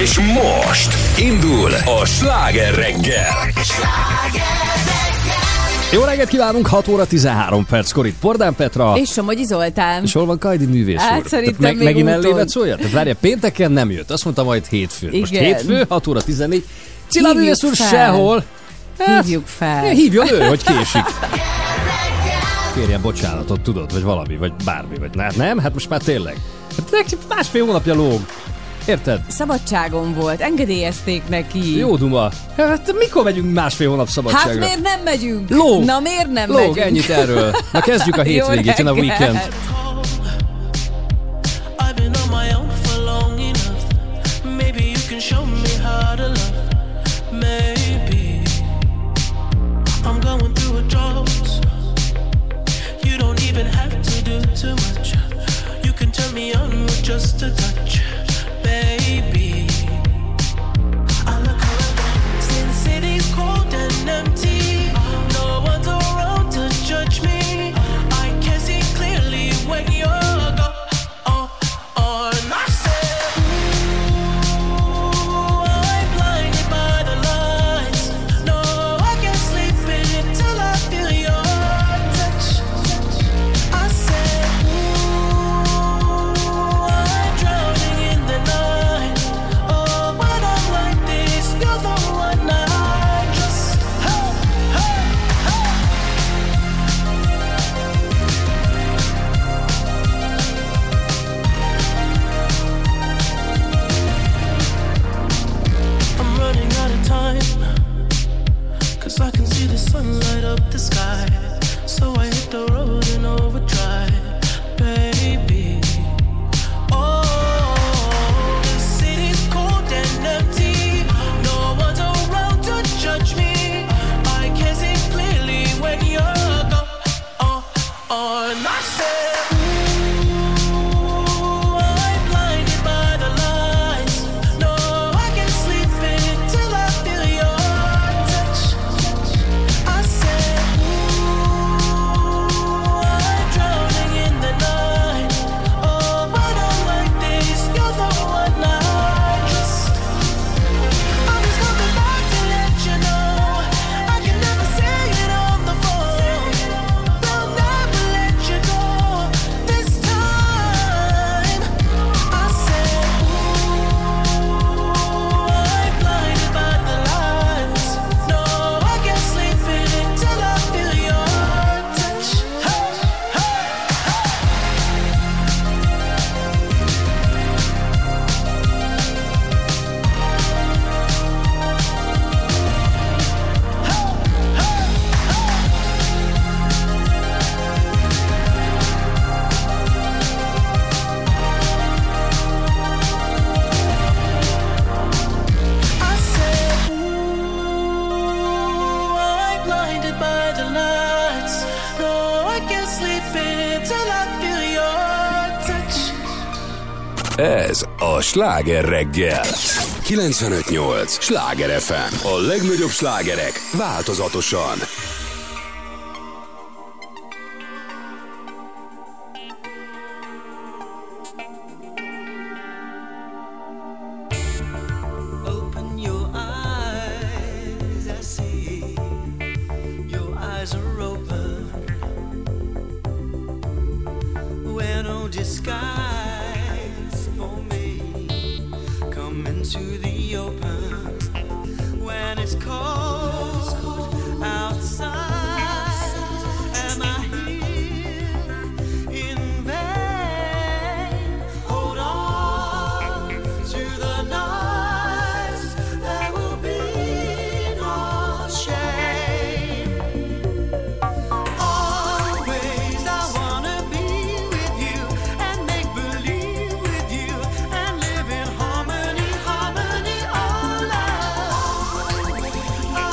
És most indul a Sláger reggel. Jó reggelt kívánunk, 6 óra 13 perckor itt Pordán Petra. És Somogyi Zoltán. És hol van Kajdi művész úr? Hát szerintem még megint úton. ellévet szólja? Tehát várja, pénteken nem jött. Azt mondta majd hétfőn. Igen. Most hétfő, 6 óra 14. Cilla Hívjuk művész úr fel. sehol. Hívjuk fel. Hívjon ő, hogy késik. Kérjen bocsánatot, tudod, vagy valami, vagy bármi, vagy nem? Hát most már tényleg. Hát neki másfél hónapja lóg. Érted? Szabadságon volt, engedélyezték neki. Jó duma. Hát mikor megyünk másfél hónap szabadságra? Hát miért nem megyünk? Lóg. Na miért nem Lóg, megyünk? ennyit erről. Na kezdjük a hétvégét, jön a weekend. Just a touch, baby. I look around, since city's cold and empty, no one's around to judge me. I can see clearly when you're gone. And I said, ooh, I'm blinded by the lights. No, I can't sleep until I feel your touch. I said, I can see the sun light up the sky, so I hit the road in overdrive, baby. Oh, the city's cold and empty, no one's around to judge me. I can see clearly when you're gone. And I said, ooh, I'm blinded by the lights. No, I can't sleep until I feel your touch. I said, ooh, I'm drowning in the night. Oh, when I'm like this, you're the one I trust. I'm just coming back to let you know I can never say it on the phone. They'll never let you go this time. I said, ooh, I'm blinded by the lights. No, I can't sleep until I feel your touch. Hey, hey, I said, ooh, I'm blinded by the lights. No, I can't sleep until I feel your touch. Ez a Sláger reggel. 95.8 Sláger FM. A legnagyobb slágerek változatosan. Open your eyes, I see. Your eyes are open. Wear no disguise for me. Come into the open. When it's cold outside, am I here in vain? Hold on to the nights, there will be no shame. Always I wanna be with you and make believe with you and live in harmony, harmony, oh love.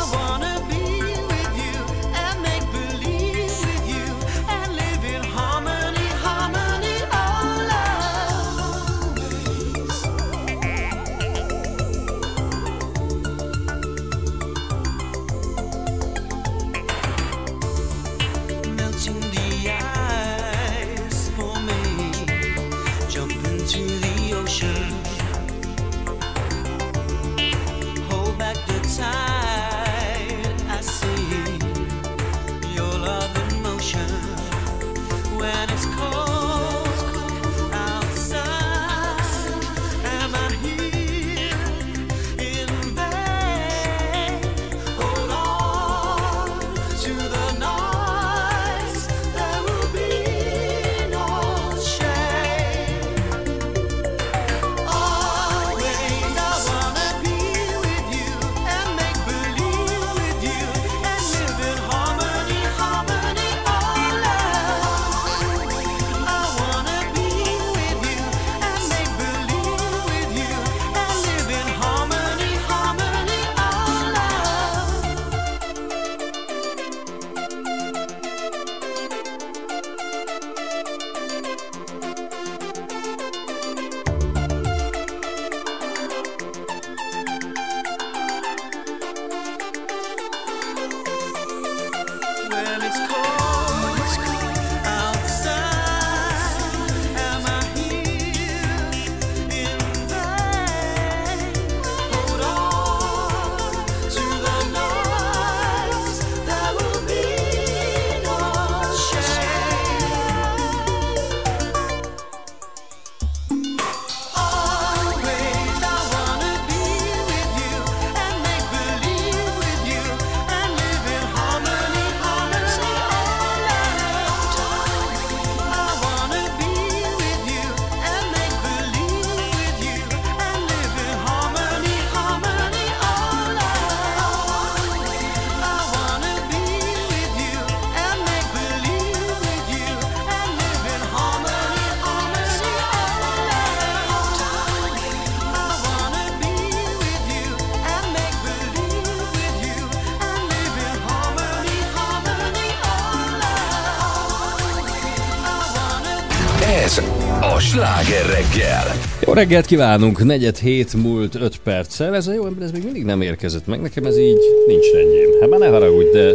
a Sláger reggel. Jó reggelt kívánunk, 4:07 múlt 5 perccel. Ez a jó ember, ez még mindig nem érkezett meg. Nekem ez így nincs rendjén. Hát már ne haragudj, de...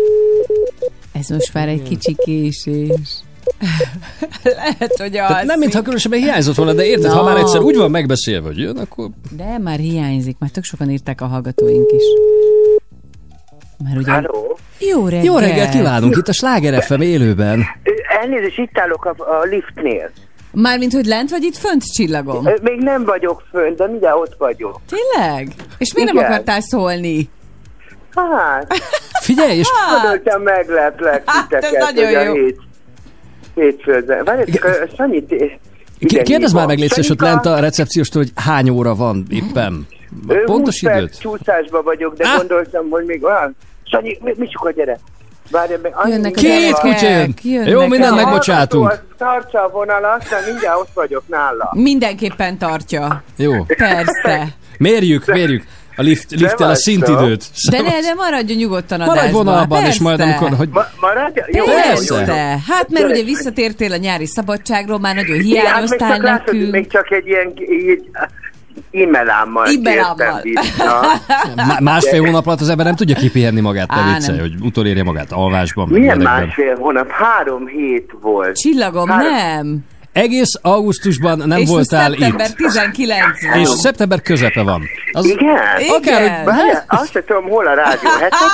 Ez most már egy kicsi késés. Lehet, hogy az. Nem mintha különösebben hiányzott volna, de érted, ha már egyszer úgy van megbeszélve, hogy jön, akkor... De már hiányzik, már tök sokan írták a hallgatóink is. Már ugye... Halló? Jó reggelt! Jó reggelt kívánunk, itt a Sláger FM élőben. Elnézést, itt állok a liftnél. Mármint, hogy lent vagy itt fönt, Csillagom? Még nem vagyok fönt, de mindjárt ott vagyok. Tényleg? És miért nem Igen. akartál szólni? Hát, Figyelj, és... gondoltam megleplek Hát, ez titeket, nagyon hogy a jó. hétfőzben. Várjátok, Sanyit... igen, Kérdezd mi már van? meg légy szíves, ott Sanyika, lent a recepcióstól, hogy hány óra van éppen. Pontos 20 perc időt? csúszásba vagyok, de gondoltam, hogy még olyan... Sanyi, mi soka, gyere! Várj, meg annyi Jönnek a minden Két gyerekek, van. kutya jön. jönnek Jó, a mindent gyerekek. megbocsátunk. Hallgató, az tartsa a vonalat, de mindjárt ott vagyok nála. Mindenképpen tartja. Jó, Persze. mérjük. A lifttel a vagy szintidőt. De maradjon nyugodtan Maradj adásban. vonalban, és majd Persze. amikor... Hogy... Maradja? Jó, Persze. jó, jó. Hát mert ugye visszatértél a nyári szabadságról, már nagyon Igen, hát még hiányoztál csak látod, nekünk. még csak egy ilyen e-mailámmal E-mailámmal. kértem vissza. Másfél hónap alatt az ember nem tudja kipihenni magát, Á, ne viccelj, nem. hogy utolérje magát alvásban. meg Milyen ilyenekben. másfél hónap? 3 hét volt. Csillagom, nem. Egész augusztusban nem És voltál szeptember itt. 19 van. És szeptember közepe van. Az... Igen? Akár, Igen. hogy... Várjál, azt sem tudom, hol a rádió,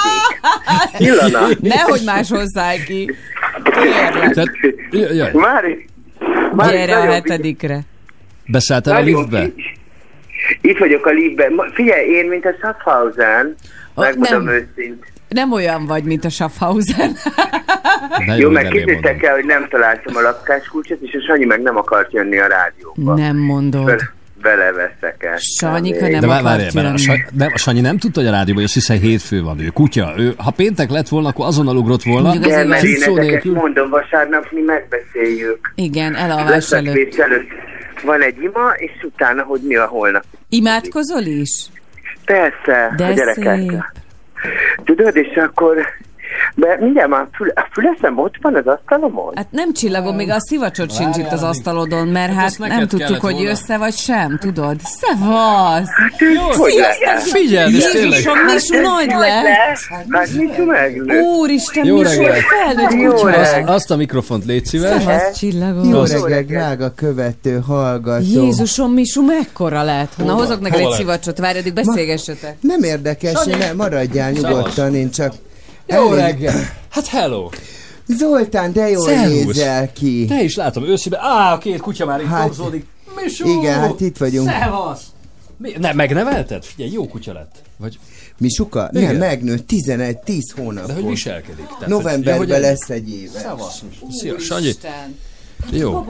7. Pillanat. Nehogy más hozzá ki. Kérlek. Tehát, jaj, Mári, Gyere a nagyon 7-dikre. beszálltál a nagyon liftbe? Itt vagyok a liftben. Figyelj, én, mint a Schaffhausen, megmondom nem. őszint. Nem olyan vagy, mint a Schaffhausen. De Jó, meg remélem képzeltek mondom. el, hogy nem találtam a lakáskulcsot, és a Sanyi meg nem akart jönni a rádióba. Nem mondod. Beleveszek el. Sanyika nem De akart várjál, jönni. a Sanyi nem tudta, hogy a rádióban, hogy azt hiszen hétfő van, ő kutya. Ő, ha péntek lett volna, akkor azonnal ugrott volna. Mondjuk De azért mert én Fiszó ezeket nélkül. mondom, vasárnap mi megbeszéljük. Igen, elalvás előtt. Leszekvés előtt van egy ima, és utána, hogy mi a holnap. Imádkozol is? Persze, De a gyerekekkel. szép. Tudod, és akkor... De mindjárt már a füleszem ott van az asztalomon? Hát nem Csillagom, még a szivacsot sincs itt az asztalodon, mert hát ezt neked nem tudtuk, kellett hogy volna. jössz-e vagy sem, tudod? Szevasz! Hogy lehet? Figyeld, és tényleg. Jézusom, Misu nagy lett! Hát mit meg? Úristen, Jó Misu, reggelt. felnőtt Jó kutya! reggelt. Azt a mikrofont légy szíves. Szevasz, Csillagom! Jó Rossz. reggel, drága követő, hallgató. Jézusom, Misu, mekkora lett? Na, hozok neked Hova egy lett? szivacsot, várj, addig beszélgessetek. Nem érdekes, maradjál nyugodtan, én csak... Jó Elég- reggel. Hát hello. Zoltán, de jól Szervusz. nézel ki. Te is látom őszében. A két kutya már itt Hát, topzódik. Misú! igen, hát itt vagyunk. Szevasz! Megnevelted? Figyelj, jó kutya lett. Vagy, Mi suka? Igen. Nem, megnőtt 10 de hogy hónapos. viselkedik? Tehát, hogy- Novemberben hogy- lesz egy éve. Szevasz. Szia, Sanyi. Úristen. Jó.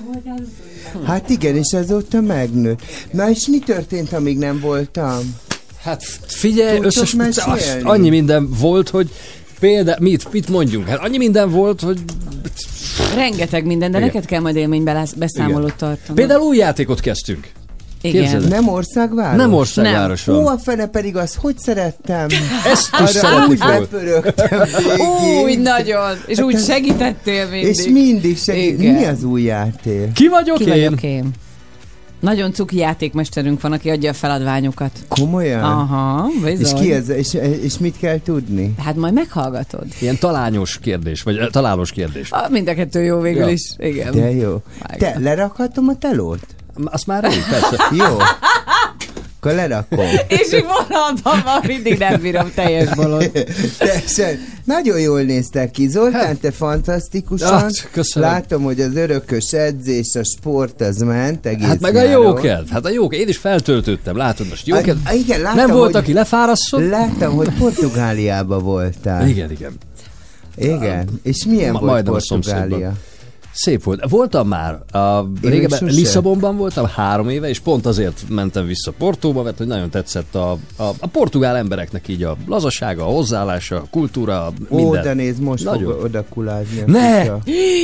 Hát igen, és azóta megnőtt. Na és mi történt, amíg nem voltam? Hát figyelj, Tudtok mesélni? annyi minden volt, hogy például, mit mondjunk? Hát annyi minden volt, hogy Rengeteg minden, de Igen. neked kell majd élménybeszámolót tartani. például új játékot kezdtünk. Igen. képzeld. Nem országváros? Nem országváros Ó, van. a fene pedig az, hogy szerettem. Ezt is Arra szeretni úgy fogod. bepörögtem Úgy végig. nagyon. És úgy segítettél mindig. És mindig segít. Igen. Mi az új játék? Ki vagyok Ki én? vagyok én? Nagyon cuki játékmesterünk van, aki adja a feladványokat. Komolyan? Aha, És bizony. ki ez? És mit kell tudni? Hát majd meghallgatod. Ilyen talányos kérdés, vagy találós kérdés. Mind a kettő jó végül Ja. is. Igen. De jó. Vágja. Te, lerakhatom a telót? Azt már elég, persze. Jó. Akkor lerakom. És így vonalban van, mindig nem bírom, teljes bolond. Teljesen. Nagyon jól néztek ki. Zoltán, te fantasztikusan. Hát, köszönöm. Látom, hogy az örökös edzés, a sport, az ment egész Hát meg a nyáron. jó kedv. Hát a jó kedv. Én is feltöltöttem, látod most. Jó kedv. Igen, láttam, Nem volt, hogy, aki lefárasszon? láttam, hogy Portugáliába voltál. Igen, igen. Igen. És milyen volt majdnem a Portugália? szomszédban. Szép volt. Voltam már. Régebben sose. Lisszabonban voltam 3 éve, és pont azért mentem vissza Portóba, mert hogy nagyon tetszett a portugál embereknek így a lazasága, a hozzáállása, a kultúra, minden. Oda néz, most Nagyon. fog oda kulázni. a Ne! kutya.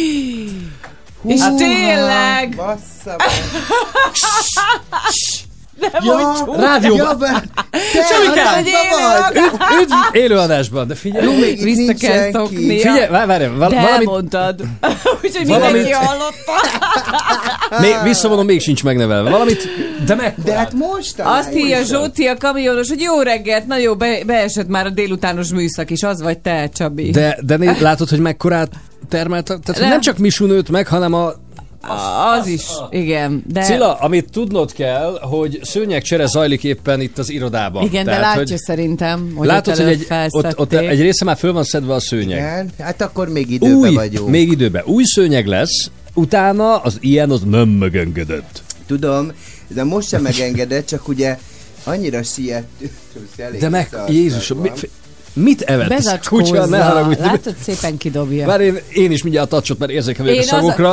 És Húha, tényleg! bassza Rádióban. Csomikám! Üdv élőadásban, de figyelj. Jó, még itt Vissza nincs kell senki. szoknia. Figyelj, várj, De valamit, elmondtad. Úgyhogy mindenki hallotta. még visszavonom, még sincs megnevelve. Valamit, de mekkora? De hát most Azt írja Zsóti, a kamionos, hogy jó reggelt, na jó, beesett már a délutános műszak is, az vagy te, Csabi. De látod, hogy mekkorát termelt? Tehát hogy nem csak Misu nőtt meg, hanem Az is, igen. De... Cilla, amit tudnod kell, hogy szőnyegcsere zajlik éppen itt az irodában. Igen, tehát, de látja hogy szerintem, hogy látod, ott hogy ott egy része már föl van szedve a szőnyeg. Igen, hát akkor még időben vagyunk. Még időben. Új szőnyeg lesz, utána az ilyen az nem megengedett. Tudom, de most sem megengedett, csak ugye annyira siettünk. De meg, Jézusom, mit evett? Bezacskózza. Ne haragudj. Látod, szépen kidobja. Bár én is mindjárt a tacsot, mert érzékem vagyok a Én az a- szavukra.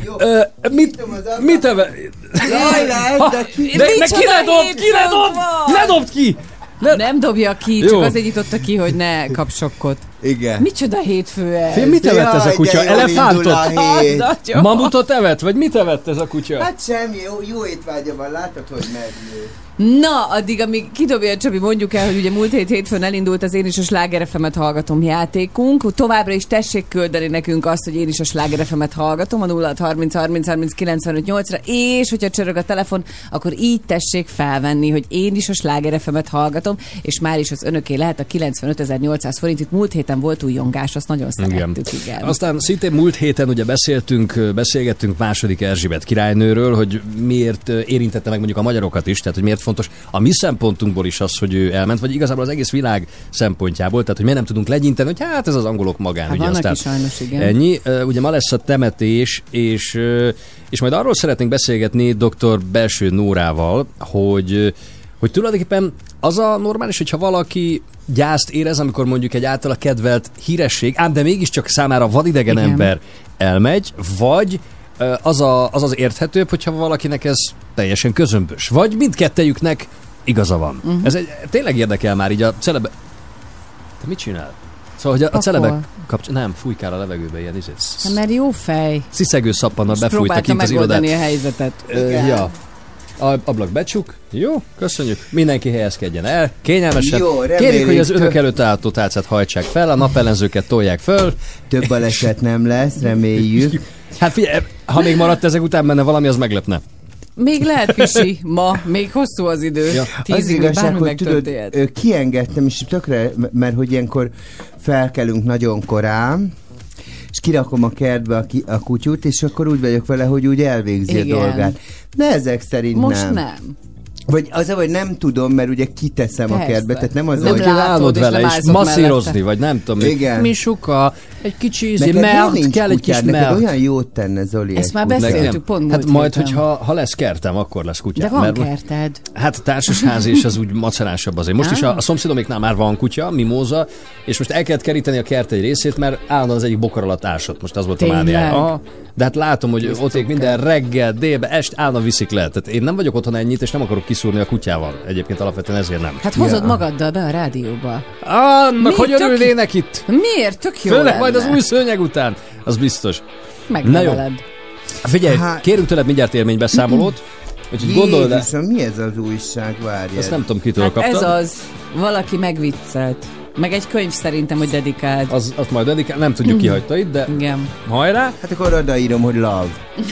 Mit evett? Jaj, de ki... De Micsoda ki ledobt? Ki hétfőn ledobt? van? Ledobd ki! Nem dobja ki, Jó. csak azért nyitotta ki, hogy ne kap sokkot. Igen. Micsoda hétfő ez? Fél, mit evett ez a kutya? Jaj, de jól Elefántot? indul a hét. Nagyon. Mamutot evett? Vagy mit evett ez a kutya? Hát semmi, jó étvágya van, látod, hogy megnő. Na, addig, amíg kidobja Csabi, mondjuk el, hogy ugye múlt hétfőn elindult az Én is a Sláger FM-et hallgatom játékunk. Továbbra is tessék küldeni nekünk azt, hogy én is a Sláger FM-et hallgatom a 0630 ra és hogyha csörög a telefon, akkor így tessék felvenni, hogy én is a Sláger FM-et hallgatom, és már is az önöké lehet a 95.800 forint. Itt múlt héten volt újongás, azt nagyon szerettük, igen. Aztán szintén múlt héten ugye beszélgettünk második Erzsébet királynőről, hogy miért érintette meg mondjuk a magyarokat is, tehát hogy miért fontos a mi szempontunkból is az, hogy ő elment, vagy igazából az egész világ szempontjából, tehát hogy miért nem tudunk legyinteni, hogy hát ez az angolok magán. Hát ugye, vannak aztán is sajnos, igen. ennyi. Ugye ma lesz a temetés, és majd arról szeretnénk beszélgetni dr. Belső Nórával, hogy tulajdonképpen az a normális, hogyha valaki gyászt érez, amikor mondjuk egy általa kedvelt híresség, ám de mégiscsak számára vadidegen Igen. ember elmegy, vagy az érthetőbb, hogyha valakinek ez teljesen közömbös. Vagy mindkettejüknek igaza van. Ez tényleg érdekel már így a celebe... Te mit csinál? Szóval, hogy a celebek nem, fújkál a levegőbe ilyen izét. Hát, mert jó fej. Sziszegő szappannal És befújta próbálta kint az irodát. megoldani a helyzetet. Ja. Ablak becsuk. Jó, köszönjük. Mindenki helyezkedjen el. Kényelmesen. Jó, Kérjük, reméljük, hogy az önök előtt álló tálcát hajtsák fel, a napellenzőket tolják föl. Több baleset nem lesz, reméljük. Hát figyelj, ha még maradt ezek után benne valami, az meglepne. Még lehet, Pisi, ma, még hosszú az idő. Ja. Az 10-ig még igazság, bármi hogy tudod, megtörténhet. kiengedtem, és tökre, mert hogy ilyenkor felkelünk nagyon korán, és kirakom a kertbe a kutyút, és akkor úgy vagyok vele, hogy úgy elvégzi Igen. a dolgát. De ezek szerint Most nem. Vagy az, hogy nem tudom, mert ugye kiteszem a Persze. kertbe, tehát nem az, Nem hogy... látod, Állod és vele, nem és állsz ott masszírozni, mellette. vagy nem tudom. Igen. Mi suka, egy kicsi Neked miért melt, nincs kell egy kis kutyád? Neked melt. olyan jót tenne, Zoli. Ezt egy már kutya. beszéltük pont múlt Hát majd, héten. ha lesz kertem, akkor lesz kutya. De van kerted. Hát a társasház és az úgy macerásabb azért. Most is a szomszédoméknál már van kutya, mimóza, és most el kellett keríteni a kert egy részét, mert állandóan az egyik bokor alatt ásott. Most az volt a Tényleg? mániája. Aha. De hát látom, hogy ott minden reggel, délbe, est állandóan viszik le. Tehát én nem vagyok otthon ennyit, és nem akarok kiszúrni a kutyával. Egyébként alapvetően ezért nem. Hát hozod magaddal be a rádióba. Annak, hogy tök- örülnének itt? Miért? Tök jó Főleg lenne. majd az új szőnyeg után. Az biztos. Megneveled. Figyelj, Hát- kérünk tőled mindjárt élménybeszámolót, úgyhogy gondold el. Jézusom, mi ez az újság? Várjál. Azt nem tudom, kitől Hát kaptam. ez az. Valaki megviccelt. Meg egy könyv szerintem, hogy dedikált. Azt majd dedikál, nem tudjuk ki hagyta itt, de Igen. hajrá, Hát akkor odaírom, hogy love.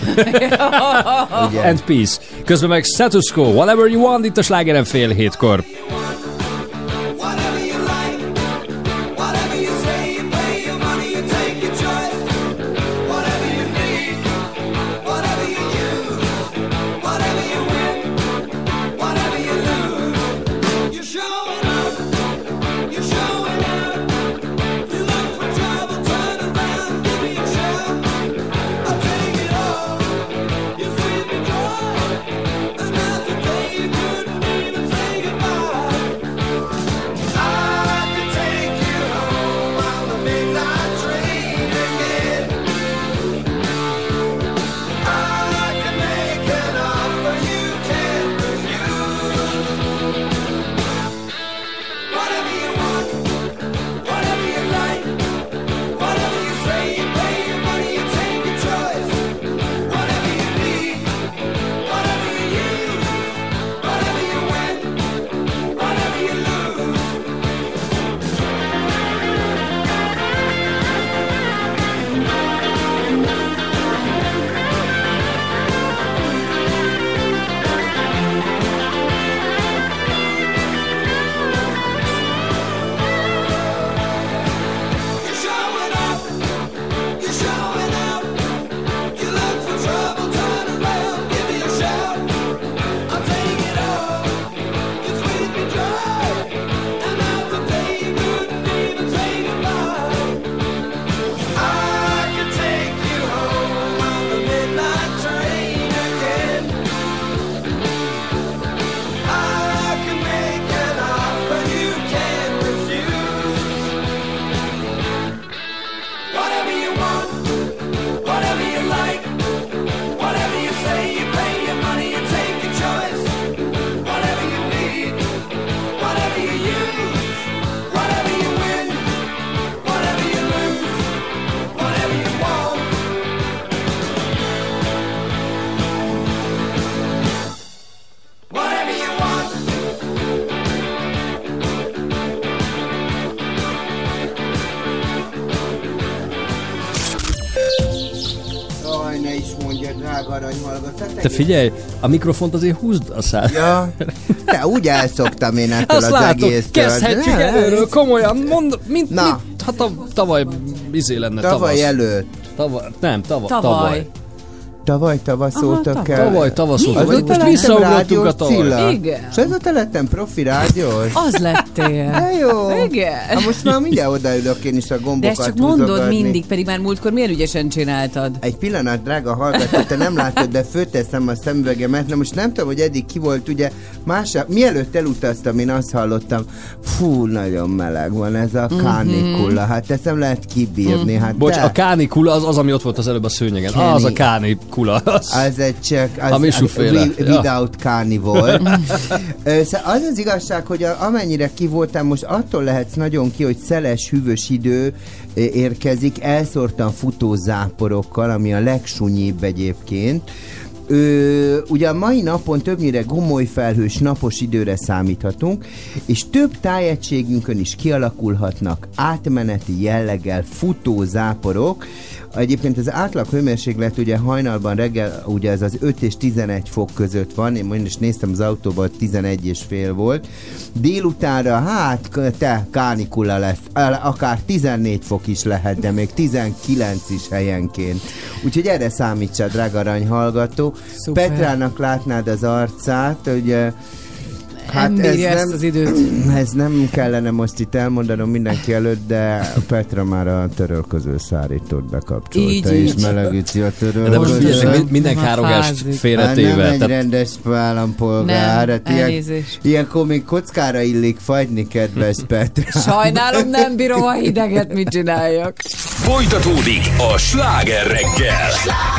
Ugye? and peace. Közben meg Status Quo, Whatever You Want, itt a Slágeren 6:30. Whatever you like, whatever you say, you pay your money, you take your choice. Whatever you need, whatever you use, whatever you win, whatever you lose. You're showing up, you're showing out. You look for trouble, turn around, give me a shot. I'll take it all, you sweep me dry. There's not a day you couldn't even say goodbye. aranyhallgató. Te figyelj, a mikrofont azért húzd a szád. Ja, de úgy elszoktam én ettől Azt az látom, egésztől. kezdhetjük De- előről, komolyan, mondd, mint Na. hát tavaly lenne Tavaly tavasz. előtt. Tavaly Tavasz szóltak el. Tavaly tavasz óta. Azóta Most lettem visszaugrottunk a rádiós tavaly. Cilla. Igen. És azóta lettem profi rádiós. Az lettél. De jó. Igen. Hát most már mindjárt odaülök én is a De gombokat ezt csak mondod húzogatni. mindig, pedig már múltkor milyen ügyesen csináltad. Egy pillanat, drága hallgató, te nem látod, de fölteszem a szemüvegemet. Na most nem tudom, hogy eddig ki volt, ugye mielőtt elutaztam, én azt hallottam, fú, nagyon meleg van ez a kánikula, hát ezt nem lehet kibírni. Hát Bocs, de- a kánikula az, ami ott volt az előbb a szőnyegen. Kenny. Az a kánikula. Az egy csak... A misuféle. Without carnivore. Szóval az igazság, hogy amennyire ki voltam, most attól lehetsz nagyon ki, hogy szeles, hűvös idő érkezik, elszórtan futózáporokkal, ami a legsunyibb egyébként. Ugye a mai napon többnyire gomolyfelhős napos időre számíthatunk, és több tájegységünkön is kialakulhatnak átmeneti jelleggel futózáporok. Egyébként az átlag hőmérséklet ugye hajnalban reggel ugye ez az 5 és 11 fok között van, én most is néztem az autóban, 11,5 volt. Délutánra hát kánikula lesz, akár 14 fok is lehet, de még 19 is helyenként. Úgyhogy erre számítsa, drága aranyhallgató. Szuper. Petrának látnád az arcát, ugye Nem bírja ezt az időt. Ez nem kellene most itt elmondanom mindenki előtt, de Petra már a törölköző szárítót bekapcsolta, Így, és így. melegíti a De most figyelj, törölközőt. minden Ma károgást fázik. Hát félretéve. nem egy Tehát rendes állampolgár. Nem, Hát elnézést. ilyenkor még kockára illik fagyni, kedves Petra. Sajnálom, nem bírom a hideget, mit csináljak. Folytatódik a Sláger reggel.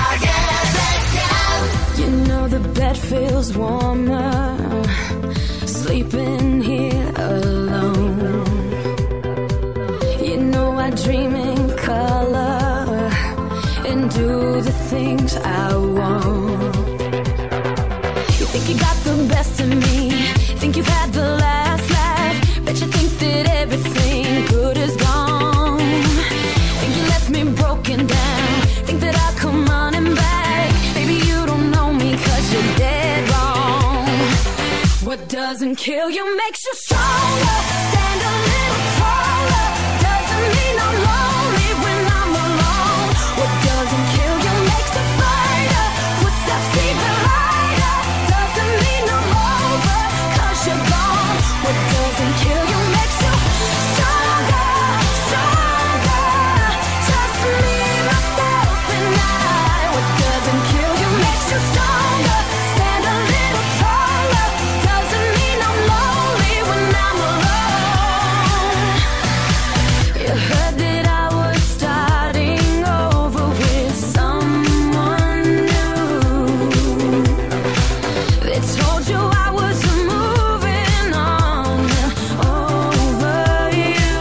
You know the bed feels warmer sleeping here alone. You know I dream in color and do the things I want. You think you got the best of me, think you've had the last laugh, bet you think that everything good is gone. Think you left me broken down, think that I'll come running back. Maybe you don't know me 'cause you're dead wrong. What doesn't kill you makes you stronger. Stand a little taller. Doesn't mean I'm lonely when I'm alone. What doesn't kill you makes a fighter. Footsteps even lighter. Doesn't mean I'm over 'cause you're gone. What doesn't kill you makes you stronger, stronger. Just me, myself, and I. What doesn't kill you makes you stronger. Stand a little taller. Doesn't mean I'm lonely when I'm alone. You heard that I was starting over with someone new. They told you I was moving on over you.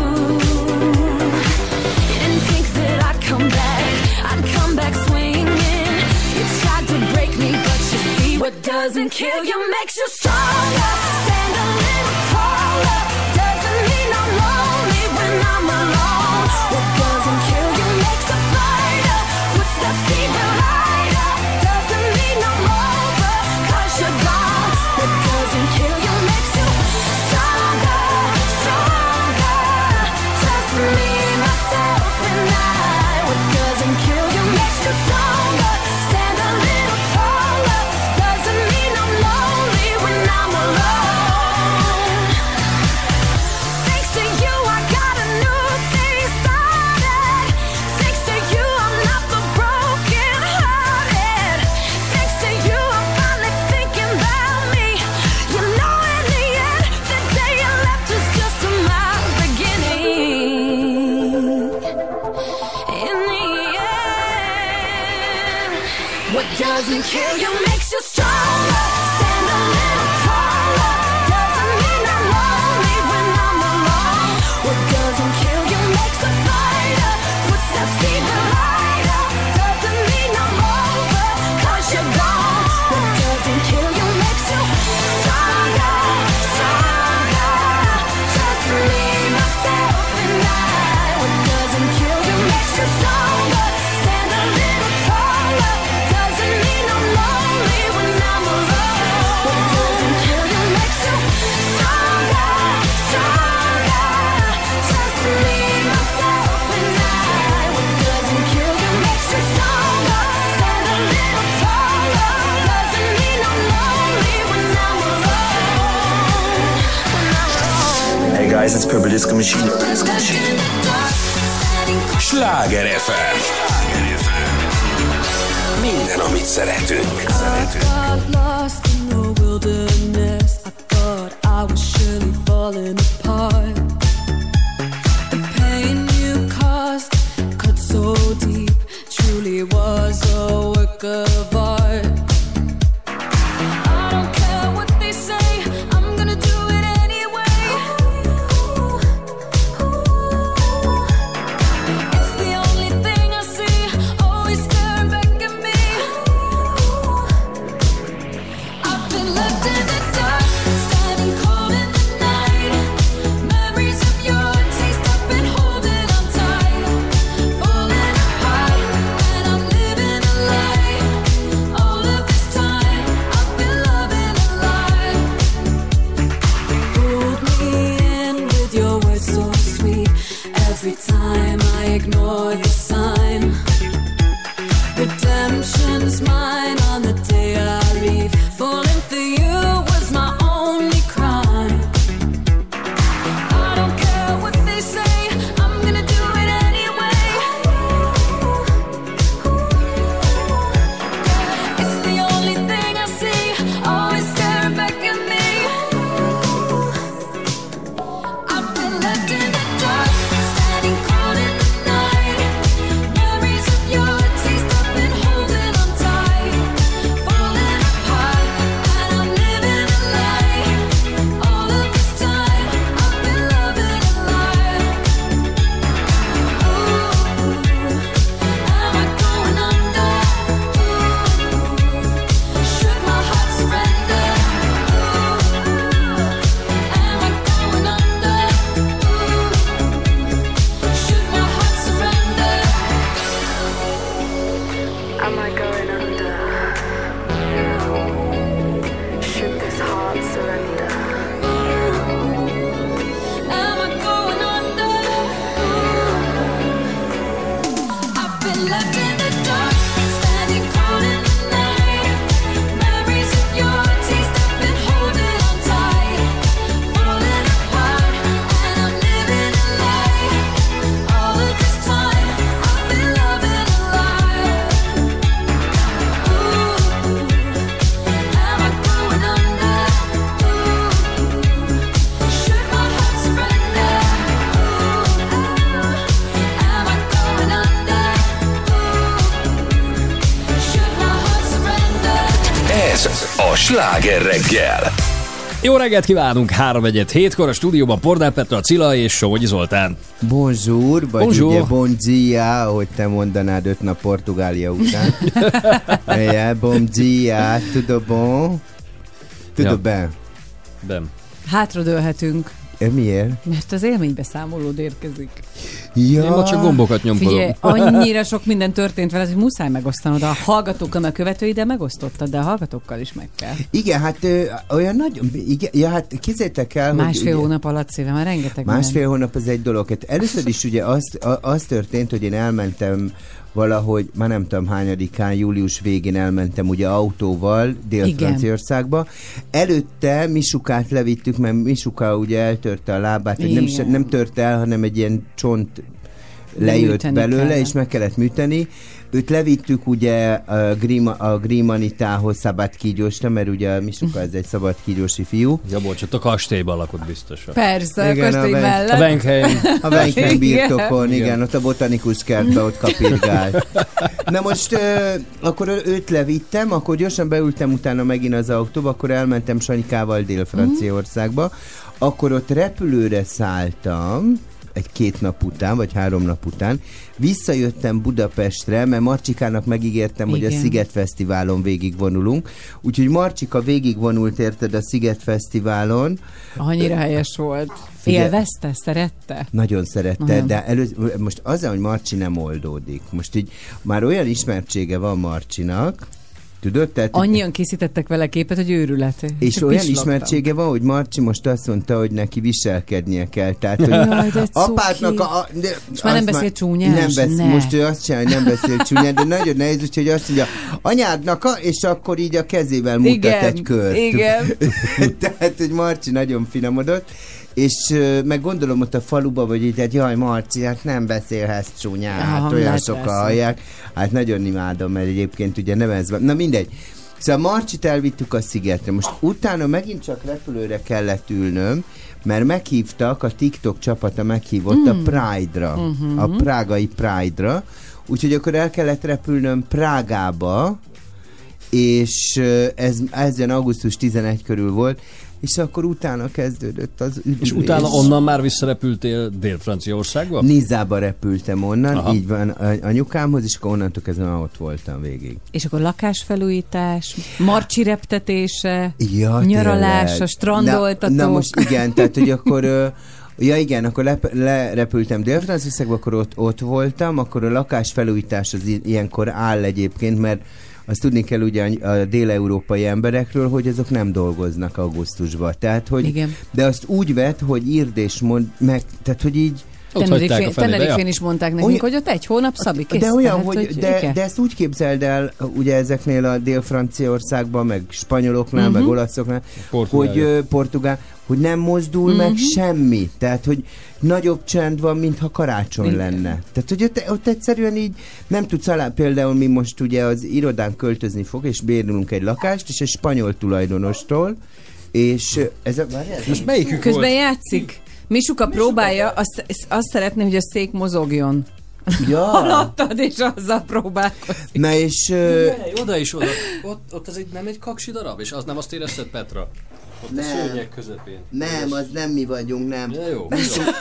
You didn't think that I'd come back swinging. You tried to break me, but you see what doesn't kill you makes you stronger. Stand a little taller. Doesn't mean I'm lonely when I'm alone. What doesn't kill you makes a fighter. Footsteps even lighter. Doesn't mean I'm over 'cause you're gone. What doesn't kill you makes you stronger, stronger. Just me, myself, and I. What doesn't kill you makes you stronger. Stand a little taller. Doesn't mean I'm lonely when I'm alone. Thanks to you, I got a new thing started. Thanks to you, I'm not the broken hearted. Thanks to you, I'm finally thinking about me. You know, in the end, the day you left was just my beginning. In the end, what doesn't kill you makes you stronger. Stand a little taller. Doesn't mean I'm lonely when I'm alone. What doesn't kill you makes a fighter. Footsteps even lighter. Doesn't mean I'm over 'cause you're gone. What doesn't kill you makes you stronger, stronger. Just me, myself, and I. What doesn't kill you makes you stronger. Stand a little taller. Doesn't mean guys, it's Purple Disco Machine. Sláger FM. Minden, amit szeretünk. Got lost in the wilderness. I thought I was surely falling apart. The pain you caused cut so deep, truly was a work of art. I don't care what they say, I'm gonna do it anyway. It's the only thing I see, always staring back at me. I've been left in the dark, standing cold in the night. Memories of your taste, I've been holding on tight. Falling apart, and I'm living a lie. All of this time, I've been loving a lie. Pulled me in with your words so sweet. Every time I ignore the sign. Redemption's mine on the day I leave. Falling for you was my only crime. I don't care what they say, I'm gonna do it anyway. It's the only thing I see, always staring back at me. I've been left in the dark, standing cold in the night. Memories of your taste, I've been holding on tight. Falling apart, and I'm living a lie. All of this time, I've been loving a lie. Am I going under? Should my heart surrender? Am I going under? Should my heart surrender? Am I going under? Should this heart surrender? Am I going under? I've been left in the dark, standing cold in the night. Memories of your taste, I've been holding on tight. Falling apart, and I'm living a lie. All of this time, I've been loving a lie. Am I going under? Should my heart surrender? Am I going under? Should my heart surrender? Ez a Sláger reggel. Jó reggelt kívánunk, 3-1-7-kor a stúdióban Pordán Petra, Cilla és Somogyi Zoltán. Bonjour, vagy Bonjour. ugye bon dia, ahogy te mondanád 5 nap Portugália után. Yeah, bon dia, tudo bon? Tudo Ja. ben? Bem. Hátradőlhetünk, Miért? mert az élménybeszámolód érkezik. Ja. Én ma csak gombokat nyomkodom. Figyelj, annyira sok minden történt veled, hogy muszáj megosztanod. A hallgatókkal, a követőiddel megosztottad, de a hallgatókkal is meg kell. Igen, hát olyan nagyon, igen, ja, hát képzeljétek el, Másfél hogy ugye, hónap alatt szívem, már rengeteg másfél hónap az egy dolog. Hát először is ugye az történt, hogy én elmentem valahogy, már nem tudom hányadikán, július végén elmentem ugye autóval Dél-Franciaországba. Előtte Misukát levittük, mert Misuka ugye eltörte a lábát, vagy nem törte el, hanem egy ilyen csont lejött műteni belőle, kellett. és meg kellett műteni. Őt levittük ugye a Grimanitához szabadkígyósra, mert ugye a Misuka ez egy szabadkígyósi fiú. Ja, bocs, ott a kastélyban lakott biztosan. Persze, Igen, a kastély a mellett. A Benkhelyen. A Benkhelyen birtokon, Igen. igen, ott a botanikus kertben ott kapirgált. Na most akkor őt levittem, akkor gyorsan beültem utána megint az autóba, akkor elmentem Sanyikával Dél-Franciaországba, akkor ott repülőre szálltam, egy 2 nap után, vagy 3 nap után, visszajöttem Budapestre, mert Marcsikának megígértem, hogy a Igen. Sziget Fesztiválon végigvonulunk. Úgyhogy Marcsika végigvonult, érted, a Sziget Fesztiválon. Annyira helyes volt. Figyelj. Élvezte, szerette? Nagyon szerette, Nagyon. de most az, hogy Marcsi nem oldódik. Most így már olyan ismertsége van Marcsinak, tudod? Tehát, Annyian készítettek vele képet, hogy őrület. és Csak olyan pislogtam. ismertsége van, hogy Marcsi most azt mondta, hogy neki viselkednie kell. Tehát, hogy Jaj, de apádnak cuki. És már nem beszél csúnyás? Ne. Most ő azt csinálja, hogy nem beszél csúnyán, de nagyon nehéz, úgyhogy azt mondja, anyádnak, és akkor így a kezével mutat Igen, egy kört. igen. Tehát, hogy Marcsi nagyon finomodott, És meg gondolom ott a faluba, vagy így, hát jaj, Marci, hát nem beszélhetsz csúnyán, Aha, hát olyan lehet sokan persze. hallják. Hát nagyon imádom, mert egyébként ugye nem ez van. Na mindegy. Szóval Marcsit elvittük a szigetre. Most utána megint csak repülőre kellett ülnöm, mert meghívtak, a TikTok csapata meghívott a Pride-ra, a prágai Pride-ra, úgyhogy akkor el kellett repülnöm Prágába, és ez augusztus 11 körül volt, és akkor utána kezdődött az üdülés. És utána onnan már visszarepültél Dél-Franciaországba? Nizába repültem onnan, Aha. így van, anyukámhoz, és akkor onnantól kezdve már ott voltam végig. És akkor lakásfelújítás, Marcsi reptetése, Ja, nyaralás, tényleg. a strandoltatók. Na most igen, tehát hogy akkor... Ja igen, akkor lerepültem Dél-Franciaországba, akkor ott voltam, akkor a lakásfelújítás az ilyenkor áll egyébként, mert azt tudni kell ugye a dél-európai emberekről, hogy azok nem dolgoznak augusztusban. Tehát, hogy, Igen. de azt úgy vett, hogy írd és mondd meg, tehát, hogy így Ott hagyták a fenébe, Tenerifén ja. is mondták nekünk, hogy ott egy hónap Szabi kész. de olyan, tehát, hogy igen. de ezt úgy képzeld el, ugye ezeknél a Dél-Franciaországban, meg spanyoloknál, meg olaszoknál, hogy portugál, hogy nem mozdul meg semmi. Tehát, hogy nagyobb csend van, mintha karácsony lenne. Tehát, hogy ott egyszerűen így nem tudsz alá, például mi most ugye az irodán költözni fog, és bérülünk egy lakást, és egy spanyol tulajdonostól, és ez a... Most melyikük Közben volt? játszik. Misuka próbálja, azt szeretné, hogy a szék mozogjon. Ja. Hallottad, és azzal próbálkozik. Na és... Figyelj, oda is oda. Ott ez nem egy kaksi darab, és az nem azt érezted, Petra? Ott Nem. a szőnyeg közepén. Nem, az nem mi vagyunk, nem. Ja, jó.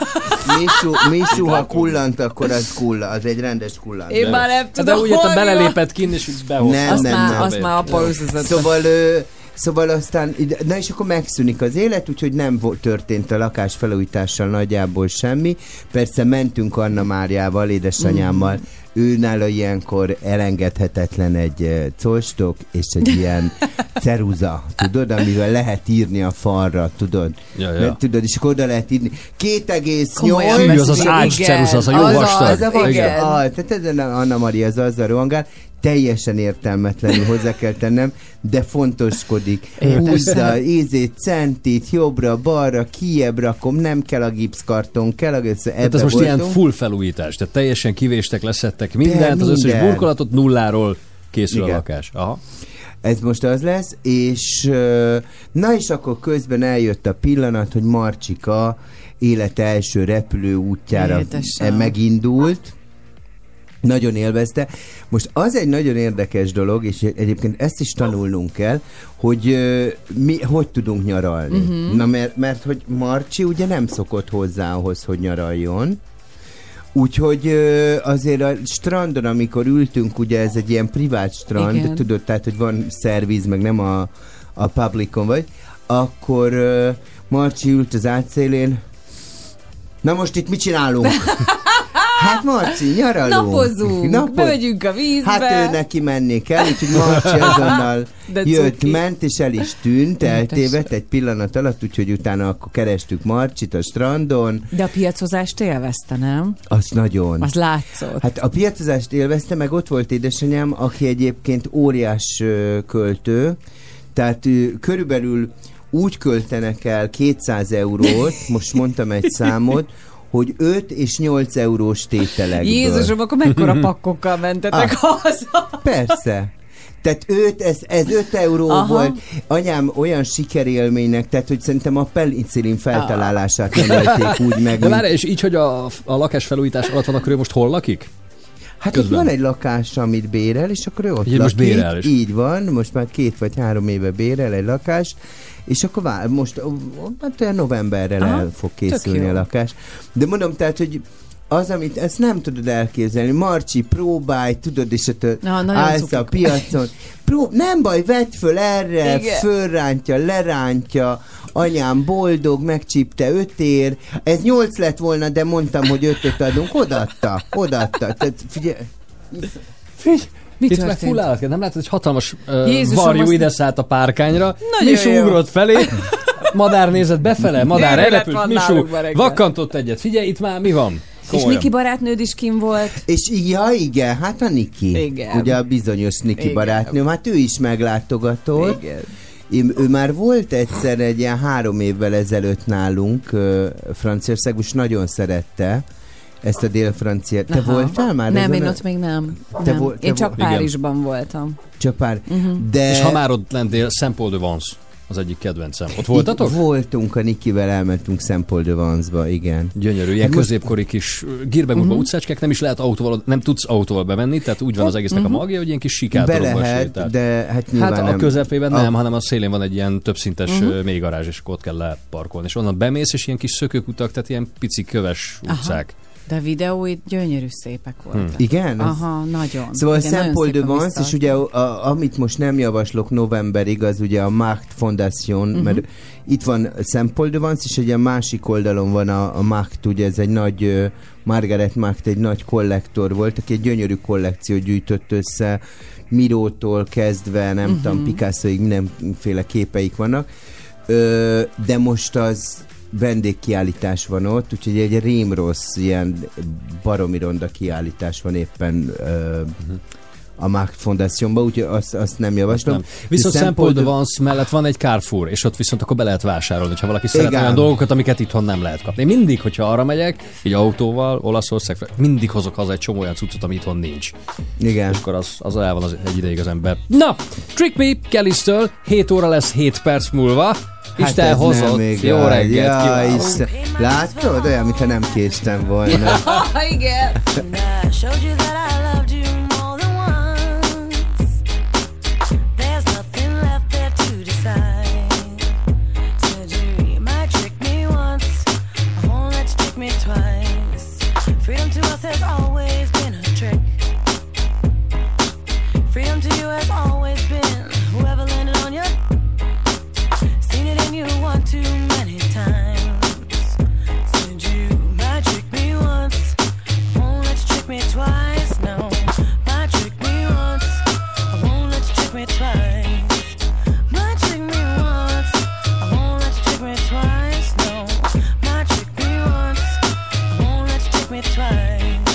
Misu, ha kullant, akkor az kulla, az egy rendes kullant. Én már nem De tudom, úgy, hol te mi belelépett kinn, és így behozta. Nem, Azt már apa összeszedte. Szóval aztán, na és akkor megszűnik az élet, úgyhogy nem történt a lakás felújítással nagyjából semmi. Persze mentünk Anna Máriával, édesanyámmal, őnála ilyenkor elengedhetetlen egy colstok és egy ilyen ceruza, tudod, amivel lehet írni a falra, tudod? Ja. Mert, tudod, és akkor oda lehet írni 2,8. Komolyan Fű, az az Igen. ács ceruza, az a jó Az vastag. Az a vastag. Igen. Tehát ez Anna Maria, az azzal rohangál, teljesen értelmetlenül hozzá kell tennem, de fontoskodik. Húzza, ízét, centit, jobbra-balra, kijebb rakom, nem kell a gipszkarton, kell a Tehát ez most ilyen full felújítás, tehát teljesen kivéstek, leszettek mindent, az összes minden. burkolatot nulláról készül Igen. a lakás. Aha. Ez most az lesz, és na és akkor közben eljött a pillanat, hogy Marcsika élet első repülő útjára Édesem. megindult. Nagyon élvezte. Most az egy nagyon érdekes dolog, és egyébként ezt is tanulnunk kell, hogy mi hogy tudunk nyaralni. Na mert hogy Marcsi ugye nem szokott hozzá ahhoz, hogy nyaraljon. Úgyhogy azért a strandon, amikor ültünk, ugye ez egy ilyen privát strand, Igen. tudod, tehát, hogy van szerviz, meg nem a publicon vagy, akkor Marcsi ült az átszélén. Na most itt mit csinálunk? Hát Marci, nyaralunk. Napozunk, bemegyünk a vízbe. Hát ő neki menni kell, úgyhogy Marci azonnal De jött, cuki. ment, és el is tűnt, eltévedt egy pillanat alatt, úgyhogy utána akkor kerestük Marcsit a strandon. De a piacozást élvezte, nem? Azt nagyon. Az látszott. Hát a piacozást élvezte, meg ott volt édesanyám, aki egyébként óriás költő, tehát körülbelül úgy költenek el 200 eurót, most mondtam egy számot, hogy 5 és 8 eurós tételekből. Jézusom, akkor mekkora pakkokkal mentetek haza? Persze. Tehát ez 5 euró volt. Anyám olyan sikerélménynek, tehát hogy szerintem a penicillin feltalálását nem ölték úgy meg. De várj, és így, hogy a lakás felújítás alatt van, akkor ő most hol lakik? Hát közben. itt van egy lakás, amit bérel, és akkor ő ott Így most lakik. bérel is. Így van, most már 2 vagy 3 éve bérel egy lakást, és akkor most hát olyan novemberrel el fog készülni a lakás. De mondom, tehát, hogy az, amit ezt nem tudod elképzelni. Marcsi, próbálj, tudod, és ott állsz a piacon. Nem baj, vedd föl erre, Igen. fölrántja, lerántja, anyám boldog, megcsípte 5 ér. Ez 8 lett volna, de mondtam, hogy 5-öt adunk. Odaadta. Tehát figyelj. Mi Itt meg történt? full állat, nem látod, hogy hatalmas Jézusom, varjú azt- ide szállt a párkányra, Nagyon Misu jó. ugrott felé, madár nézett befele, madár Őrület elrepült, van Misu náluk ma reggel. vakkantott egyet, figyelj, itt már mi van? És Komolyan. Niki barátnőd is kim volt. És igen, hát a Niki. Igen. Ugye a bizonyos Niki Igen. barátnőm, hát ő is meglátogatott. Igen. Ő már volt egyszer egy ilyen 3 évvel ezelőtt nálunk Franciaországban, és nagyon szerette ezt a dél-franciát. Te voltál már? Nem, ezen én a- ott még nem. Te nem. vol- Én te csak vol- Párizsban voltam. Csak pár. De És ha már ott lentél, Saint-Paul de Vence az egyik kedvencem. Ott voltatok? Voltunk, a Nikivel elmentünk Saint-Paul de Vence-ba, igen. Gyönyörű, ilyen Hát most- középkori kis girbegurba utcácskák, nem is lehet autóval, nem tudsz autóval bemenni, tehát úgy van az egésznek a magja, hogy ilyen kis Be sikátorokban lehet, sétál. de hát nyilván Hát a nem. közepében nem, hanem a szélén van egy ilyen többszintes mély garázs, és akkor ott kell leparkolni. És onnan bemész, és ilyen kis szökőkutak, tehát ilyen pici köves utcák. De a videóid gyönyörű szépek voltak. Igen? Aha, nagyon. Szóval Igen, Saint-Paul de nagyon szépen Vence, és ugye amit most nem javaslok novemberig, az ugye a Markt Foundation, mert itt van Saint-Paul de Vence, és egy másik oldalon van a Markt, ugye ez egy nagy, Margaret Markt egy nagy kollektor volt, aki egy gyönyörű kollekciót gyűjtött össze, Mirótól kezdve, nem tudom, Picassoig mindenféle képeik vannak, de most az vendégkiállítás van ott, úgyhogy egy rémrossz, ilyen baromi ronda kiállítás van éppen a Markt Foundationban, úgyhogy azt nem javaslom. Nem. Viszont Saint-Paul de Vence mellett van egy Carrefour, és ott viszont akkor be lehet vásárolni, ha valaki szeretne Igen. olyan dolgokat, amiket itthon nem lehet kapni. Én mindig, hogyha arra megyek, így autóval, Olaszország, mindig hozok haza egy csomó olyan cuccot, ami itthon nincs. Igen. És akkor az el van egy ideig az ember. Na, Trick Me Kelly's-től 7 óra lesz 7 perc múlva. Isten ez nem hozott. még Jó az. reggelt Ja, kívánok. Isten. Látod? Olyan, mintha nem késtem volna. Igen. And I showed you that I loved you more than once. There's nothing left there to decide. Said you might trick me once, I won't let you trick me twice. Freedom to us has always been a trick. Freedom to you has always been whoever landed on you. Seen it in you one too many times. Said you might trick me once, I won't let you trick me twice. No, might trick me once, I won't let you trick me twice. Might trick me once, I won't let you trick me twice. No, might trick me once, I won't let you trick me twice.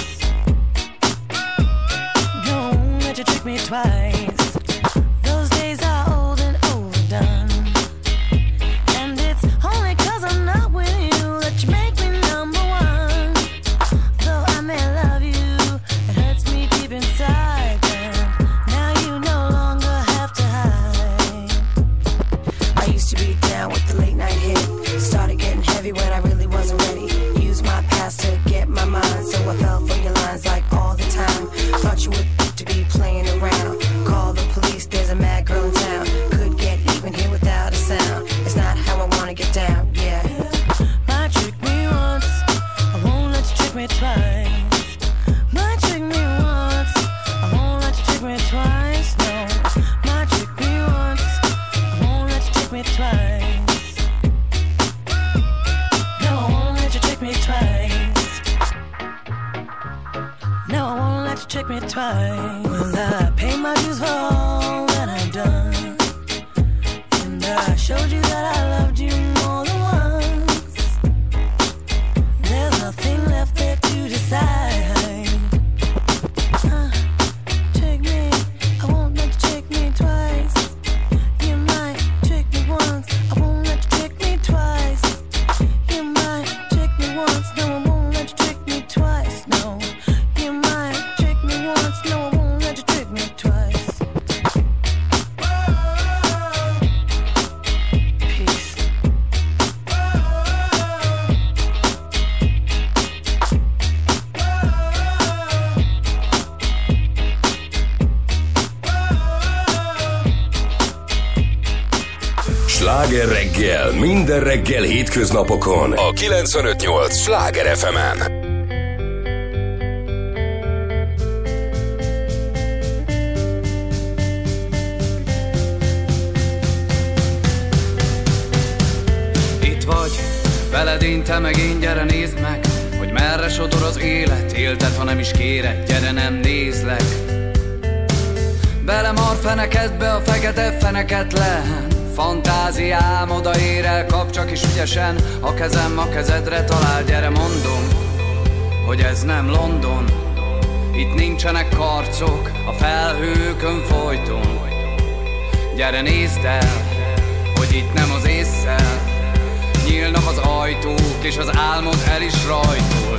No, won't let you trick me twice. Those days are old and overdone. And it's only 'cause I'm not with you that you make me number one. Though I may love you, it hurts me deep inside. And now you no longer have to hide. I used to be down with the late night hit. Started getting heavy when I really wasn't ready. Used my past to get my mind, so I fell for your lines like all the time. Thought you would to be playing around. Call the police, there's a mad girl in town. Could get even here without a sound. It's not how I wanna get down, yeah. Might trick me once, I won't let you trick me twice. Might trick me once, I won't let you trick me twice. No, might trick me once, I won't let you trick me twice. No, I won't let you trick me twice. No, I won't let you trick me twice. And I pay my dues for all that I've done. And I showed you that I loved you more than once. There's nothing left there to decide. Trick me, I won't let you trick me twice. You might trick me once, I won't let you trick me twice. You might trick me once, no, I won't let you trick me twice. No, you might trick me once, no, I won't let you trick me twice. Peace. Sláger reggel, minden reggel hétköznapokon a 95.8 Sláger FM-en. Itt vagy, veled én, te meg én, gyere nézd meg, hogy merre sodor az élet, élted, ha nem is kéred, gyere nem nézlek. Belemar fenekedbe a fekete feneketlen, fantáziám odaér el, kap csak is ügyesen, a kezem a kezedre talál, gyere mondom, hogy ez nem London, itt nincsenek karcok, a felhőkön folyton. Gyere nézd el, hogy itt nem az ésszel nyílnak az ajtók, és az álmod el is rajtolt.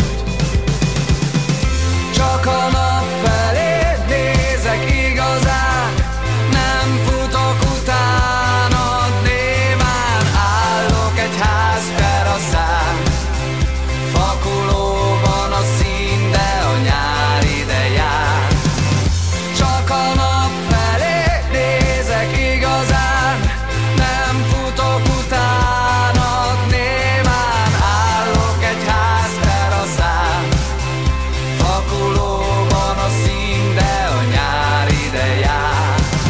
Csak a nap felé nézek igazán, nem futok utánad, némán állok egy ház teraszán. Fakulóban a szín, de a nyár ide jár. Csak a nap felé nézek igazán, nem futok utánad, némán állok egy ház teraszán. Fakulóban a szín, de a nyár ide jár.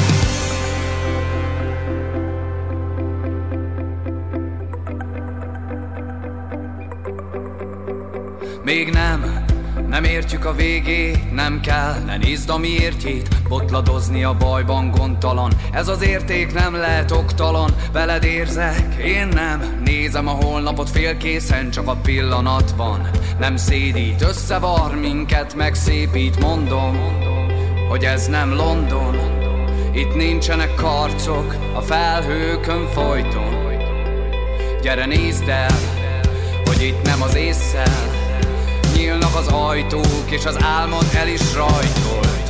Még nem értjük a végét, nem kell, ne nézd a miértjét. Botladozni a bajban gondtalan, ez az érték nem lehet oktalan. Veled érzek, én nem, nézem a holnapot félkészen, csak a pillanat van. Nem szédít, összevar minket, megszépít, mondom, hogy ez nem London. Itt nincsenek karcok a felhőkön folyton. Gyere nézd el, hogy itt nem az ésszel nyílnak az ajtók, és az álmod el is rajtolt.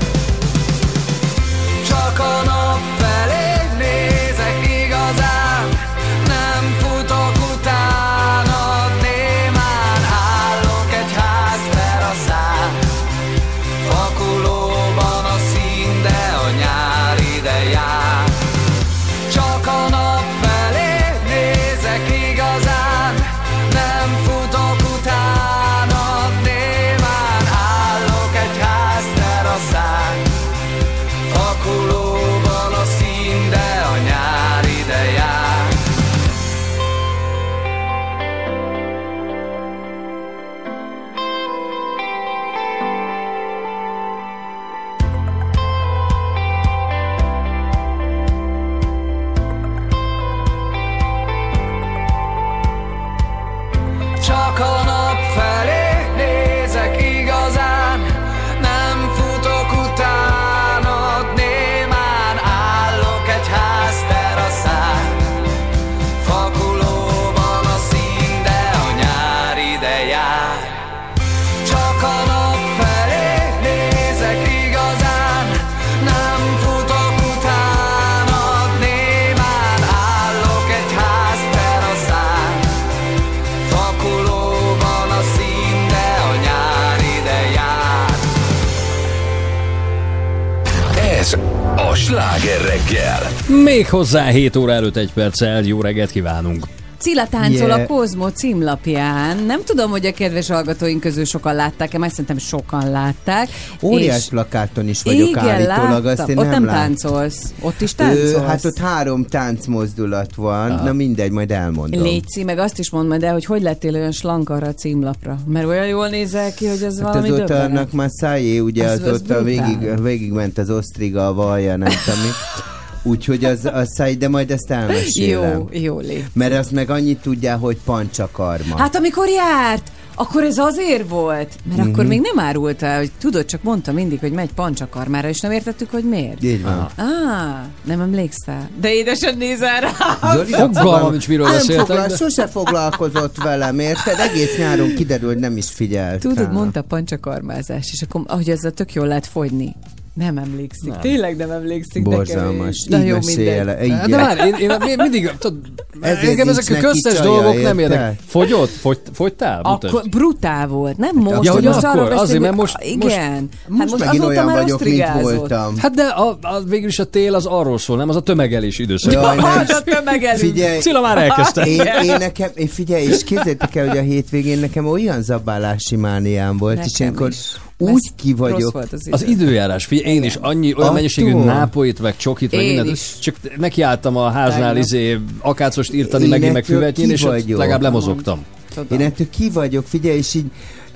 Csak a nap felé nézek igazán, nem futok utánad, némán állok egy ház teraszán. Fakulóban a szín, de a nyár ide jár. Csak a nap felé nézek igazán, nem futok utánad, némán állok egy ház teraszán. Fakulóban a szín, de a nyár ide jár. Csak a nap felé nézek igazán, nem futok utánad, némán állok egy ház teraszán. Fakulóban a szín, de a nyár ide jár. Csak a nap felé nézek igazán, nem futok utánad, némán állok egy ház teraszán. Fakulóban a szín, de a nyár ide jár. Ez a Sláger reggel. Még hozzá 7 óra előtt 1 perccel jó reggelt kívánunk. Cilla táncol Yeah. a Kozmo címlapján. Nem tudom, hogy a kedves hallgatóink közül sokan látták-e, mert szerintem sokan látták. Óriás És- plakáton is vagyok Igen, állítólag, láttam. azt én Ott nem láttam. táncolsz. Ott is táncolsz. Hát ott 3 táncmozdulat van, na mindegy, majd elmondom. Légy meg azt is mondd majd el, hogy lettél olyan slank arra a címlapra. Mert olyan jól nézel ki, hogy ez Hát valami azóta döbbenet. annak már szájé, ugye Az azóta brutál. végigment az osztriga, a valja, nem tudom mi. Úgyhogy az száj, de majd ezt elmesélem. Jó légy. Mert azt meg annyit tudjál, hogy pancsakarma. Hát amikor járt, akkor ez azért volt. Mert akkor még nem árult el, hogy tudod, csak mondta mindig, hogy megy pancsakarmára, és nem értettük, hogy miért. Így van. Nem emlékszel. De édesen nézel rá. Zoli, Fogalmam nincs, miről beszéltek, de- sose foglalkozott velem, érted? Egész nyáron kiderül, hogy nem is figyelt. Tudod, mondta pancsakarmázás, és akkor, ahogy ezzel tök jól lehet fogyni. Nem emlékszik. Nem. Tényleg nem emlékszik. Borzalmas. Na Így jó, mesélj mindegy. el. Így De már én mindig, tudod, Ezért engem nincs ezek a neki köztes csaja, dolgok nem érted? érdekel. Fogyott? Fogytál? Akkor Mutasd. brutál volt, nem most. Ja, hogy most akkor, arról beszélünk, azért, mert hogy- most- Igen. most megint azóta olyan már vagyok, mint osztrigázott. voltam. Hát de végül is a tél az arról szól, nem? Az a tömegelés időszak. Jaj, nem. Hát a tömegelés. Figyelj, Cilla már elkezdte. én figyelj, és képzeljétek el, hogy a hétvégén nekem olyan zabálási mániám volt, és Nekem ilyenkor is. úgy Rossz ki vagyok. volt az Az idő. időjárás, figyelj, én is annyi olyan Attól. mennyiségű nápolyt, meg csokit, meg Én mindent, is. csak nekiálltam a háznál Tegnap. akácost írtani, Én meg ettől füvetjén, ki és ott vagyok. legalább lemozogtam. Tudom. Én ettől ki vagyok, figyelj, és így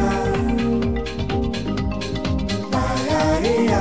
Ba-da-dee-da.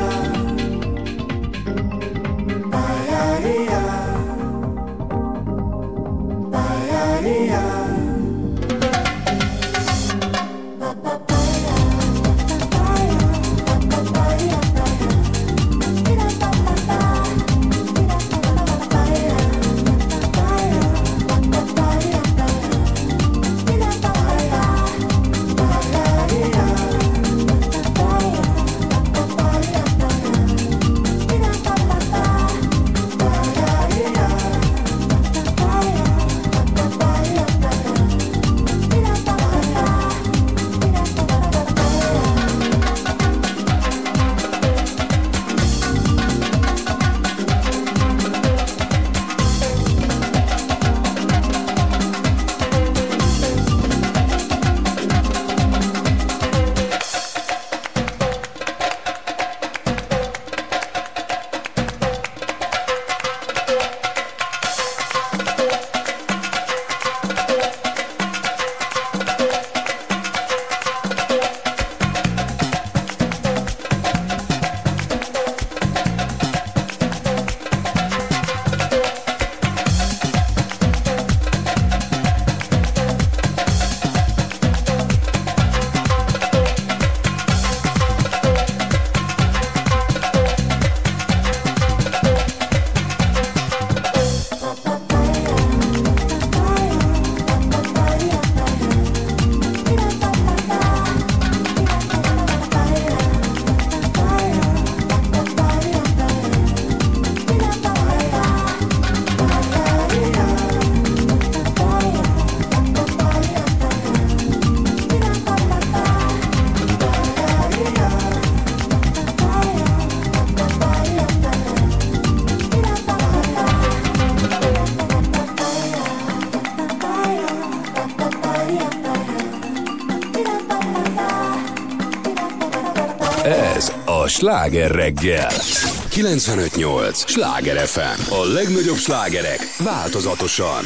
Ez a Sláger reggel. 95.8 Sláger FM. A legnagyobb slágerek változatosan.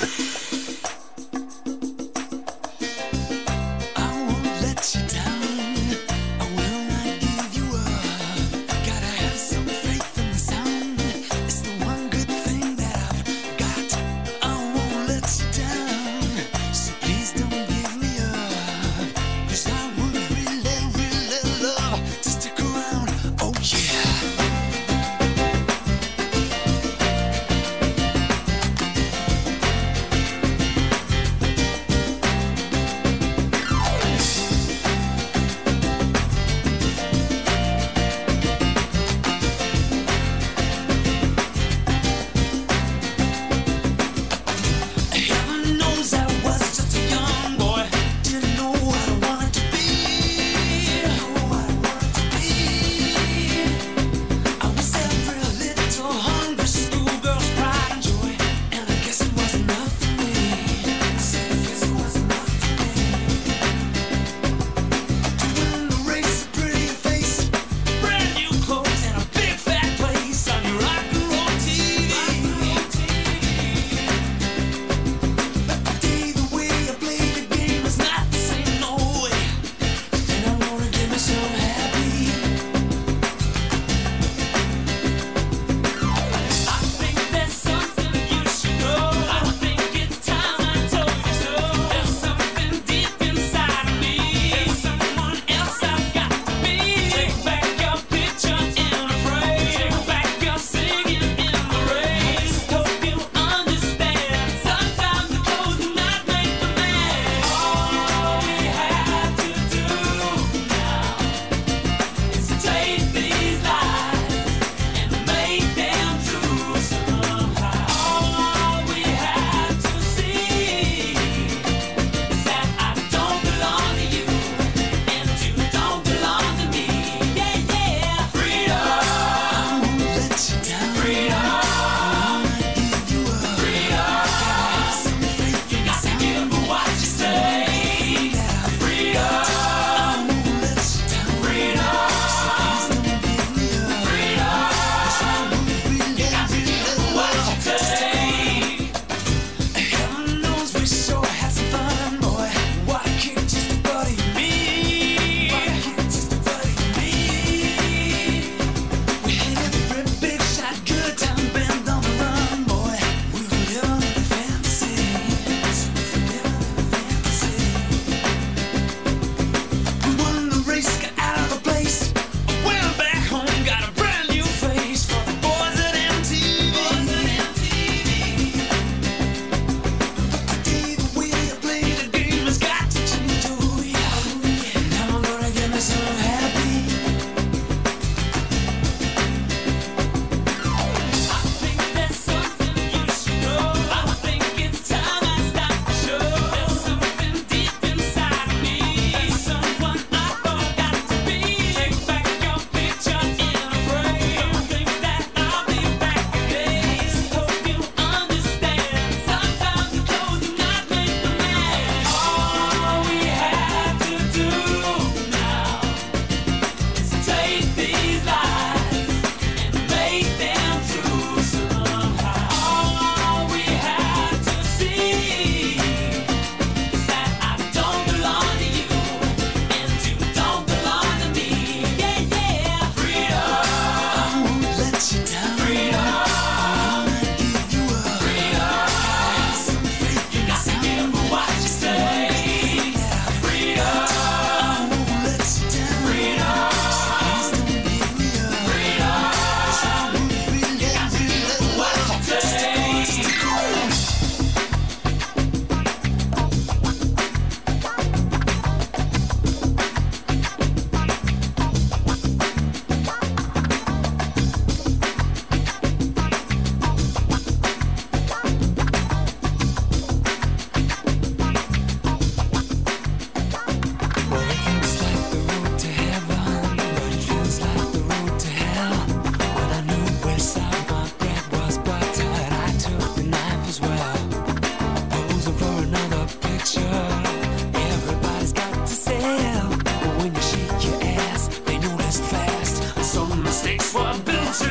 Yeah.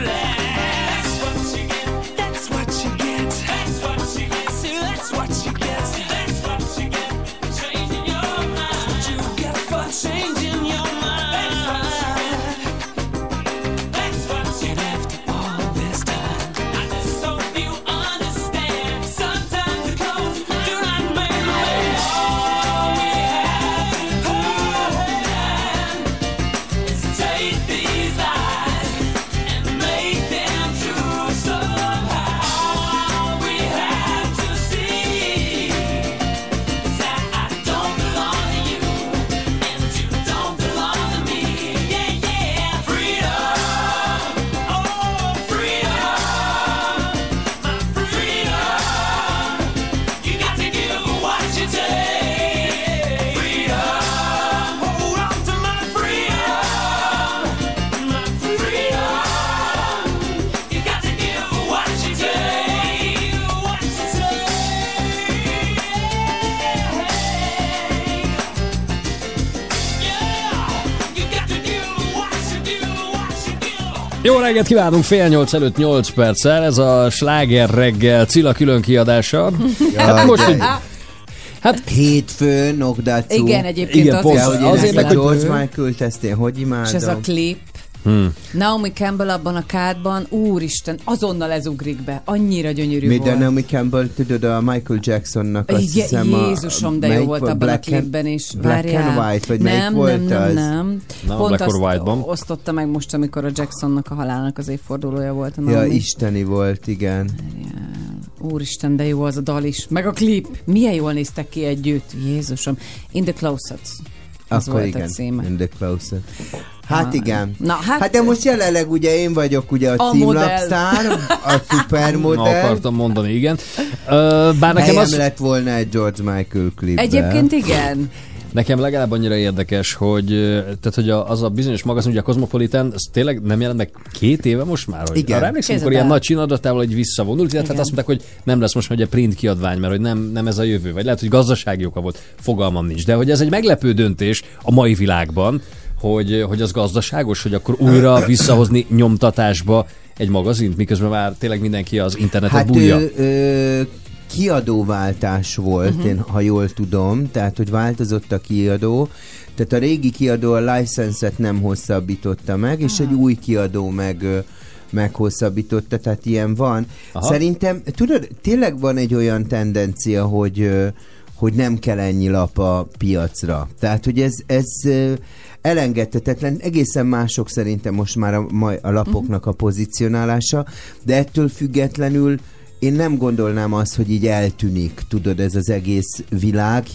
That's what you get. That's what you get. That's what you get. See, that's what you get. That's what you get. Changing your mind. That's what you get for changing your mind. That's what you get. After all this time, I just hope you understand. Sometimes the clothes do not make the man. All we have to do is take these eyes and make them true somehow. All we have to see is that I don't belong to you and you don't belong to me. Yeah, yeah, freedom. Oh, freedom. My freedom. You got to give what you take. Freedom. Hold on to my freedom. My freedom. You got to give what you take. What you take. Yeah. You got to give what you give. Jó reggelt kívánunk, 7:30 előtt 8 perccel, ez a Sláger reggel Cilla külön kiadása. Hát most, hogy Hétfőn, Nokdacu. Igen, egyébként Igen, pont. azért, Azért meg, hogy- George Michael-t ezt én hogy imádom. és ez a klip. Naomi Campbell abban a kádban, úristen, azonnal ez ugrik be. Annyira gyönyörű Mi, volt. de Naomi Campbell, tudod, a Michael Jacksonnak azt Igen, hiszem Jézusom, de jó melyik volt volt? abban a Black and- klipben is. Black and White, vagy melyik volt az? Nem. Na, Pont Black or azt White-ban. osztotta meg most, amikor a Jacksonnak a halálának az évfordulója volt. A Ja, Naomi. isteni volt, igen. Úristen, de jó az a dal is. Meg a klip. Milyen jól néztek ki együtt. Jézusom. In the Closet. Az Akkor volt a igen, címe. in the closet. Hát igen. Na, Hát de most jelenleg ugye én vagyok ugye a A címlapsztár, a na, szupermodell. akartam mondani, igen. Bár nekem Helyem az... lett volna egy George Michael klipben. Egyébként igen. Nekem legalább annyira érdekes, hogy, tehát, hogy az a bizonyos magazin, ugye a Cosmopolitan, az tényleg nem jelent meg 2 éve most már? Hogy Igen. arra emlékszem, amikor Képzeld ilyen el. nagy csinadatával egy visszavonult, illetve hát Igen. azt mondták, hogy nem lesz most már egy print kiadvány, mert hogy nem ez a jövő, vagy lehet, hogy gazdasági oka volt, fogalmam nincs. De hogy ez egy meglepő döntés a mai világban, hogy az gazdaságos, hogy akkor újra visszahozni nyomtatásba egy magazint, miközben már tényleg mindenki az internetet Hát bújja. kiadóváltás volt, én, ha jól tudom, tehát hogy változott a kiadó, tehát a régi kiadó a license-et nem hosszabbította meg, és egy új kiadó meghosszabbította, tehát ilyen van. Aha. Szerintem, tudod, tényleg van egy olyan tendencia, hogy nem kell ennyi lap a piacra. Tehát, hogy ez elengedhetetlen, egészen mások szerintem most már a lapoknak a pozícionálása, de ettől függetlenül én nem gondolnám azt, hogy így eltűnik, tudod, ez az egész világ,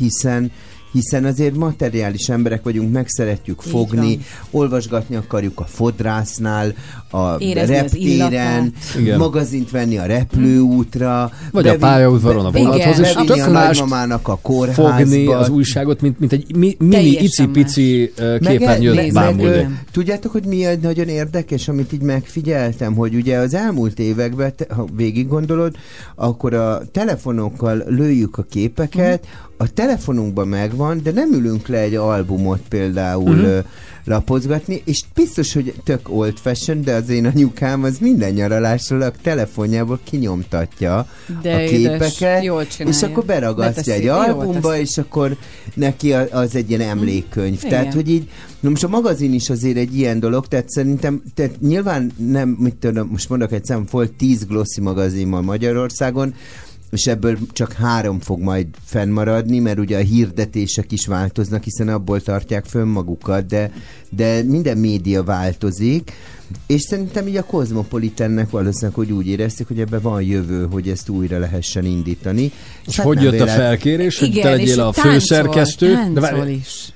hiszen azért materiális emberek vagyunk, meg szeretjük Így fogni, van. olvasgatni akarjuk a fodrásznál, a Érezni az reptéren, illatát. Igen. magazint venni a repülőútra, Vagy a pályaudvaron a vonathoz, és Igen. tök bevinni a mást nagymamának a fogni kórházba. az újságot, mint egy mini Teljesen icipici képernyőt bámulni. Tudjátok, hogy mi nagyon érdekes, amit így megfigyeltem, hogy ugye az elmúlt években, ha végig gondolod, akkor a telefonokkal lőjük a képeket, a telefonunkban megvan, de nem ülünk le egy albumot például lapozgatni, és biztos, hogy tök old fashion, de az én anyukám az minden nyaralásról a telefonjából kinyomtatja De a édes, képeket, jól csinálja. és akkor beragasztja Beteszi, egy jól albumba, teszi. és akkor neki az egy ilyen emlékkönyv. Igen. Tehát, hogy így, na most a magazin is azért egy ilyen dolog, tehát szerintem, tehát nyilván nem, mit tudom, most mondok egy szám, volt 10 glossy magazin ma Magyarországon, és ebből csak 3 fog majd fennmaradni, mert ugye a hirdetések is változnak, hiszen abból tartják fönn magukat, de minden média változik, és szerintem így a Cosmopolitannek valószínűleg, hogy úgy érezték, hogy ebben van jövő, hogy ezt újra lehessen indítani. És hát hogy nem jött a véletlen. felkérés, hogy te Igen, és legyél a táncol, főszerkesztő? De táncol várj, is.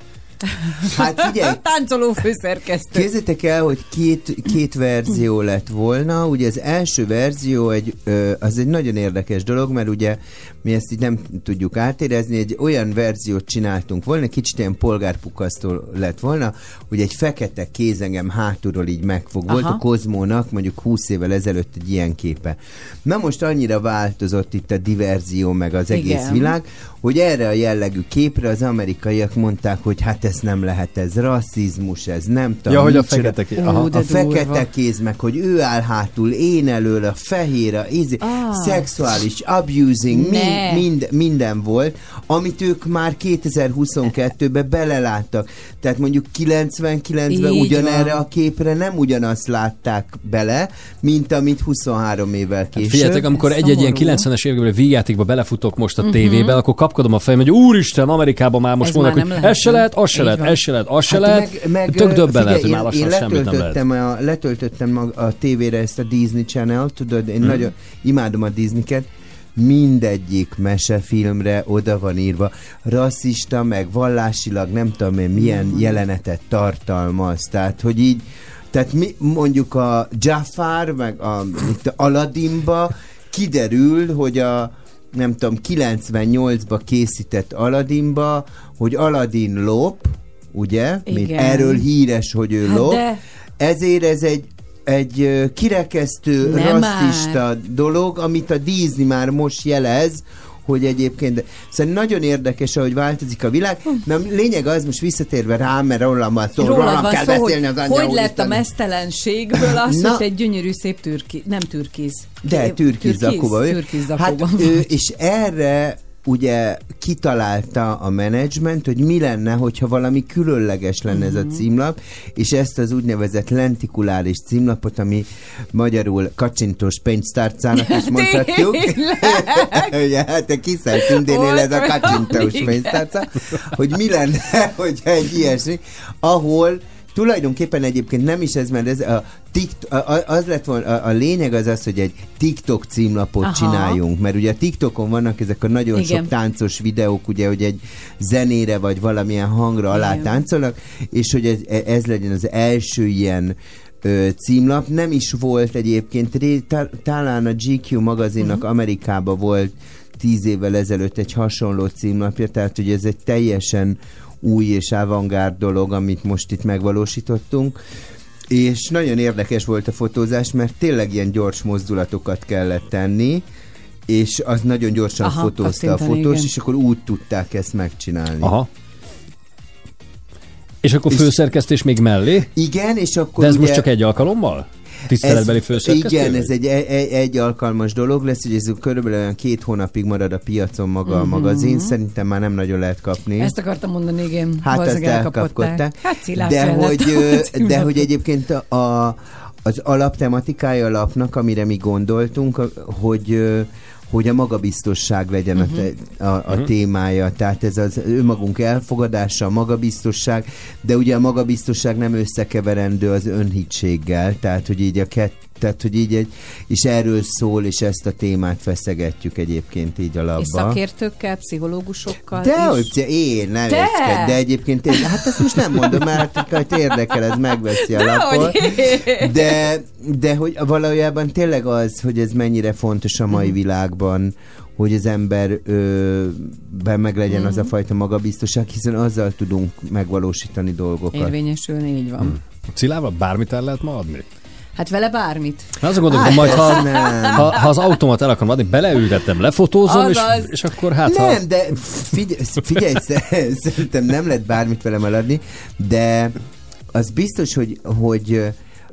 Hát figyelj, Táncoló főszerkesztő. képzeljétek el, hogy két verzió lett volna. Ugye az első verzió az egy nagyon érdekes dolog, mert ugye mi ezt így nem tudjuk átérezni, egy olyan verziót csináltunk volna, kicsit ilyen polgárpukasztó lett volna, hogy egy fekete kézengem hátulról így megfog. Volt Aha. a Kozmónak mondjuk 20 évvel ezelőtt egy ilyen képe. Na most annyira változott itt a diverzió meg az egész Igen. világ, hogy erre a jellegű képre az amerikaiak mondták, hogy hát ezt nem lehet, ez rasszizmus, ez nem tudom. Ja, hogy a micsoda. fekete kéz. Ú, Aha. de A durva. fekete kéz meg, hogy ő áll hátul, én elől, a fehér, szexuális, abusing, Ne. minden volt, amit ők már 2022-ben beleláttak. Tehát mondjuk 99-ben Így ugyanerre van. a képre nem ugyanazt látták bele, mint amit 23 évvel később. Figyeljetek, amikor egy-egy ilyen Szomorú. 90-es évekbeli vígjátékba belefutok most a tévébe, akkor kapkodom a fejem, hogy úristen, Amerikában már most Ez mondnak, már hogy nem ez lehet, se nem? lehet, az se Így lehet, van. ez se lehet, az se Hát lehet. Tök döbbenet, hogy már lassan én semmit nem lehet. letöltöttem a tévére ezt a Disney Channel, tudod, én nagyon imádom a Disney-ket, mindegyik mesefilmre oda van írva, rasszista, meg vallásilag nem tudom én milyen jelenetet tartalmaz, tehát hogy így, tehát mi, mondjuk a Jafar, meg a Aladdinba kiderül, hogy a nem tudom, 98-ba készített Aladdinba, hogy Aladdin lop, ugye? Mint Igen. erről híres, hogy ő Hát lop. de- Ezért ez egy kirekesztő, Nem rasszista dolog, amit a Disney már most jelez, hogy egyébként, szóval nagyon érdekes, ahogy változik a világ. Na, lényeg az, most visszatérve rám, mert rólam van szó, rólam kell szó, beszélni az anyja hogy lett a úristen. mesztelenségből az, Na. hogy egy gyönyörű szép nem türkiz. De türkiz zakóban. Türkiz zakóban Hát van. és erre ugye kitalálta a menedzsment, hogy mi lenne, hogyha valami különleges lenne ez a címlap, és ezt az úgynevezett lentikuláris címlapot, ami magyarul kacsintós pénztárcának is mondhatjuk. Ugye, hát a Kiszel Tündénél ez a Volt kacsintós olyan, igen. pénztárca, hogy mi lenne, hogyha egy ilyesmi, ahol tulajdonképpen egyébként nem is ez, mert ez az lett volna, a lényeg az, hogy egy TikTok címlapot csináljunk, mert ugye a TikTokon vannak ezek a nagyon Igen. sok táncos videók, ugye, hogy egy zenére vagy valamilyen hangra alá Igen. táncolnak, és hogy ez legyen az első ilyen címlap. Nem is volt egyébként, talán a GQ magazinnak Amerikában volt 10 évvel ezelőtt egy hasonló címlapja, tehát hogy ez egy teljesen új és avantgárd dolog, amit most itt megvalósítottunk, és nagyon érdekes volt a fotózás, mert tényleg ilyen gyors mozdulatokat kellett tenni, és az nagyon gyorsan fotózta a fotós, igen. és akkor úgy tudták ezt megcsinálni. Aha. És akkor És- főszerkesztés még mellé? Igen, és akkor De ez ugye, most csak egy alkalommal? Tiszteletbeli főszerkesztő? igen, ez egy alkalmas dolog lesz, hogy ez körülbelül olyan 2 hónapig marad a piacon maga a magazin, szerintem már nem nagyon lehet kapni. Ezt akartam mondani, igen. Hát valószínűleg ezt elkapkodták. elkapkodták. Hát szilárd de kellett hogy, a de címlapot. hogy egyébként az alaptematikája a lapnak, amire mi gondoltunk, hogy a magabiztosság legyen a témája. Tehát ez az önmagunk elfogadása, a magabiztosság, de ugye a magabiztosság nem összekeverendő az önhitséggel, tehát hogy így tehát, hogy így és erről szól, és ezt a témát feszegetjük egyébként így a labba. És szakértőkkel, pszichológusokkal De, is. hogy én nem Te? eszked, de egyébként hát ezt most nem mondom, mert érdekel, ez megveszi a lapot. De hogy valójában tényleg az, hogy ez mennyire fontos a mai világban, hogy az emberben meg legyen az a fajta magabiztosság, hiszen azzal tudunk megvalósítani dolgokat. Érvényesülni, így van. Cilával bármit el lehet ma adni? Hát vele bármit. Na azon gondolom, majd nem. ha az automat el akarom adni, beleültettem, lefotózom, Azaz. és akkor hát Nem, de figyelj, szerintem nem lehet bármit velem eladni, de az biztos, hogy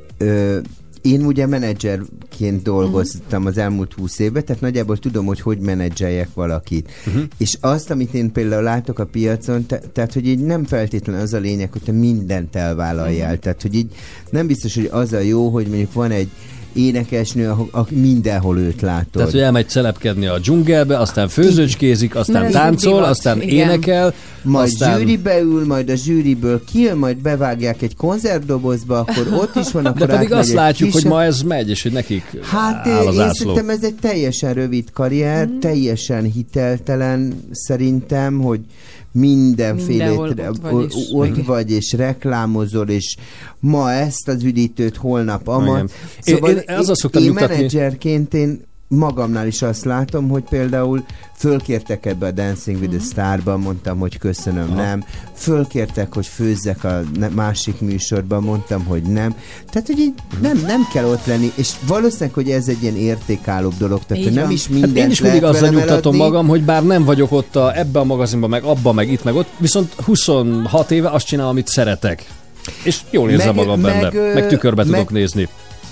én ugye menedzserként dolgoztam az elmúlt 20 évben, tehát nagyjából tudom, hogy menedzseljek valakit. És azt, amit én például látok a piacon, tehát, hogy így nem feltétlenül az a lényeg, hogy te mindent elvállaljál. Tehát, hogy így nem biztos, hogy az a jó, hogy mondjuk van egy énekesnő, mindenhol őt látod. Tehát, hogy elmegy szelepkedni a dzsungelbe, aztán főzőcskézik, aztán Mert ez táncol, divat, aztán igen. énekel, Majd aztán... zsűribe ül, majd a zsűriből kijön, majd bevágják egy konzervdobozba, akkor ott is van, akkor De pedig átmegy azt egy látjuk, hogy kisebb- ma ez megy, és hogy nekik Hát áll az én ászló. szerintem ez egy teljesen rövid karrier, teljesen hiteltelen szerintem, hogy mindenféle Mindenhol ott vagy is. és reklámozol, és ma ezt az üdítőt, holnap Igen. amat. Szóval Én azzal szoktam én nyugtatni- menedzserként magamnál is azt látom, hogy például fölkértek ebbe a Dancing with the Star-ban, mondtam, hogy köszönöm, nem. Fölkértek, hogy főzzek a másik műsorban, mondtam, hogy nem. Tehát, hogy így nem kell ott lenni, és valószínűleg, hogy ez egy ilyen értékállóbb dolog, tehát hogy nem is mindent Hát én is mindig lehet azzal velem nyugtatom eladni. magam, hogy bár nem vagyok ott ebbe a magazinban, meg abba, meg itt, meg ott, viszont 26 éve azt csinálom, amit szeretek. És jól érzem magam benne, meg tükörbe tudok nézni.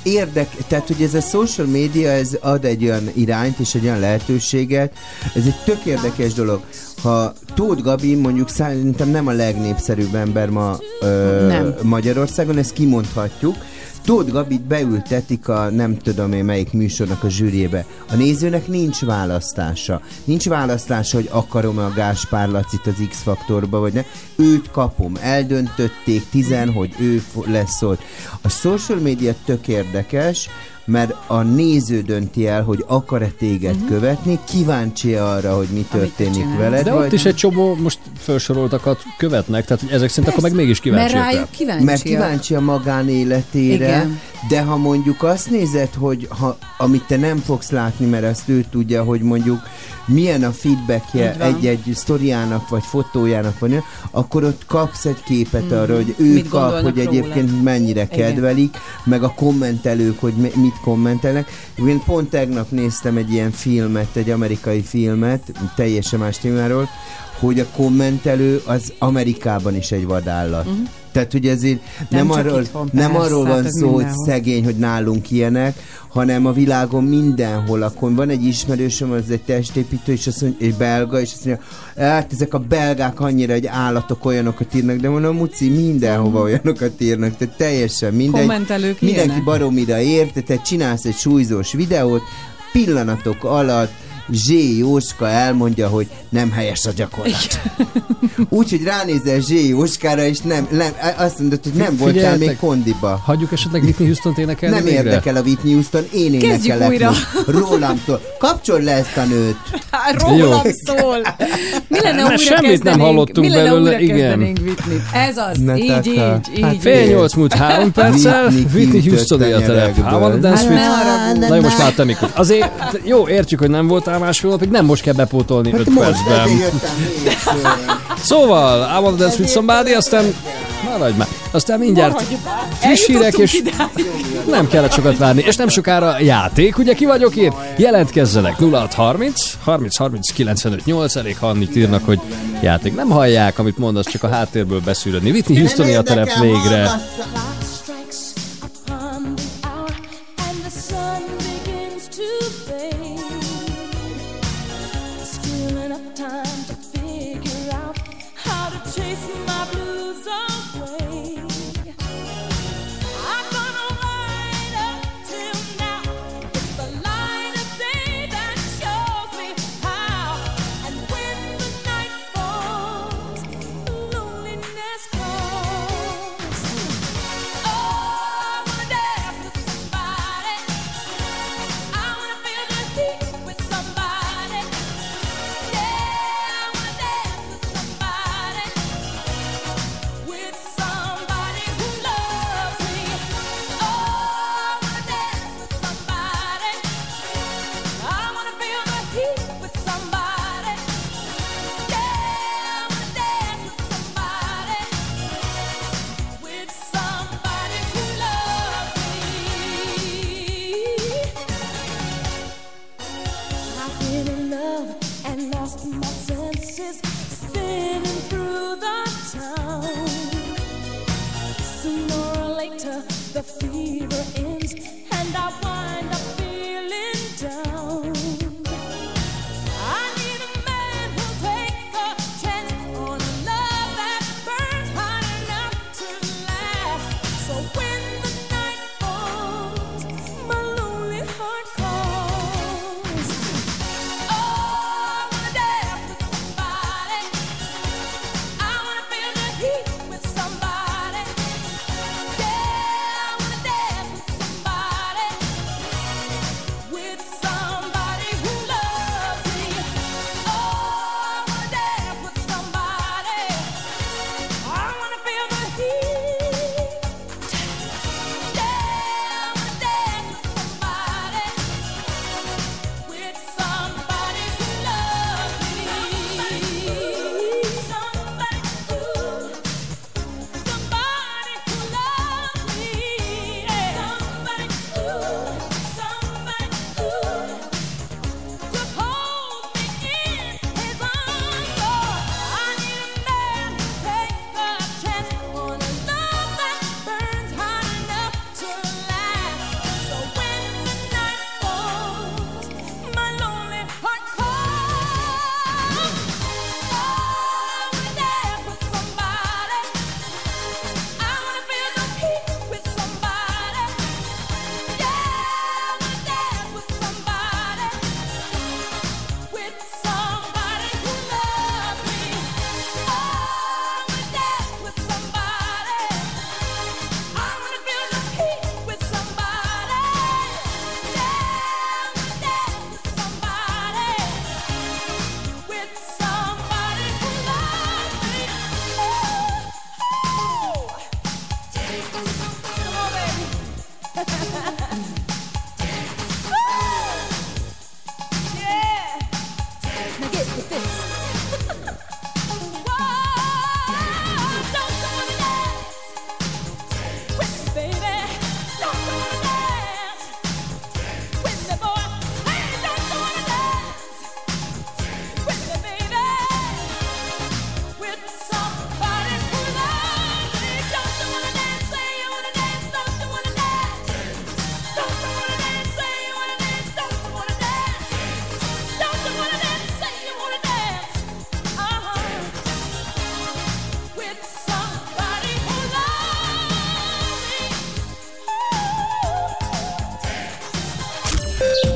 Tehát, hogy ez a social media, ez ad egy olyan irányt és egy olyan lehetőséget, ez egy tök érdekes dolog. Ha Tóth Gabi mondjuk szerintem nem a legnépszerűbb ember ma Magyarországon, ezt kimondhatjuk, Tóth Gabit beültetik a nem tudom én melyik műsornak a zsűriébe. A nézőnek nincs választása. Nincs választása, hogy akarom-e a Gáspár Lacit az X-faktorba, vagy ne. Őt kapom. Eldöntötték 10, hogy ő lesz ott. A social media tök érdekes, mert a néző dönti el, hogy akar-e téged követni, kíváncsi arra, hogy mi történik veled. De ott is egy csomó most felsoroltakat követnek, tehát hogy ezek szerint akkor meg mégis kíváncsiak. Mert rájuk kíváncsi. Mert kíváncsi a magánéletére, igen. De ha mondjuk azt nézed, hogy amit te nem fogsz látni, mert azt ő tudja, hogy mondjuk milyen a feedbackje egy-egy sztoriának, vagy fotójának, vagy akkor ott kapsz egy képet arra, hogy ő mit kap, hogy egyébként róla. Mennyire kedvelik, meg a kommentelők, hogy mit kommentelnek. Én pont tegnap néztem egy ilyen filmet, egy amerikai filmet, teljesen más témáról, hogy a kommentelő az Amerikában is egy vadállat. Tehát, hogy ezért nem arról van szó, hogy szegény, hogy nálunk ilyenek, hanem a világon mindenhol. Akkor van egy ismerősöm, az egy testépítő, és azt mondja, egy belga, és azt mondja, hát ezek a belgák annyira egy állatok, olyanokat írnak, de mondom, Muci, mindenhova olyanokat írnak, tehát teljesen mindegy. Kommentelők mindenki ilyenek. baromira ért, tehát csinálsz egy súlyzós videót, pillanatok alatt Zsé Jóska elmondja, hogy nem helyes a gyakorlat. Úgyhogy ránézel Zsé Jóskára, és nem, azt mondod, hogy nem voltál még kondiba. Hagyjuk esetleg Whitney Houston-t énekelni Nem végre? érdekel a Whitney Houston, én énekelek újra. most. Rólam szól. Kapcsold le ezt a nőt. Rólam szól. Mi lenne újra semmit nem hallottunk belőle, igen. Whitney-t? Ez az, Na, így. Fél 8 múlt 3 perccel, Whitney Houston a telep. I wanna dance with... Na jó, most már te mikor. Azért jó, értjük, hogy nem voltál másfél napig, nem most kell bepótolni 5 percben. Szóval, I wanna dance with somebody, aztán maradj már. Aztán mindjárt friss hírek, és nem kellett sokat várni. És nem sokára játék, ugye ki vagyok én? Jelentkezzenek 0630 30 30 95 8, elég ha annyit írnak, hogy játék. Nem hallják, amit mondasz, csak a háttérből beszűrödni. Whitney Houstoni a telep végre.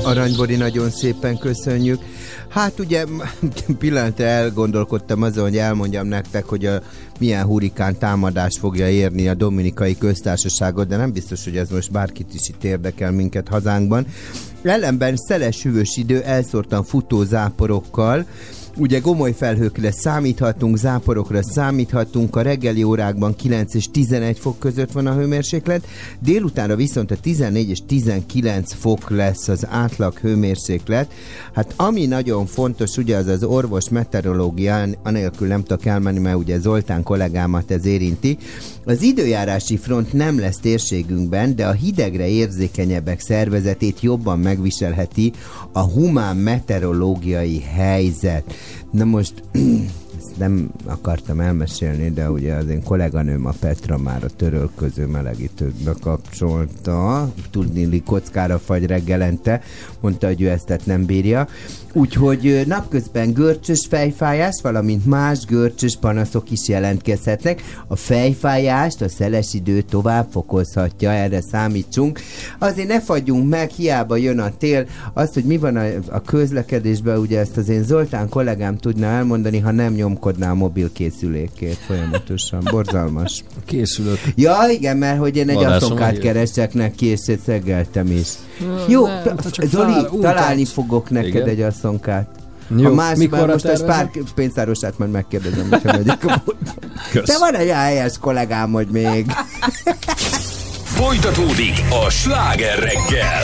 Aranybori, nagyon szépen köszönjük. Hát ugye pillanatra elgondolkodtam azon, hogy elmondjam nektek, hogy milyen hurikán támadás fogja érni a Dominikai Köztársaságot, de nem biztos, hogy ez most bárkit is itt érdekel minket hazánkban. Ellenben szeles hűvös idő, elszórtan futó záporokkal. Ugye gomoly felhőkre számíthatunk, záporokra számíthatunk, a reggeli órákban 9 és 11 fok között van a hőmérséklet, délutánra viszont a 14 és 19 fok lesz az átlag hőmérséklet. Hát ami nagyon fontos, ugye az orvos meteorológián, anélkül nem tudok elmenni, mert ugye Zoltán kollégámat ez érinti. Az időjárási front nem lesz térségünkben, de a hidegre érzékenyebbek szervezetét jobban megviselheti a humán meteorológiai helyzet. Na most ezt nem akartam elmesélni, de ugye az én kolléganőm, a Petra, már a törölköző melegítőt bekapcsolta, tudni kockára fagy reggelente, mondta, hogy ő ezt nem bírja. Úgyhogy napközben görcsös fejfájás, valamint más görcsös panaszok is jelentkezhetnek. A fejfájást a szeles idő tovább fokozhatja, erre számítsunk. Azért ne fagyjunk meg, hiába jön a tél. Azt, hogy mi van a közlekedésben, ugye ezt az én Zoltán kollégám tudna elmondani, ha nem nyomkodná a mobilkészülékét folyamatosan. Borzalmas. Készülök. Ja, igen, mert hogy én egy Vadászom asszonkát keresek neki, és szeggeltem is. Jó, Zoli, találni fogok neked egy asszonkát. Jó, ha más, mikorra most a tervezem? pénztárosát majd megkérdezem, hogyha megyek a boltba. Te van egy helyes kollégám, hogy még. Folytatódik a Sláger reggel.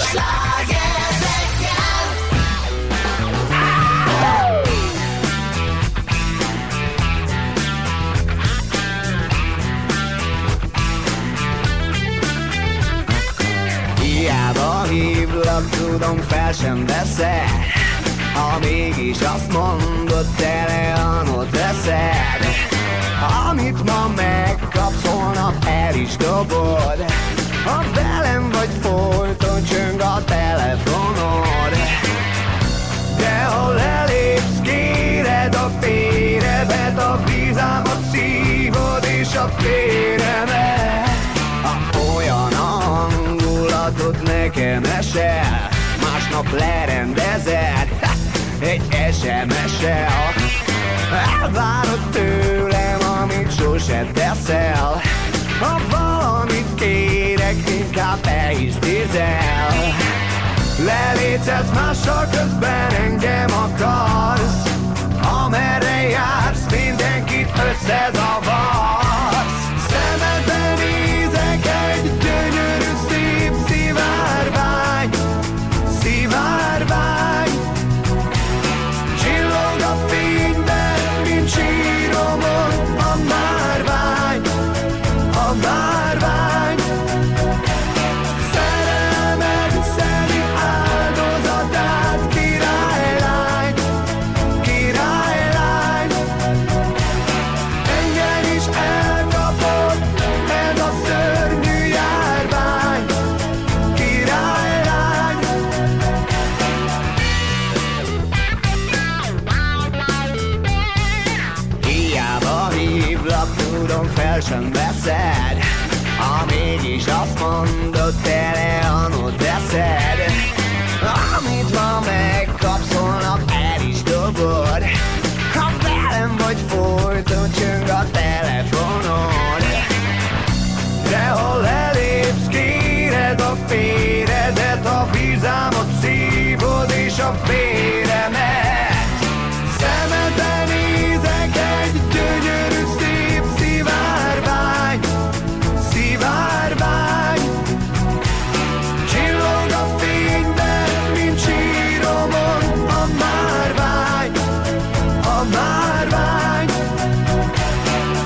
Hiába hívlak, tudom, fel sem veszed. Ha mégis azt mondod, teleanot veszed. Amit ma megkapsz, holnap el is dobod. Ha velem vagy, folyton csöng a telefonod. De ha lelépsz, kéred a féremet, a vízámat szívod és a féremet. Ha olyan a hangulatod, nekem esel, másnap lerendezed egy SMS-sel. Elvárod tőlem, amit sose teszel. Ha valamit kérek, inkább te is tízel. Lelétszesz mással, közben engem akarsz. Amerre jársz, mindenkit összezavarsz. Szemedbe nézek, egy gyönyörű szép szivárvány. Szivárvány. Csillog a fényben, mint síromon a márvány. A márvány. Szerelmed szeli áldozatát, királylány. Királylány. Engem is elkapott ez a szörnyű járvány. Királylány. Hiába hívlak, tudom, fel sem veszed. Ha mégis azt mondod, teleanot veszed. Amit ma megkapsz, holnap el is dobod. Ha velem vagy, folyton csöng a telefonod. De ha lelépsz, kéred a féredet, a vízámat szívod és a féremet. Szemedbe nézek, egy gyönyörű szép szivárvány. Szivárvány. Csillog a fényben, mint síromon a márvány. A márvány.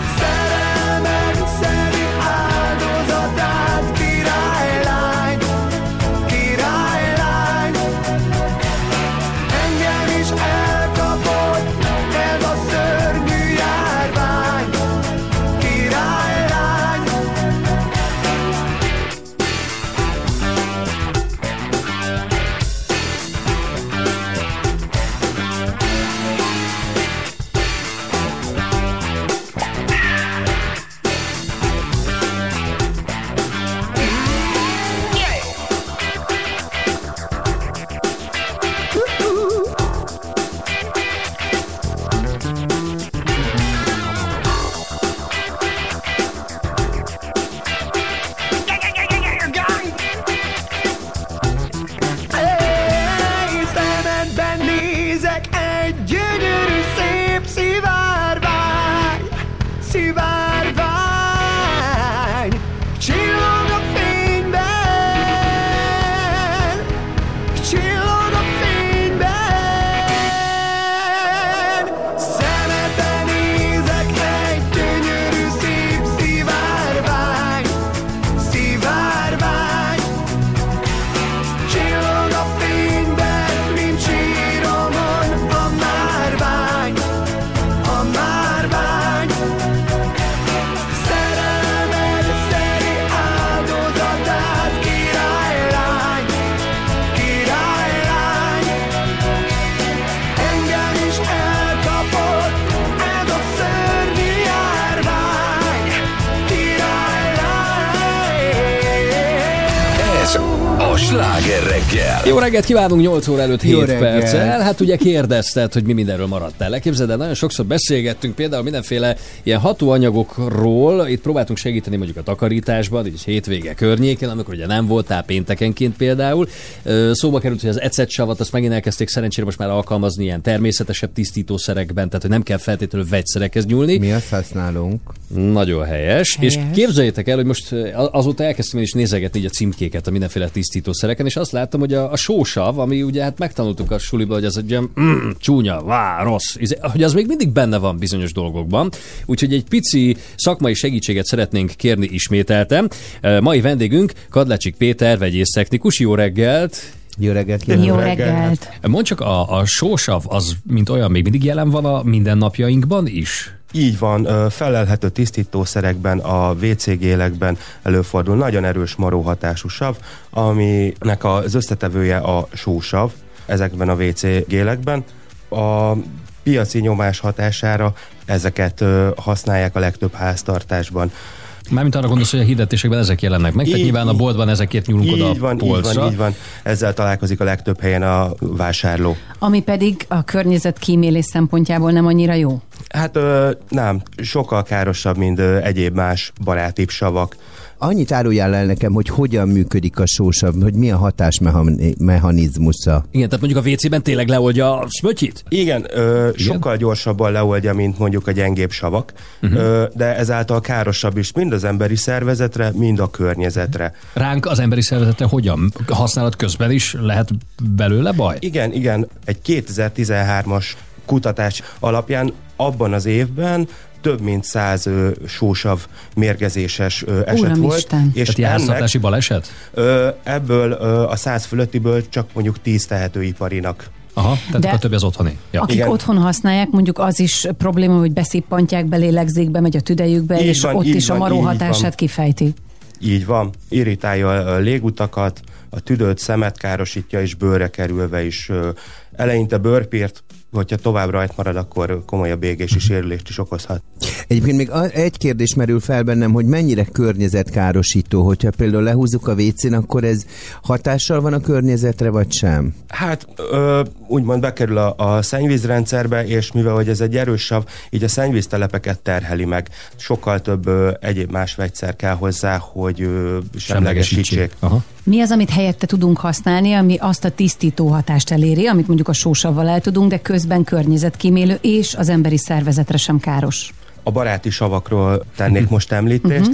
szivárvány, csillog a fényben, csillog a fényben. Szemedben nézek egy gyönyörű szép szivárvány, szivárvány, csillog a fényben, mint síromon a márvány, a márvány. Szerelmed szeri áldozatát, királylány, királylány. Engem is elkapott ez a szörnyű járvány, királylány. Ez a Sláger reggel. Jó reggelt kívánunk, 8 óra előtt Jó 7 reggelt. perccel. Hát ugye kérdezted, hogy mi mindenről maradtál. Leképzeld el, nagyon sokszor beszélgettünk például mindenféle ilyen hatóanyagokról. Itt próbáltunk segíteni mondjuk a takarításban, így hétvége környékén, amikor ugye nem voltál péntekenként például. Szóba került, hogy az ecetsavat azt megint elkezdték szerencsére most már alkalmazni ilyen természetesebb tisztítószerekben, tehát hogy nem kell feltétlenül vegyszerekhez nyúlni. Mi azt használunk. Nagyon helyes. És képzeljétek el, hogy most azóta elkezdtem én is nézegetni így a címkéket a mindenféle tisztítószereken, és azt láttam, hogy a sósav, ami ugye hát megtanultuk a suliba, hogy az egy ilyen csúnya, rossz, hogy az még mindig benne van bizonyos dolgokban. Úgyhogy egy pici szakmai segítséget szeretnénk kérni ismételten. Mai vendégünk Kadlácsik Péter, vegyésztechnikus. Jó reggelt! Jó reggelt! Jó reggelt! Mondd csak, a sósav az, mint olyan, még mindig jelen van a mindennapjainkban is? Így van, felelhető tisztítószerekben, a WC gélekben előfordul nagyon erős maróhatású sav, aminek az összetevője a sósav ezekben a WC gélekben. A piaci nyomás hatására ezeket használják a legtöbb háztartásban. Mármint arra gondolsz, hogy a hirdetésekben ezek jelennek meg, tehát nyilván a boltban ezekért nyúlunk oda a polcra. Így van. Ezzel találkozik a legtöbb helyen a vásárló. Ami pedig a környezetkímélés szempontjából nem annyira jó. Hát nem, sokkal károsabb, mint egyéb más barátibb savak. Annyit áruljál el nekem, hogy hogyan működik a sósav, hogy mi a hatásmechanizmusa. Igen, tehát mondjuk a WC-ben tényleg leoldja a szmötyit? Igen, sokkal gyorsabban leoldja, mint mondjuk a gyengébb savak, de ezáltal károsabb is mind az emberi szervezetre, mind a környezetre. Ránk az emberi szervezetre hogyan? Használat közben is lehet belőle baj? Igen. Egy 2013-as kutatás alapján abban az évben több mint 100 sósav mérgezéses eset volt. És tehát háztartási baleset? Ebből a 100 fölöttiből csak mondjuk 10 tehetőiparinak. Aha, tehát a többi az otthoni. Ja. Akik igen. Otthon használják, mondjuk az is probléma, hogy beszippantják, belélegzik, bemegy a tüdejükbe, és van, ott is a maró hatását kifejti. Így van. Irritálja a légutakat, a tüdőt, szemet károsítja, és bőrre kerülve is. Eleinte bőrpírt, hogyha tovább rajt marad, akkor komolyabb égési sérülést is okozhat. Egyébként még egy kérdés merül fel bennem, hogy mennyire környezetkárosító, hogyha például lehúzzuk a WC-n, akkor ez hatással van a környezetre, vagy sem? Hát úgymond bekerül a szennyvízrendszerbe, és mivel hogy ez egy erős sav, így a szennyvíztelepeket terheli meg. Sokkal több egyéb más vegyszer kell hozzá, hogy semlegesítsék. Mi az, amit helyette tudunk használni, ami azt a tisztító hatást eléri, amit mondjuk a sósavval el tudunk, de közben környezetkímélő és az emberi szervezetre sem káros? A baráti savakról tennék most említést.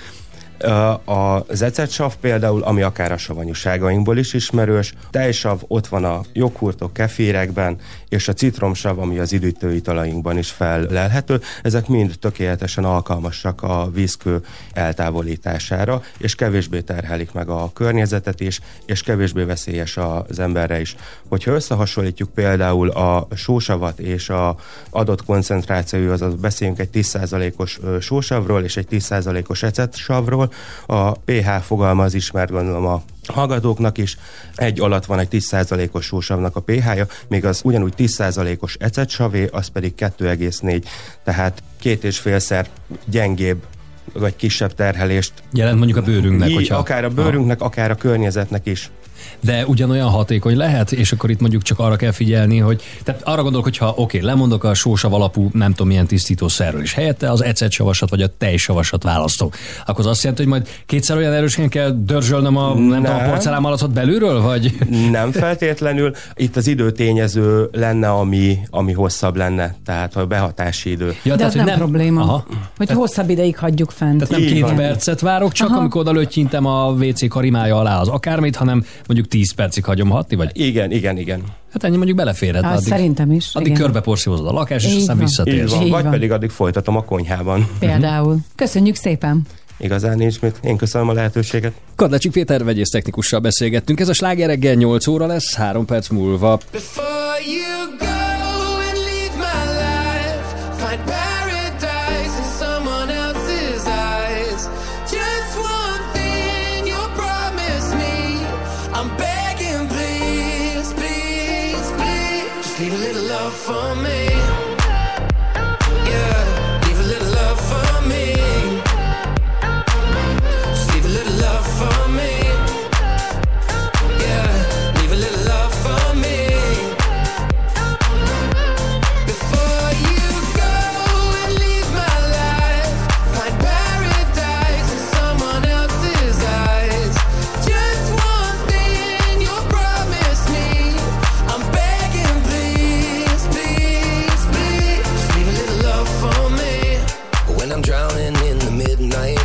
Az ecetsav például, ami akár a savanyúságainkból is ismerős, tejsav ott van a joghurtok, keférekben, és a citromsav, ami az üdítőitalainkban is fellelhető. Ezek mind tökéletesen alkalmasak a vízkő eltávolítására, és kevésbé terhelik meg a környezetet is, és kevésbé veszélyes az emberre is. Hogyha összehasonlítjuk például a sósavat és a adott koncentrációjú, azaz beszéljünk egy 10%-os sósavról és egy 10%-os ecetsavról, a pH fogalma az ismert, gondolom a hallgatóknak is. 1 alatt van egy 10%-os sósavnak a pH-ja, még az ugyanúgy 10%-os ecetsavé, az pedig 2,4, tehát 2,5-szer gyengébb vagy kisebb terhelést jelent mondjuk a bőrünknek, hogyha... Akár a bőrünknek, akár a környezetnek is. De ugyanolyan hatékony lehet, és akkor itt mondjuk csak arra kell figyelni, hogy tehát arra gondolok, hogyha lemondok a sósav alapú nem tudom milyen tisztítószerről, és helyette az ecetsavasat vagy a tejsavasat választok, akkor az azt jelenti, hogy majd kétszer olyan erősen kell dörzsölnöm a, nem tudom, a porcelánmalatot belülről, vagy? Nem feltétlenül. Itt az időtényező lenne, ami hosszabb lenne, tehát a behatási idő. Ja, de az nem probléma, Aha. hogy hosszabb ideig hagyjuk fent. Tehát nem Így 2 van. percet várok csak, amikor oda lötyintem a WC karimája alá az akármit, hanem mondjuk 10 percig hagyom hatni, vagy? Igen. Hát ennyi mondjuk beleférhet. Ah, szerintem is. Addig igen. körbeporszívozod a lakás, és Így aztán van. Így visszatérsz. van. Így Vagy van. pedig addig folytatom a konyhában. Például. Köszönjük szépen! Igazán nincs mit. Én köszönöm a lehetőséget. Kadlácsik Péter vegyész technikussal beszélgettünk. Ez a Sláger reggel 8 óra lesz, 3 perc múlva. Before you go and leave my life, find paradise in someone else's eyes. Just one thing you promise me, I'm begging, please, please, please. Just leave a little love for me. Yeah, leave a little love for me. Just leave a little love for me. Yeah, leave a little love for me. Before you go and leave my life, find paradise in someone else's eyes. Just one thing you promise me, I'm begging, please, please, please. Just leave a little love for me. When I'm drowning in the midnight,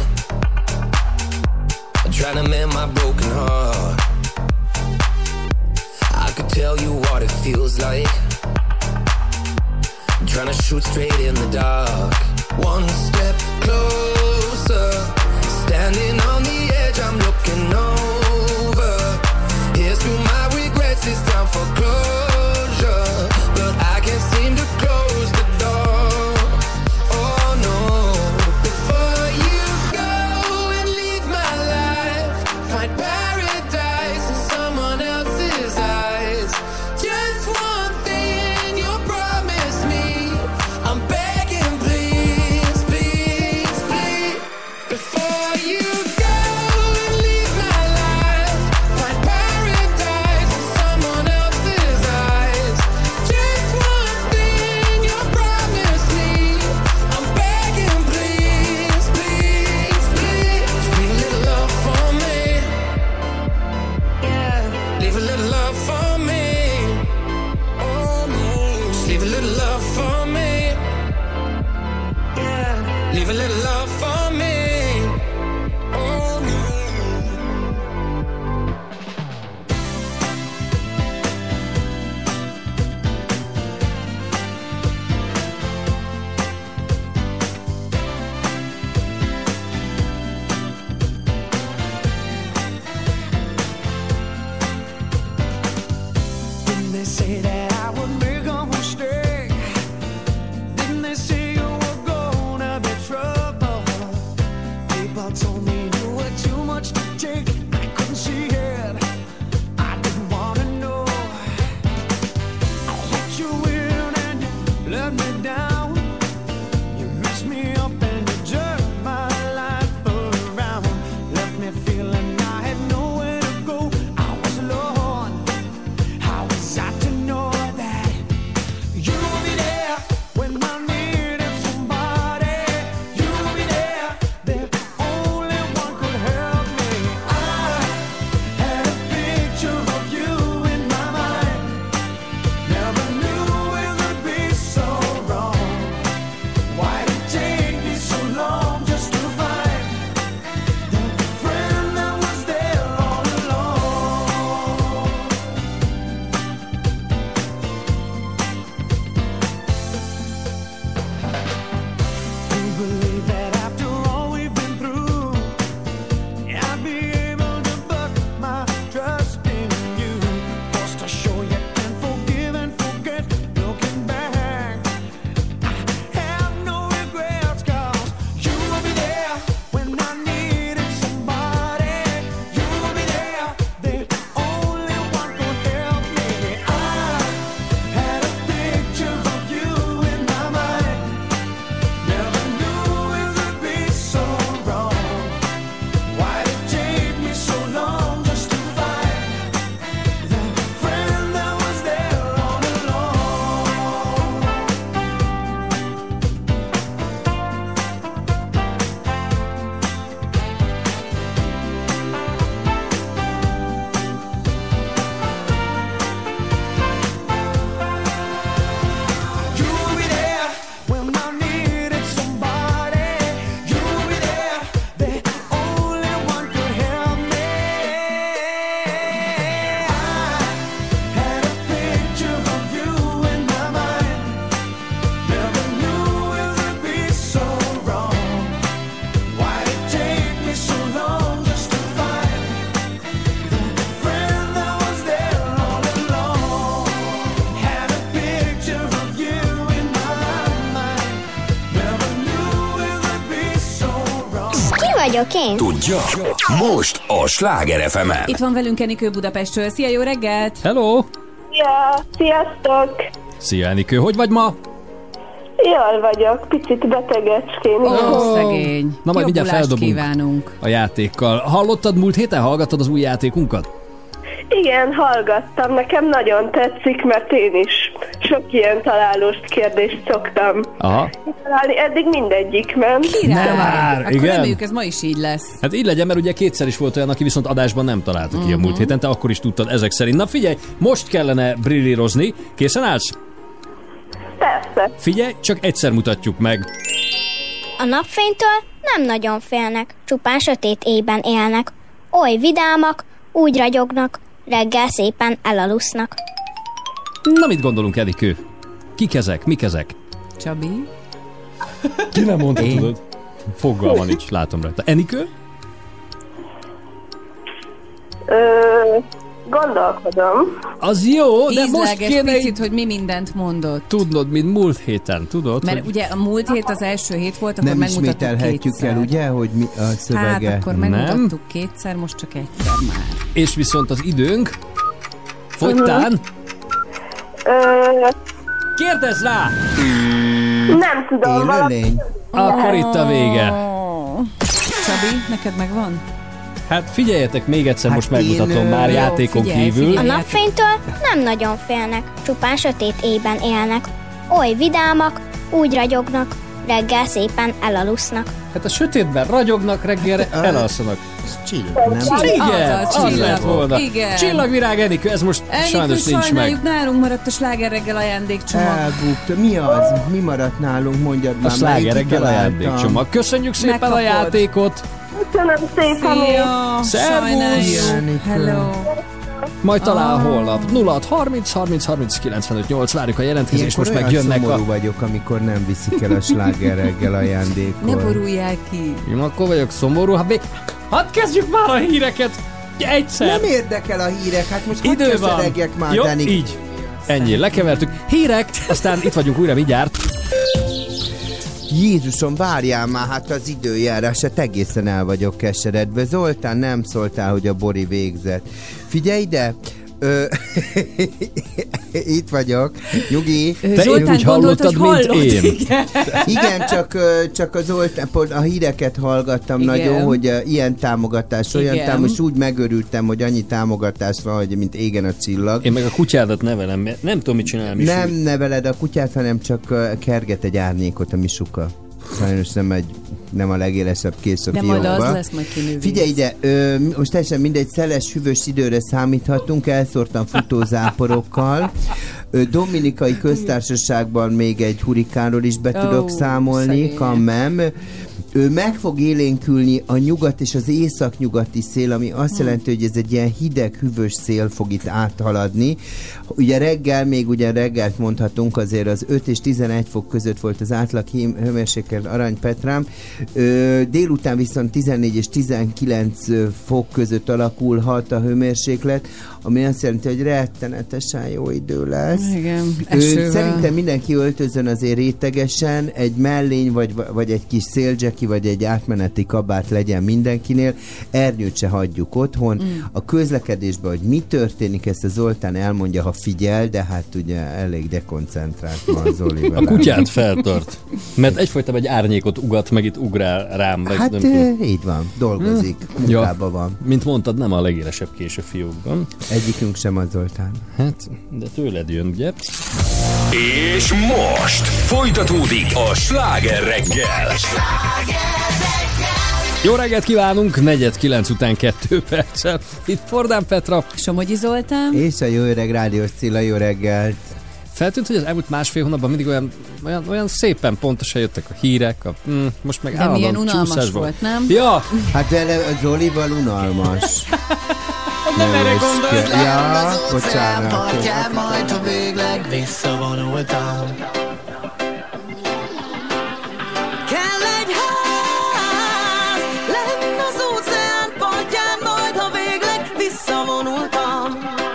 I'm trying to mend my broken heart. I could tell you what it feels like, I'm trying to shoot straight in the dark. One step closer, standing on the edge, I'm looking over. Here's through my regrets, it's time for closure, but I can't seem to close the door. Oh no. Before you go and leave my life, find paradise in someone else's eyes. Just one thing you promise me, I'm begging, please, please, please. vagyok én. Tudja? Most a Sláger FM-en. Itt van velünk Enikő Budapestről. Szia, jó reggelt! Hello! Ja, sziasztok! Szia, Enikő, hogy vagy ma? Jól vagyok, picit betegecskén. Szegény. Na majd mindjárt Jobbulást feldobunk kívánunk. a játékkal. Hallottad múlt héten? Hallgattad az új játékunkat? Igen, hallgattam, nekem nagyon tetszik, mert én is sok ilyen találós kérdést szoktam Aha. találni, eddig mindegyik ment. Király! már, Akkor igen. reméljük, ez ma is így lesz. Hát így legyen, mert ugye kétszer is volt olyan, aki viszont adásban nem találta ki a múlt héten, te akkor is tudtad ezek szerint. Na figyelj, most kellene brillírozni. Készen állsz? Persze. Figyelj, csak egyszer mutatjuk meg. A napfénytől nem nagyon félnek, csupán sötét éjben élnek. Oly vidámak, úgy ragyognak, reggel szépen elalusznak. Na mit gondolunk, Enikő? Kik ezek? Mik ezek? Csabi? Ki nem mondta, tudod? Fogalma nincs, látom rajta. Enikő? Gondolkodom. Az jó, de most Ízleges kéne picit, hogy mi mindent mondott. tudnod, mint múlt héten, tudod? Mert hogy... ugye a múlt hét az első hét volt, akkor Nem megmutattuk ismételhetjük kétszer. el, ugye, hogy mi a szövege? Hát akkor Nem. megmutattuk kétszer, most csak egyszer már. És viszont az időnk fogytán. Kérdezz rá! Nem tudom, Élőlény? Akkor itt a vége. Csabi, neked megvan? Hát figyeljetek még egyszer, Hát most megmutatom én, már jó, játékon figyelj, kívül. A figyelj. napfénytől nem nagyon félnek, csupán sötét éjben élnek. Oly vidámak, úgy ragyognak, reggel szépen elalusznak. Hát a sötétben ragyognak, reggelre elalszanak. Csillag, nem? Igen, Azaz, az csillag. lett volna. Igen. Csillagvirág, Enikő, ez most Enikő, sajnos nincs sajnáljuk, meg. nálunk maradt a Sláger reggel ajándékcsomag. Elbukta. Mi az? Mi maradt nálunk? Mondjad A már. Sláger melyik reggel kitaláltam? ajándékcsomag. Köszönjük szépen a Megkapod. játékot. köszönöm szépen. Szia, Szervusz. sajnáljuk. Enikő. Hello. Majd talán holnap. 06 30 30 30 95 8. Várjuk a jelentkezést, most meg jönnek szomorú a... vagyok, amikor nem viszik el a Sláger reggel ajándékot. Ne boruljál ki. Én akkor vagyok szomorú. Hadd kezdjük már a híreket. Egyszer. Nem érdekel a hírek, hát most Idő hadd van. köszönegjek már, Jó, Dani. így. Ennyi, lekevertük. Hírek, aztán itt vagyunk újra mindjárt. Jézusom, várjál már, hát az időjárását egészen el vagyok keseredve. Zoltán, nem szóltál, hogy a Bori végzett. Figyelj ide! Itt vagyok. Nyugi. Te Zoltán úgy gondolt, hallottad, hogy mint én. Igen, csak a Zoltán, a híreket hallgattam Igen. nagyon, hogy ilyen támogatás, olyan Igen. támogatás, úgy megörültem, hogy annyi támogatás van, hogy mint égen a csillag. Én meg a kutyádat nevelem, mert nem tudom, mit csinálni. Nem neveled a kutyát, hanem csak kerget egy árnyékot a Misuka. Sajnos nem a legélesebb kész a De majd fiókba. az lesz, majd kinővíz. Figyelj ide, most teljesen mindegy, szeles, hűvös időre számíthatunk, elszórtam futózáporokkal. Dominikai Köztársaságban még egy hurikánról is be tudok számolni, szegények. kamem. Meg fog élénkülni a nyugat és az északnyugati szél, ami azt jelenti, hogy ez egy ilyen hideg, hűvös szél fog itt áthaladni. Ugye reggelt mondhatunk, azért az 5 és 11 fok között volt az átlag hőmérséklet Arany Petrám. Délután viszont 14 és 19 fok között alakulhat a hőmérséklet, ami azt jelenti, hogy rettenetesen jó idő lesz. Igen, esővel. Szerintem mindenki öltözön azért rétegesen, egy mellény, vagy egy kis széldzseki, vagy egy átmeneti kabát legyen mindenkinél, ernyőt se hagyjuk otthon. A közlekedésben, hogy mi történik, ezt a Zoltán elmondja, ha figyel, de hát ugye elég dekoncentrált ma a Zoli A velem. kutyát feltart. Mert egyfolytában egy árnyékot ugat, meg itt ugrál rám. Vagy Hát nem tudom. így van, dolgozik, munkában van. Mint mondtad, nem a legélesebb kés a fiókban. Egyikünk sem a Zoltán. Hát, de tőled jön, ugye? És most folytatódik a Sláger reggel. Jó reggelt kívánunk, 8:45 után 2 perccel. Itt Fordán Petra. Somogyi Zoltán. És a jó öreg Rádiós Cilla, jó reggelt! Feltűnt, hogy az elmúlt másfél hónapban mindig olyan szépen pontosan jöttek a hírek, most meg De milyen állandóan unalmas csúszásban. volt, nem? Ja, Hát vele a Zolival unalmas. Nem erre gondoltam. Ja, bocsánat. Majd, ha végleg visszavonultam. Kell egy ház, lenn az óceán partján, majd, ha végleg visszavonultam.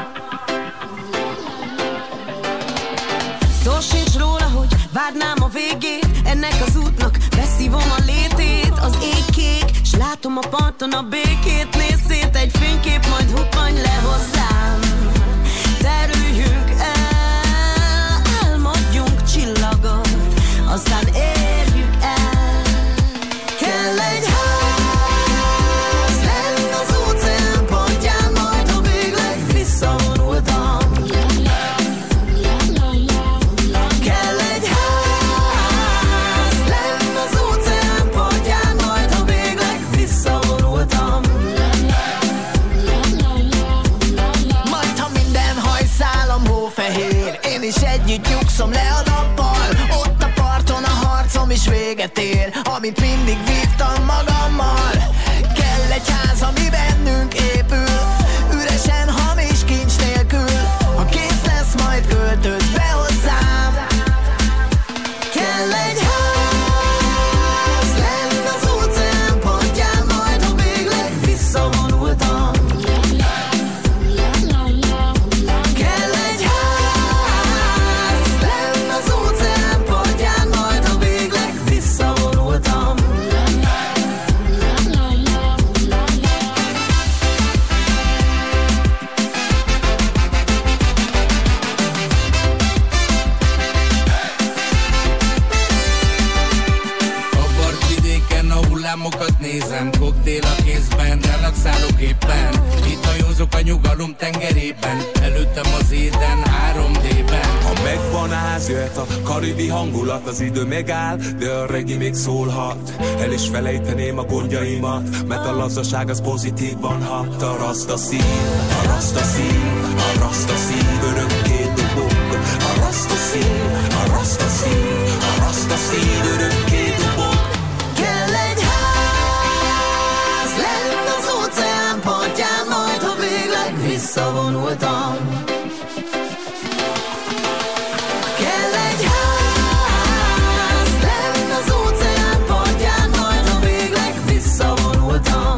Szó sincs róla, hogy várnám a végét ennek az útnak, beszívom a létét, az ég kék, s látom Látom a parton a békét, nézz szét egy fénykép, majd huppanj le hozzám. Terüljünk el, álmodjunk csillagot, aztán érjük el. Kell egy ház, lenn az óceán partján, majd ha végleg visszavonultam. Kell egy ház, lenn az óceán partján, majd ha végleg visszavonultam. Majd ha minden hajszálam hófehér, én is együtt nyugszom le a nappal. Ott a parton a harcom is véget ér, amit mindig vívtam magammal. Kell egy ház, ami bennünk épül, üresen, hamis kincs nélkül. Ha kész lesz, majd költöz be hozzám. Kell egy ház, lenn az óceán partján, majd ha végleg visszavonultam. Kell egy ház, lenn az óceán partján, majd ha végleg visszavonultam. A partvidéken a hullámokat nézem, koktél a kézben, relaxálok éppen. Itt hajózok a nyugalom tengerében, előttem az éden 3D-ben. Ha megvan a ház, jöhet a karibi hangulat, az idő megáll, de a reggae még szólhat. El is felejteném a gondjaimat, mert a lazaság az pozitívan hat. A rasta szív, a rasta szív, a rasta szív, örökké dobog. A rasta szív, a rasta szív, a rasta szív, örökké dobog. Kell egy ház, lenn az óceán partján, majd ha végleg visszavonultam. Kell egy ház, lenn az óceán partján, majd ha végleg visszavonultam.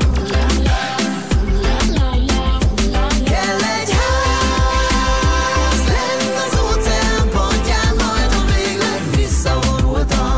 Kell egy ház, lenn az óceán partján, majd ha végleg visszavonultam.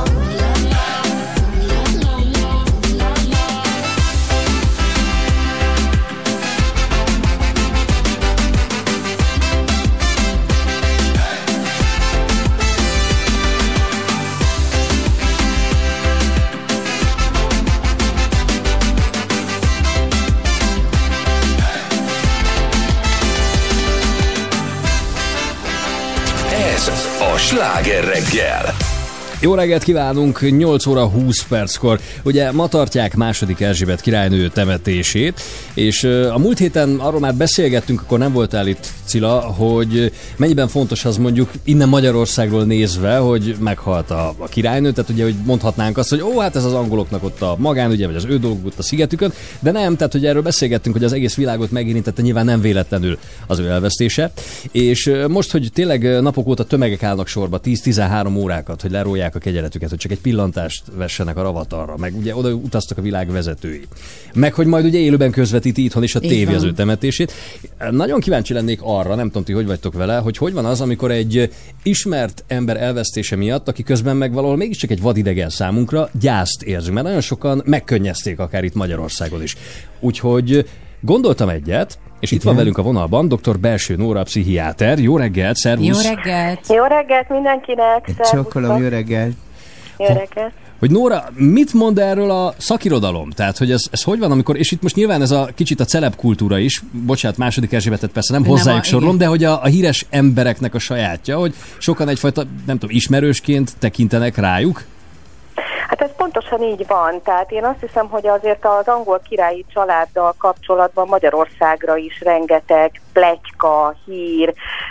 Ez a Sláger reggel. Jó reggelt kívánunk, 8 óra 20 perckor. Ugye ma tartják II. Erzsébet királynő temetését, és a múlt héten arról már beszélgettünk, akkor nem voltál itt, Cilla, hogy mennyiben fontos az mondjuk innen Magyarországról nézve, hogy meghalt a királynő, tehát ugye, hogy mondhatnánk azt, hogy hát ez az angoloknak ott a magánügye, vagy az ő dolguk ott a szigetükön, de nem, tehát hogy erről beszélgettünk, hogy az egész világot megérintette, nyilván nem véletlenül az ő elvesztése, és most, hogy tényleg napok óta tömegek állnak sorba, 10-13 órákat, hogy lerólják a kegyeletüket, hogy csak egy pillantást vessenek a ravatalra, meg ugye oda utaztak a világ vezetői. Meg hogy majd ugye élőben közvetíti itthon is a tévé az ő temetését. Nagyon kíváncsi lennék arra, nem tudom ti, hogy vagytok vele, hogy van az, amikor egy ismert ember elvesztése miatt, aki közben meg valahol mégiscsak egy vadidegen számunkra, gyászt érzünk, mert nagyon sokan megkönnyezték akár itt Magyarországon is. Úgyhogy gondoltam egyet, és itt van velünk a vonalban dr. Belső Nóra, pszichiáter. Jó reggelt, szervusz! Jó reggelt! Jó reggelt mindenkinek! Csókolom, jó reggelt! Jó reggelt! Hogy Nóra, mit mond erről a szakirodalom? Tehát, hogy ez hogy van, amikor, és itt most nyilván ez a kicsit a celeb kultúra is, bocsánat, II. Erzsébetet persze nem hozzájuk sorolom, de hogy a híres embereknek a sajátja, hogy sokan egyfajta, nem tudom, ismerősként tekintenek rájuk? Hát ez pontosan így van, tehát én azt hiszem, hogy azért az angol királyi családdal kapcsolatban Magyarországra is rengeteg pletyka, hír,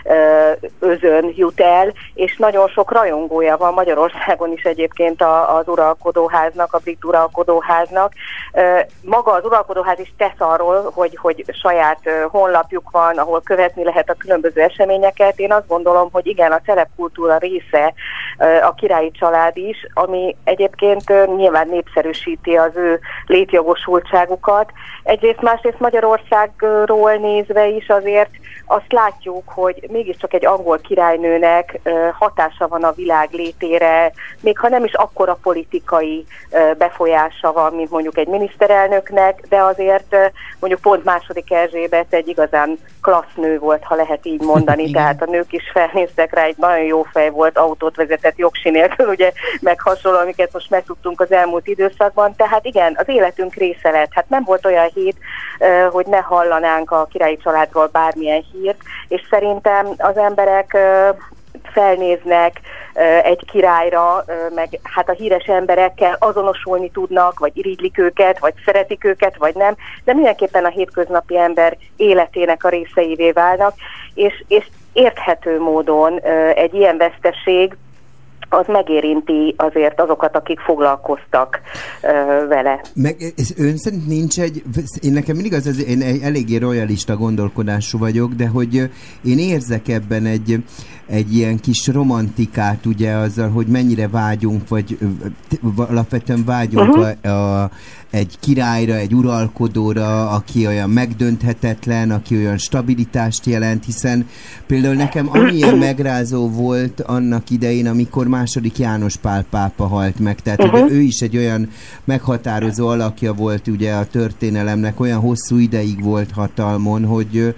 özön jut el, és nagyon sok rajongója van Magyarországon is egyébként az uralkodóháznak, a brit uralkodóháznak. Maga az uralkodóház is tesz arról, hogy saját honlapjuk van, ahol követni lehet a különböző eseményeket. Én azt gondolom, hogy igen, a celebkultúra része a királyi család is, ami egyébként nyilván népszerűsíti az ő létjogosultságukat. Egyrészt, másrészt Magyarországról nézve is azért azt látjuk, hogy mégiscsak egy angol királynőnek hatása van a világ létére, még ha nem is akkora politikai befolyása van, mint mondjuk egy miniszterelnöknek, de azért mondjuk pont második Erzsébet egy igazán klassz nő volt, ha lehet így mondani, tehát a nők is felnéztek rá, egy nagyon jó fej volt, autót vezetett jogsi nélkül, ugye, meg hasonló, amiket most megtudtunk az elmúlt időszakban, tehát igen, az életünk része lett. Hát nem volt olyan hét, hogy ne hallanánk a királyi családról bármilyen hírt, és szerintem az emberek felnéznek egy királyra, meg hát a híres emberekkel azonosulni tudnak, vagy irigylik őket, vagy szeretik őket, vagy nem, de mindenképpen a hétköznapi ember életének a részeivé válnak, és érthető módon egy ilyen veszteség az megérinti azért azokat, akik foglalkoztak vele. Meg ön szerint nincs én nekem mindig én eléggé royalista gondolkodású vagyok, de hogy én érzek ebben egy ilyen kis romantikát, ugye azzal, hogy mennyire vágyunk, vagy alapvetően vágyunk egy királyra, egy uralkodóra, aki olyan megdönthetetlen, aki olyan stabilitást jelent, hiszen például nekem amilyen megrázó volt annak idején, amikor második János Pál pápa halt meg, tehát ugye ő is egy olyan meghatározó alakja volt ugye a történelemnek, olyan hosszú ideig volt hatalmon,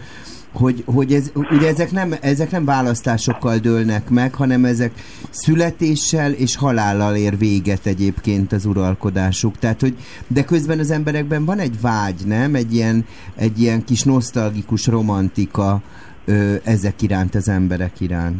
hogy ugye ezek nem választásokkal dőlnek meg, hanem ezek születéssel és halállal ér véget egyébként az uralkodásuk. Tehát, de közben az emberekben van egy vágy, nem? Egy ilyen kis nosztalgikus romantika ezek iránt, az emberek iránt.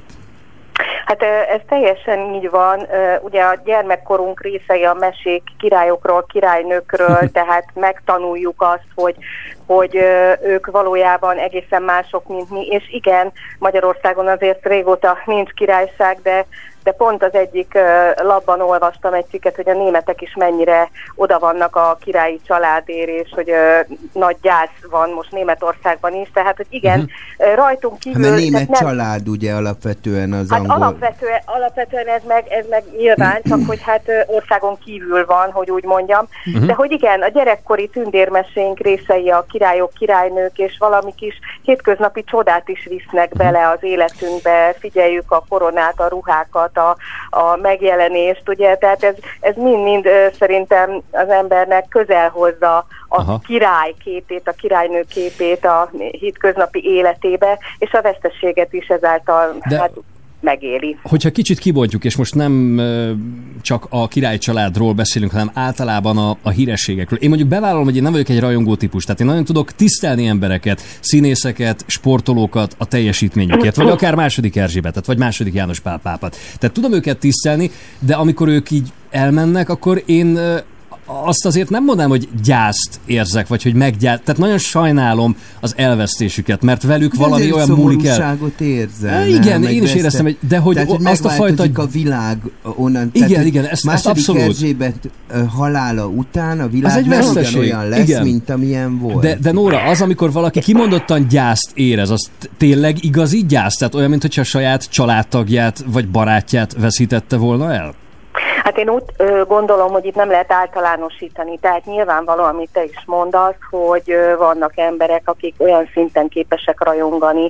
Hát ez teljesen így van. Ugye a gyermekkorunk részei a mesék királyokról, királynőkről, tehát megtanuljuk azt, hogy ők valójában egészen mások, mint mi. És igen, Magyarországon azért régóta nincs királyság, de pont az egyik labban olvastam egy cikket, hogy a németek is mennyire oda vannak a királyi családért, és hogy nagy gyász van most Németországban is, tehát hogy igen, rajtunk kívül... Hát német család ugye alapvetően az hát angol... Alapvetően ez meg nyilván, csak hogy hát országon kívül van, hogy úgy mondjam, de hogy igen, a gyerekkori tündérmesénk részei a királyok, királynők, és valami kis hétköznapi csodát is visznek bele az életünkbe, figyeljük a koronát, a ruhákat, a megjelenést, ugye, tehát ez mind-mind szerintem az embernek közel hozza a király képét, a királynő képét a hétköznapi életébe, és a veszteséget is ezáltal megéli. Hogyha kicsit kibontjuk, és most nem csak a király családról beszélünk, hanem általában a hírességekről. Én mondjuk bevállalom, hogy én nem vagyok egy rajongó típus, tehát én nagyon tudok tisztelni embereket, színészeket, sportolókat a teljesítményükért, vagy akár második Erzsébetet, vagy második János Pál pápát. Tehát tudom őket tisztelni, de amikor ők így elmennek, akkor én azt azért nem mondanám, hogy gyászt érzek, vagy hogy tehát nagyon sajnálom az elvesztésüket, mert velük de valami olyan múlik el. Szomorúságot érzel. Igen, én is éreztem, de hogy tehát, azt a fajta... a világ onnan. Igen, ezt abszolút. Erzsébet halála után a világ nem olyan lesz, mint amilyen volt. De Nóra, az, amikor valaki kimondottan gyászt érez, az tényleg igazi gyász? Tehát olyan, mintha a saját családtagját, vagy barátját veszítette volna el? Hát én úgy gondolom, hogy itt nem lehet általánosítani, tehát nyilvánvaló, amit te is mondasz, hogy vannak emberek, akik olyan szinten képesek rajongani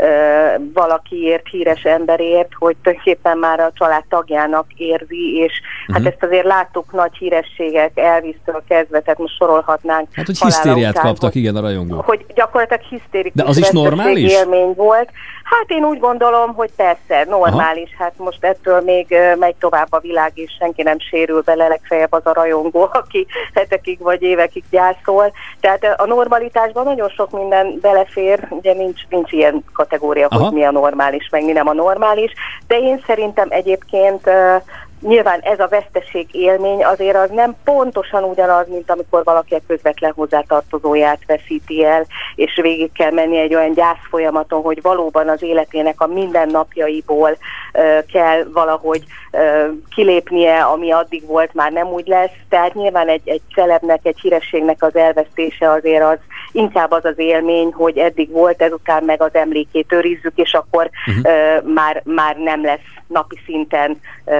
valakiért, híres emberért, hogy tulajdonképpen már a család tagjának érzi, és hát ezt azért láttuk nagy hírességek, Elvis-től kezdve, tehát most sorolhatnánk. Hát, hogy hisztériát kaptak, igen, a rajongók. Hogy gyakorlatilag hisztérikus de az is normális élmény volt. Hát én úgy gondolom, hogy persze, normális. Hát most ettől még megy tovább a világ, és senki nem sérül bele, legfeljebb az a rajongó, aki hetekig vagy évekig gyászol. Tehát a normalitásban nagyon sok minden belefér, ugye nincs ilyen kategória, hogy mi a normális, meg mi nem a normális, de én szerintem egyébként nyilván ez a veszteség élmény azért az nem pontosan ugyanaz, mint amikor valaki a közvetlen hozzátartozóját veszíti el, és végig kell menni egy olyan gyászfolyamaton, hogy valóban az életének a mindennapjaiból kell valahogy kilépnie, ami addig volt, már nem úgy lesz. Tehát nyilván egy celebnek, egy hírességnek az elvesztése azért az inkább az az élmény, hogy eddig volt, ezután meg az emlékét őrizzük, és akkor már nem lesz napi szinten rajongható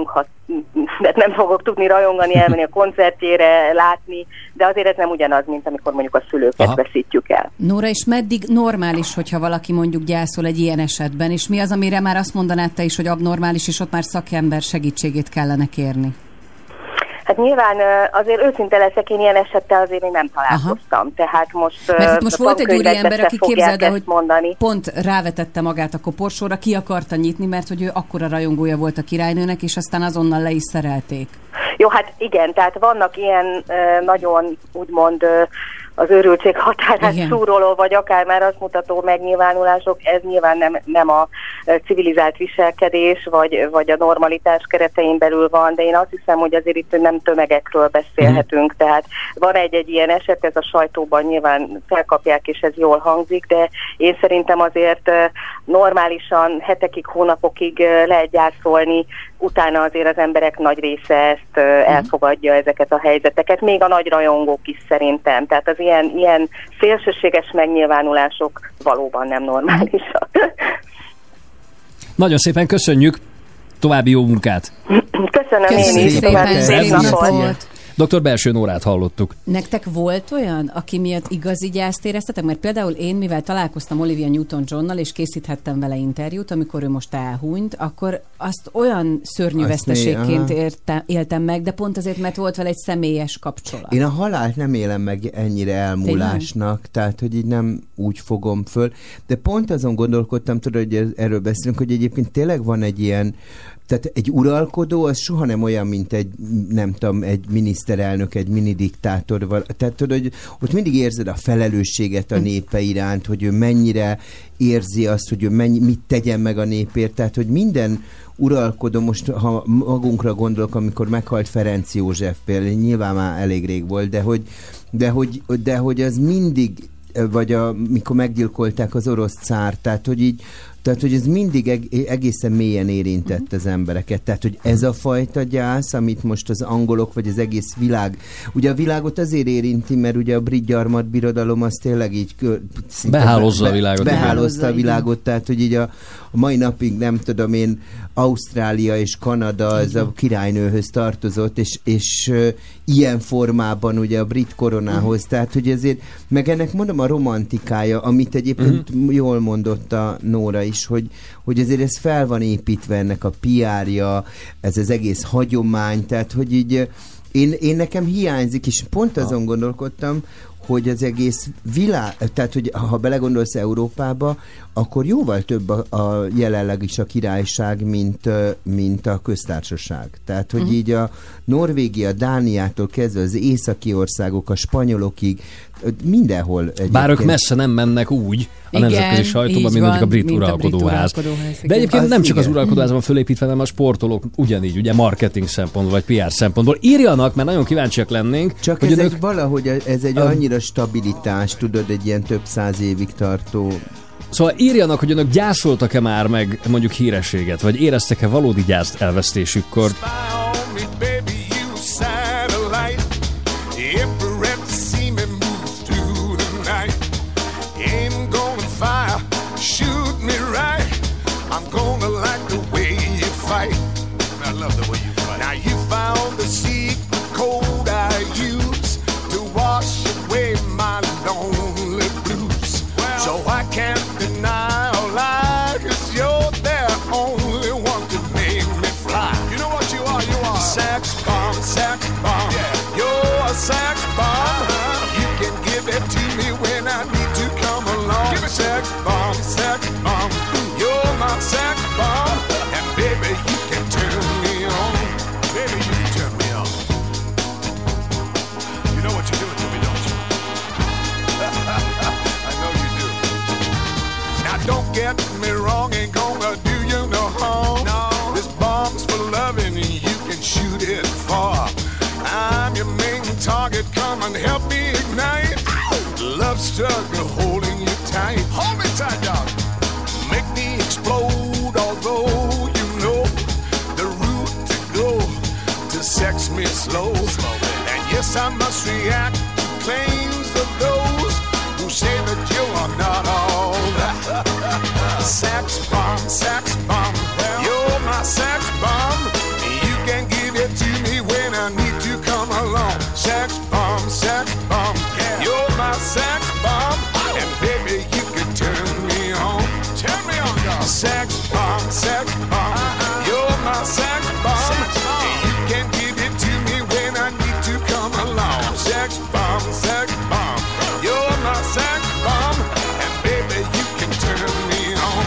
de nem fogok tudni rajongani, elmenni a koncertjére, látni, de azért ez nem ugyanaz, mint amikor mondjuk a szülőket veszítjük el. Nóra, és meddig normális, hogyha valaki mondjuk gyászol egy ilyen esetben, és mi az, amire már azt mondanád te is, hogy abnormális, és ott már szakember segítségét kellene kérni? Hát nyilván azért őszinte leszek, én ilyen esettel azért még nem találkoztam. Tehát most volt egy úriember, aki képzeld el, hogy mondani. Pont rávetette magát a koporsóra, ki akarta nyitni, mert hogy ő akkora rajongója volt a királynőnek, és aztán azonnal le is szerelték. Jó, hát igen, tehát vannak ilyen nagyon úgymond az őrültség határát súroló, vagy akár már azt mutató megnyilvánulások, ez nyilván nem a civilizált viselkedés, vagy a normalitás keretein belül van, de én azt hiszem, hogy azért itt nem tömegekről beszélhetünk, tehát van egy ilyen eset, ez a sajtóban nyilván felkapják, és ez jól hangzik, de én szerintem azért normálisan hetekig, hónapokig lehet gyászolni, utána azért az emberek nagy része ezt elfogadja, ezeket a helyzeteket, még a nagy rajongók is szerintem. Tehát az ilyen szélsőséges megnyilvánulások valóban nem normálisak. Nagyon szépen köszönjük, további jó munkát! Köszönöm én is, további szép napot! Dr. Belső Nórát hallottuk. Nektek volt olyan, aki miatt igazi gyászt éreztetek? Mert például én, mivel találkoztam Olivia Newton-Johnnal, és készíthettem vele interjút, amikor ő most elhunyt, akkor azt olyan szörnyű veszteségként éltem meg, de pont azért, mert volt vele egy személyes kapcsolat. Én a halált nem élem meg ennyire elmúlásnak, tehát, hogy így nem úgy fogom föl, de pont azon gondolkodtam, tudod, hogy erről beszélünk, hogy egyébként tényleg van egy ilyen, tehát egy uralkodó az soha nem olyan, mint egy, nem tudom, egy miniszterelnök, egy minidiktátor. Tehát tudod, hogy ott mindig érzed a felelősséget a népe iránt, hogy ő mennyire érzi azt, hogy ő mit tegyen meg a népért. Tehát, hogy minden uralkodó, most ha magunkra gondolok, amikor meghalt Ferenc József például, nyilván már elég rég volt, de hogy az mindig, vagy mikor meggyilkolták az orosz cár, tehát, hogy ez mindig egészen mélyen érintett az embereket. Tehát, hogy ez a fajta gyász, amit most az angolok, vagy az egész világ, ugye a világot azért érinti, mert ugye a brit gyarmatbirodalom az tényleg így behálozza a világot. Behálozta a világot, tehát, hogy így a mai napig nem tudom én, Ausztrália és Kanada az a királynőhöz tartozott, és ilyen formában ugye a brit koronához, tehát, hogy ezért, meg ennek mondom a romantikája, amit egyébként jól mondott a Nóra is, hogy azért ez fel van építve, ennek a PR-ja, ez az egész hagyomány, tehát hogy így én nekem hiányzik, és pont azon gondolkodtam, hogy az egész világ, tehát hogy ha belegondolsz Európába, akkor jóval több a jelenleg is a királyság, mint a köztársaság. Tehát, hogy így a Norvégia, Dániától kezdve az északi országok, a spanyolokig, mindenhol egyébként. Bár ők messze nem mennek úgy a nemzetközi sajtóban, mint mondjuk a brit uralkodóház. De egyébként nem csak az uralkodóház van fölépítve, hanem a sportolók ugyanígy, ugye marketing szempontból, vagy PR szempontból. Írjanak, mert nagyon kíváncsiak lennénk. Csak hogy ez valahogy ez egy annyira stabilitás, tudod, egy ilyen több száz évig tartó. Szóval írjanak, hogy önök gyászoltak-e már meg mondjuk hírességet, vagy éreztek-e valódi gyászt elvesztésükkor. Struggle holding you tight. Hold me tight, dog. Make me explode, although you know the route to go to sex me slow. And yes, I must react to claims of those who say that you are not all that. Sex bomb, you're my sex bomb. You bomb. You're my sex bomb. And baby, you can turn me on. Turn me on, dog. Sex bomb, sex bomb. You're my sex bomb. And you can give it to me when I need to come along. Sex bomb, sex bomb. You're my sex bomb. And baby, you can turn me on.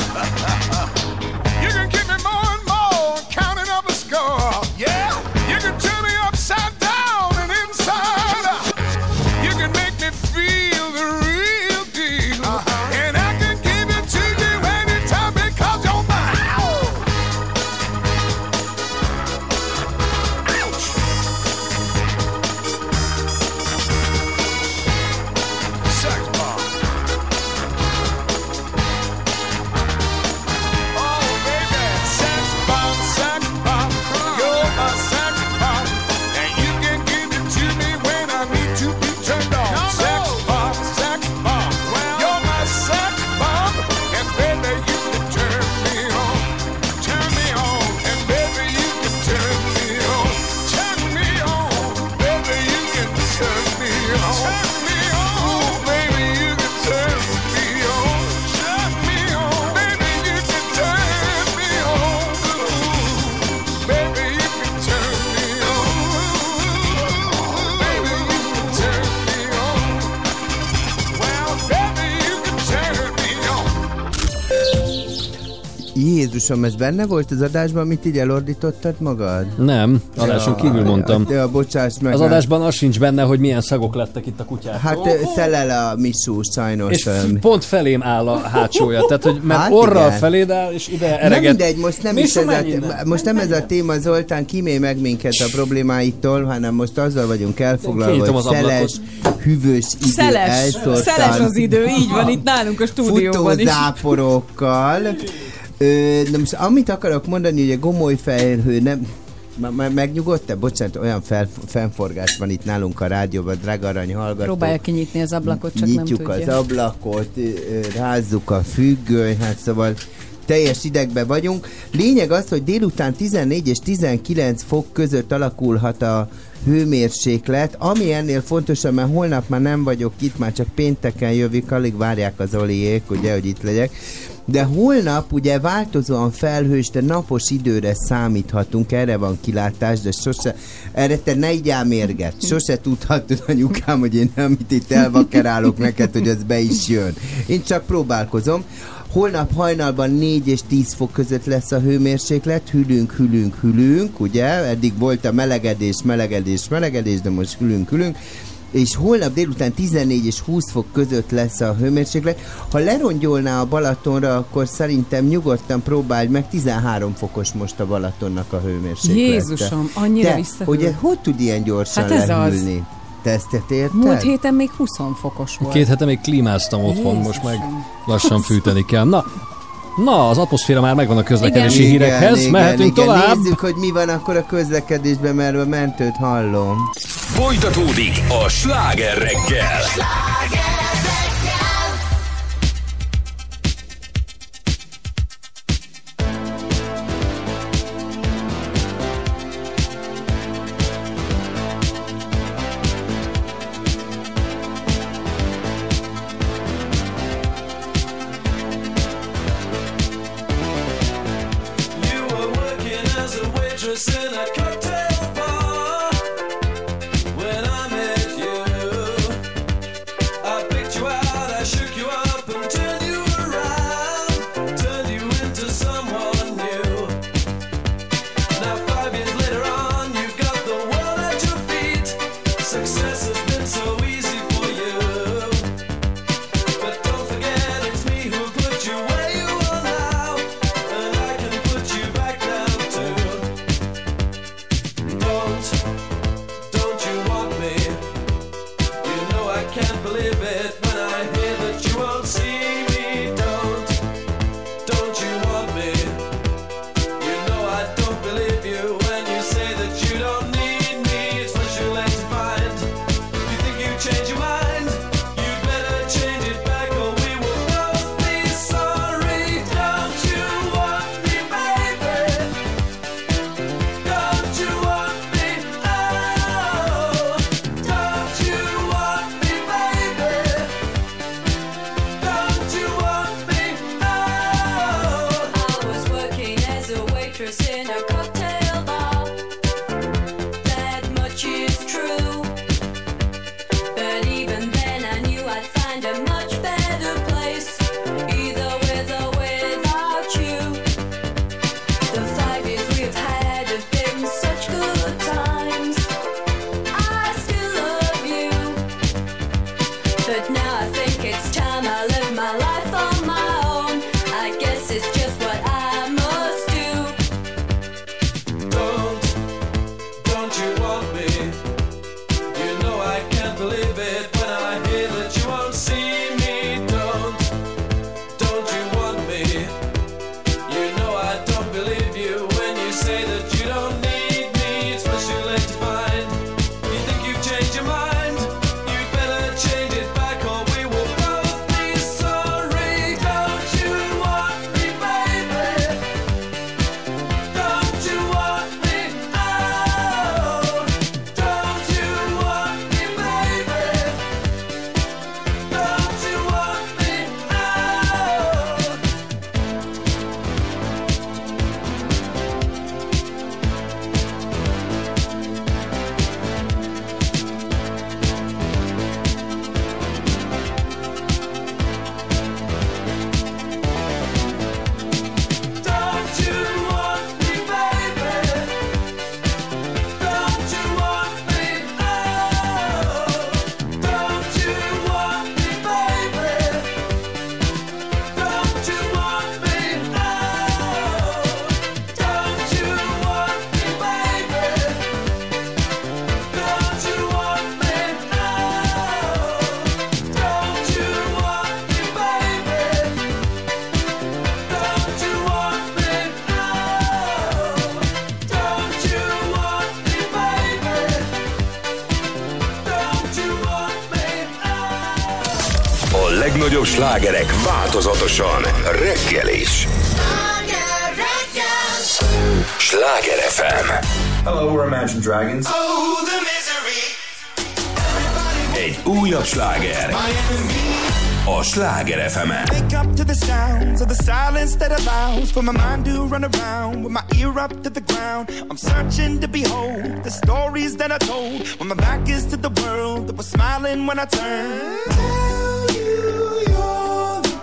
You can give me more and more, counting up a score. Yeah, you can turn me upside down and inside out. You can make me feel the real deal. And I can give it to you anytime because you're mine. Ouch. Sex bomb. Oh, baby. Sex bomb, sex bomb. You're my sex bomb. And you can give it to me when I need to be turned on. Sex bomb, sex bomb. You're my sex bomb. And baby, you can turn me on. Turn me on. And baby, you can turn me on. Turn me on. Baby, you can turn me on. Turn me on. Ooh, baby, you can turn me on. Turn me on. Baby, you can turn me on. Ooh, baby, you can turn me on. Baby, you can turn me on. Well, baby, you can turn me on. Jézusom, ez benne volt az adásban, amit így elordítottad magad? Nem, adáson kívül mondtam. Ja, bocsáss meg. Az adásban az sincs benne, hogy milyen szagok lettek itt a kutyák. Hát szelel a misú, sajnos. És pont felém áll a hátsója, tehát hogy mert Hát orral igen. feléd áll, és ide Na ereget. mindegy, most nem, is Misú, ez mennyire? most nem ez a téma, Zoltán, kímél meg minket a problémáitól, hanem most azzal vagyunk elfoglalva, Kinyitom hogy az ablakot. szeles, hűvös idő, Szeles az idő, így van itt nálunk a stúdióban is. futózáporokkal. Na most amit akarok mondani, hogy a gomoly felhő nem... Megnyugodtál? Bocsánat, olyan fennforgás van itt nálunk a rádióban, drága arany hallgatók. Próbálja kinyitni az ablakot, csak Nyitjuk nem tudja. az ablakot, rázzuk a függönyt, hát szóval teljes idegben vagyunk. Lényeg az, hogy délután 14 és 19 fok között alakulhat a hőmérséklet, ami ennél fontosabb, mert holnap már nem vagyok itt, már csak pénteken jövök, alig várják az Oliék, ugye, hogy itt legyek. De holnap ugye változóan felhős, de napos időre számíthatunk, erre van kilátás, de sose, erre te ne így áll mérget. Sose tudhatod, anyukám, hogy én nem itt elvakerálok neked, hogy az be is jön. Én csak próbálkozom. Holnap hajnalban 4 és 10 fok között lesz a hőmérséklet, hűlünk, ugye? Eddig volt a melegedés, de most hűlünk. És holnap délután 14 és 20 fok között lesz a hőmérséklet. Ha lerongyolná a Balatonra, akkor szerintem nyugodtan próbálj meg, 13 fokos most a Balatonnak a hőmérséklete. Jézusom, annyira Te, visszahűl. hogy hogy tud ilyen gyorsan Hát ez lehűlni? Te ezt érted? Múlt héten még 20 fokos volt. 2 hete még klímáztam otthon, most meg lassan fűteni kell. Na, az atmoszféra már megvan a közlekedési hírekhez, mehetünk tovább. Nézzük, hogy mi van akkor a közlekedésben, mert a mentőt hallom. Folytatódik a Sláger reggel. You were working as a waitress in a cocktail bar. When I met you, I picked you out, I shook you up and turned you around, turned you into someone new. Now 5 years later on, you've got the world at your feet. Success has been so easy for you. But don't forget it's me who put you where you are now, and I can put you back down too. Don't you want me? You know I can't believe it when I hear that you won't see me. Don't you want me? You know I don't believe you when you say that you don't need me. It's much too late to find. You think you change your mind? You'd better change it back or we will both be sorry. Don't you want me, baby? Don't you want me? Oh, don't you But even then I knew I'd find a much better place, either with or without you. The 5 years we've had have been such good times. I still love you, but now I think it's time I live my life on my own. I guess it's just what I must do. Don't you want me? You know I can't believe it when I hear that you won't see me. Don't you want me? You know I don't believe you when you say that you don't need me. It's much too late to find. You think you've changed your mind? You'd better change it back or we will both be sorry. Don't you want me, baby? Don't you want me? Oh, don't you want me, baby? Don't you want me? Don't you want me, baby? Don't you want me? Oh, don't you want me, baby? Don't you want me? Oh, don't you want me, baby? Don't you want me? Oh, don't you want me, baby? Don't you want me? Don't you want me, baby? Don't you want me? A legnagyobb slágerek változatosan reggel is. Sláger FM. Hello, we're Imagine Dragons. Oh, the misery. Egy újabb sláger. A Sláger FM-en. Wake up to the sounds of the silence that allows for my mind to run around with my ear up to the ground. I'm searching to behold the stories that I told when my back is to the world that was smiling when I turned. Tell you you're the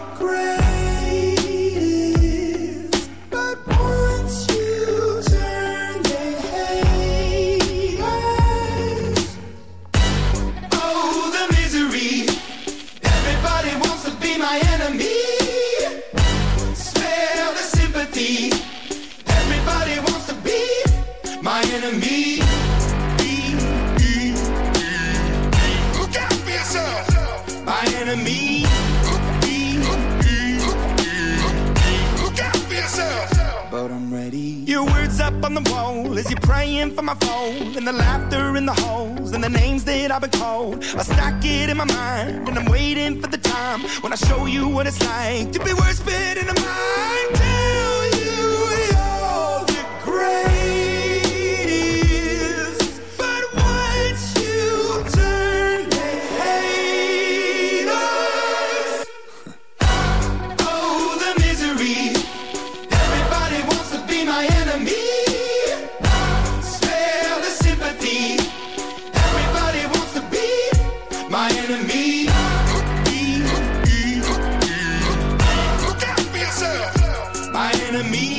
greatest, but once you turn they hate us. Oh, the misery. Everybody wants to be my enemy. Spare the sympathy. Everybody wants to be my enemy. Look out for yourself. My enemy. Look out for yourself. But I'm ready. Your words up on the wall as you're praying for my phone, and the laughter in the holes and the names that I've been called. I stack it in my mind and I'm waiting for the time when I show you what it's like to be worse fit in a mind. Tell you you're the greatest, but once you turn they hate us. Oh, the misery. Everybody wants to be my enemy. Spare the sympathy. Everybody wants to be my enemy. Look out for yourself. My enemy.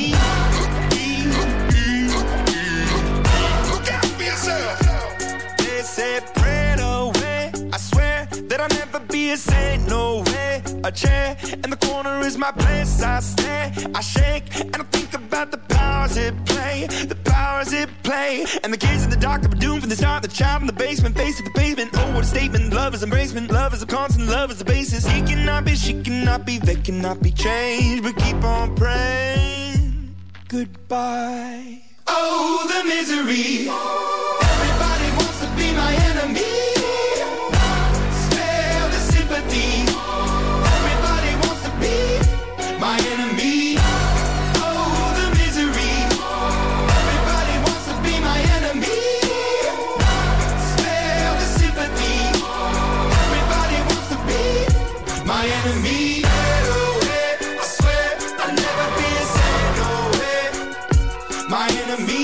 Look out for yourself. They said pray away. I swear that I'll never be a saint. No way. A chair in the corner is my place. I stare, I shake, and I think about the powers at play. The powers at play. And the kids in the dark are doomed from the start. The child in the basement, face to the pavement. Oh, what a statement. Love is embracement. Love is a constant. Love is the basis. He cannot be, she cannot be, they cannot be changed. But keep on praying. Goodbye. Oh, the misery. Everybody wants to be my enemy. Spare the sympathy. Everybody wants to be my enemy. Oh, the misery. Everybody wants to be my enemy. Spare the sympathy. Everybody wants to be my enemy. I swear I'll never be a saint. No way. My enemy.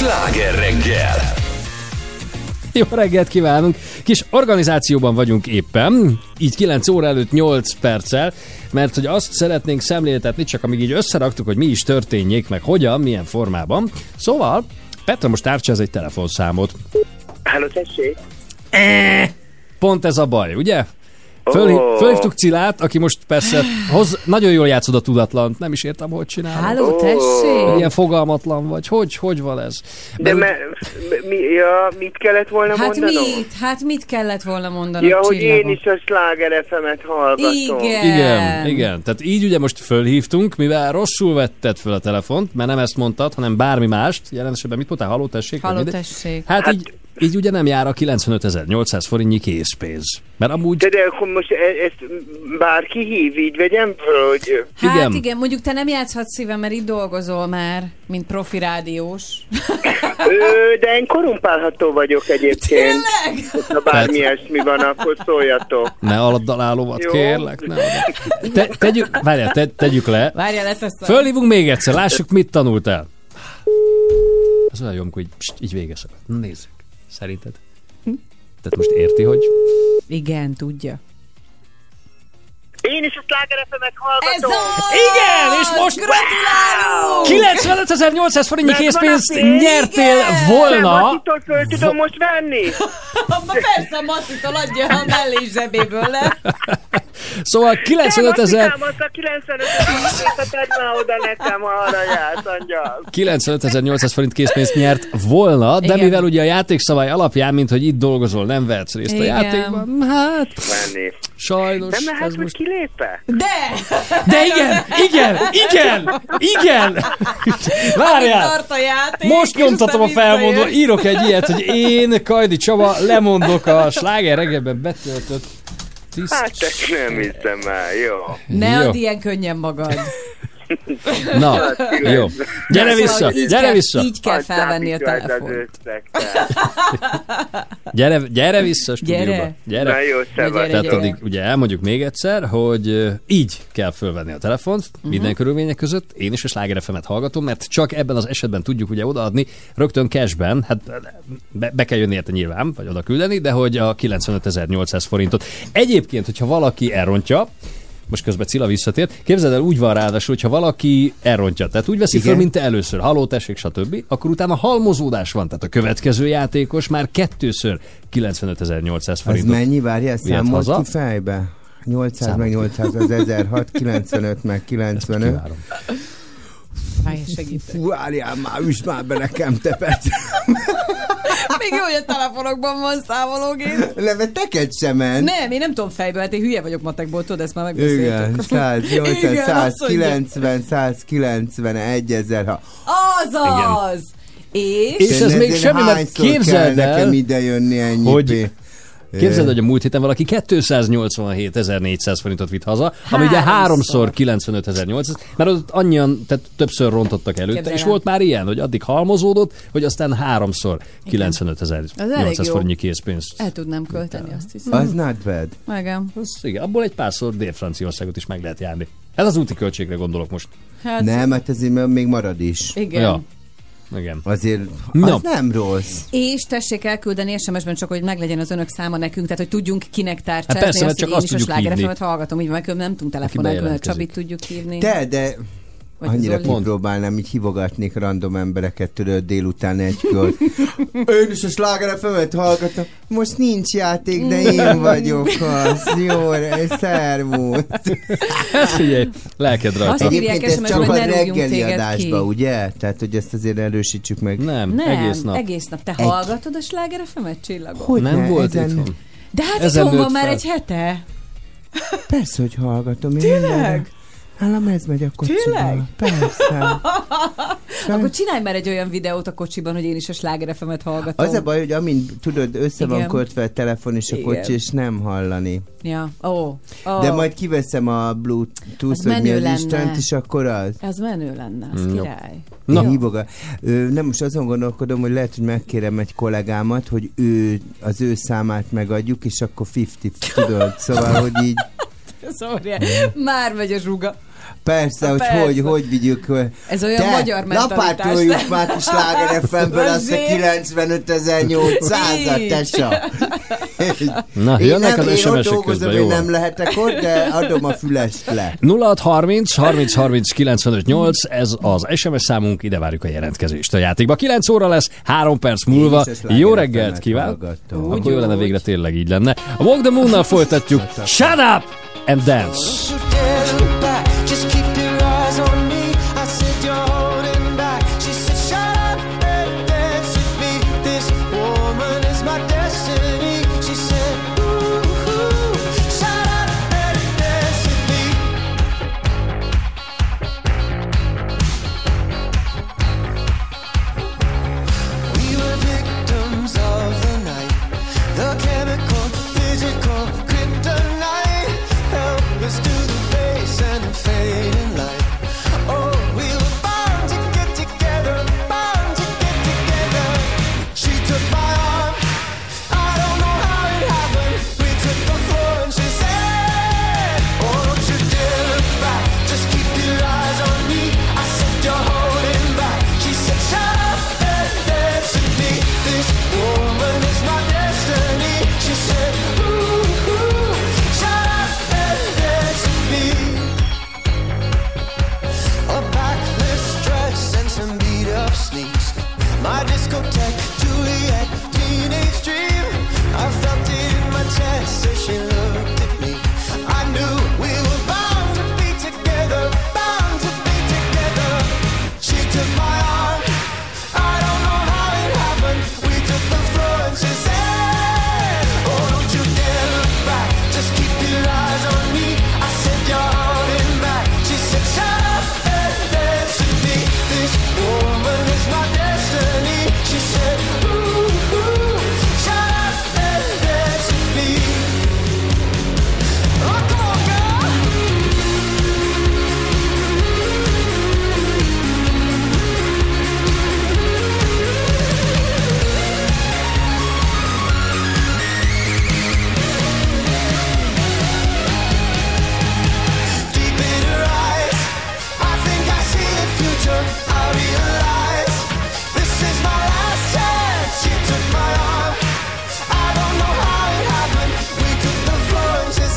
Sláger reggel! Jó reggelt kívánunk! Kis organizációban vagyunk éppen, így 9 óra előtt 8 perccel, mert hogy azt szeretnénk szemléltetni, csak amíg így összeraktuk, hogy mi is történjék, meg hogyan, milyen formában. Szóval, Petra most tárcsáz egy telefonszámot. Halló, tessék? Pont ez a baj, ugye? Ó. Fölhívtuk Cilát, aki most persze nagyon jól játszod a tudatlant, nem is értem, hogy csinálod. Háló, tessék! Ilyen fogalmatlan vagy. Hogy van ez? De mit kellett volna mondanom? mit kellett volna mondanom, Ja, hogy csillagom? én is a Sláger FM-et hallgatom. Igen. Tehát így ugye most fölhívtunk, mivel rosszul vetted föl a telefont, mert nem ezt mondtad, hanem bármi mást. Jelen esetben mit mondtál? Halló, tessék? Halló, tessék. Hát így ugye nem jár a 95.800 forintnyi készpénz. Mert amúgy... De akkor most ezt bárki hív, így vegyem föl, hogy... Hát igen, mondjuk te nem játszhatsz szívem, mert itt dolgozol már, mint profi rádiós. De én korumpálható vagyok egyébként. Tényleg? Ha bármi ilyesmi van, akkor szóljatok. Ne aladd a lálóvat, Jó. kérlek. Ne tegyük le. Várjál, leteszem. Fölhívunk még egyszer, lássuk, mit tanultál. Ez olyan jó, amikor így vége szakad. Nézzük. Szerinted? Tehát most érti, hogy... Igen, tudja. Én is a Sláger FM-et hallgatom. Igen, és most gratulálunk! 95.800 forintnyi készpénzt nyertél volna. Macitól föl tudom most venni? Persze, a Macitól adja a mellé zsebéből le. Szóval 95 000... Nem, azt a 95 000 tedd már oda nekem, ha arra jársz, angyal. 95.800 forint készpénzt nyert volna, de Igen. mivel ugye a játékszabály alapján, mint hogy itt dolgozol, nem vehetsz részt a Igen. játékban, hát Menni. sajnos. De mehet, ez hogy most... kilépve? De igen! Várjál! Tart a játék, Most és nyomtatom a aztán felmondó, visszajössz. írok egy ilyet, hogy én, Kajdi Csaba, lemondok a Sláger reggelben betöltött Hát csak nem hiszem el, jó. Ne Jó. add ilyen könnyen magad. Na, jó. Gyere vissza, Így gyere kell- vissza. Így kell felvenni a telefont. Gyere vissza a stúdióba. Na jó, szevasz. Tehát addig ugye elmondjuk még egyszer, hogy így kell fölvenni a telefont, minden körülmények között. Én is a Sláger FM-et hallgatom, mert csak ebben az esetben tudjuk ugye odaadni rögtön cashben, hát be kell jönni érte nyilván, vagy oda küldeni, de hogy a 95.800 forintot. Egyébként, hogyha valaki elrontja, most közben Cilla visszatért. Képzeld el, úgy van ráadásul, hogyha valaki elrontja, tehát úgy veszi föl, mint te először, halló, tessék, stb., akkor utána halmozódás van, tehát a következő játékos már kettőször 95.800 Az forintot mennyi? Várjál, vihet számolt haza. ki fejbe? 800 meg 800 az 1006, 95 meg 95. Várjál, segítek. Fú, várjál már, üsd már be nekem, te Petr. Még jó, hogy a telefonokban van számológép. Leve neked sem ment. Nem, én nem tudom fejből, hát én hülye vagyok matekból, tudod, ezt már megbeszéltük. Igen, 100, 800, Igen, azt mondja. 190, 191 ezer, ha... Azaz! És ez még semmi, mert hányszor kell képzeld el, nekem ide jönni ennyi hogy képzeld, hogy a múlt héten valaki 287.400 forintot vitt haza, ami ugye háromszor 95.800, mert ott annyian, tehát többször rontottak előtte, Képzeld és el. volt már ilyen, hogy addig halmozódott, hogy aztán háromszor Az elég 95.800 jó. forintnyi készpénzt. El tudnám költeni, azt hiszem. Az not bad. Igen. Igen, abból egy párszor Dél-Franciaországot is meg lehet járni. Ez az úti költségre gondolok most. Hát, Nem, hát ezért még marad is. igen. Ja. Igen. Azért No. az nem rossz. És tessék elküldeni SMS-ben csak, hogy meglegyen az önök száma nekünk, tehát hogy tudjunk kinek tárcsázni, Hát persze, mert azt, csak hogy én azt is a tudjuk Sláger hívni. FM-et hallgatom, így van, mert nem tudunk telefonálni, külön bejelentkezik. Csabit tudjuk hívni. De Vagy annyira Zoli. kipróbálnám, így hívogatnék random embereket, tudod, délután egykor. Én is a Sláger FM-et hallgatom. Most nincs játék, de én vagyok az. Jó, szervusz. Hát figyelj, lelked rajta. Azt írják Egyébként ez SMS-ben, csak hogy a ne rúgjunk reggeli téged adásba, ki. ugye? Tehát, hogy ezt azért erősítsük meg. Nem, egész nap. Te hallgatod a Sláger FM-et, Csillagom? Hogy Nem ne, volt ezen- itthon. De hát Ezen itthon van nőtt már fel. egy hete. Persze, hogy hallgatom. Tényleg? Nálam ez megy a kocsiba. Tényleg? Persze. Akkor csinálj már egy olyan videót a kocsiban, hogy én is a Sláger FM-et hallgatom. Az a baj, hogy amint tudod, össze van Igen. kötve a telefon és a Igen. kocsi, és nem hallani. Ja, De majd kiveszem a Bluetooth, Az hogy mi menő az lenne. Istent, és akkor az. Ez menő lenne, az No. király. Na. Hívoga. Nem, most azon gondolkodom, hogy lehet, hogy megkérem egy kollégámat, hogy az ő számát megadjuk, és akkor 50, tudod? Szóval, hogy így... Szóval már megy a zsuga. Persze, hogy vigyük. Ez olyan magyar mentalitás. Lapátoljuk már kis Sláger FM-ből azt a 95.800-at, tessa. Na, jönnek az SMS-ek közben, dolgozom, jó én van. nem lehetek ott, de adom a fülest le. 0630 30 30 95 8, ez az SMS számunk, ide várjuk a jelentkezést a játékba. 9 óra lesz, 3 perc múlva. Jó reggelt kíván! Akkor jó lenne, végre tényleg így lenne. A Walk the Moon-nal folytatjuk. Shut up and dance! Just keep your eyes on me. I said you're holding back. She said, shut up and dance with me. This woman is my destiny. She said, ooh, shut up and dance with me. We were victims of the night. The chemical, physical, kryptonite. Help us to the base and the fading light. Oh, we were bound to get together, bound to get together. She took my arm, I don't know how it happened. We took the floor and she said, oh, don't you dare look back, just keep your eyes on me. I said, you're holding back. She said, shut up and dance with me. This woman is my destiny. She said, ooh, shut up and dance with me. A backless dress and some beat up sneaks. My discotheque, Juliet, teenage dream. I felt it in my chest as she looked at me. I knew we were bound to be together, bound to be together. She took my arm, I don't know how it happened. We took the floor and she said, oh, don't you dare look back, just keep your eyes on me. I said, you're holding back. She said, shut up and dance with me. This woman is my destiny. She said, ooh, shut up and dance with me. Oh, come on, girl. Deep in her eyes, I think I see the future. I realize this is my last chance. She took my arm, I don't know how it happened. We took the floor and she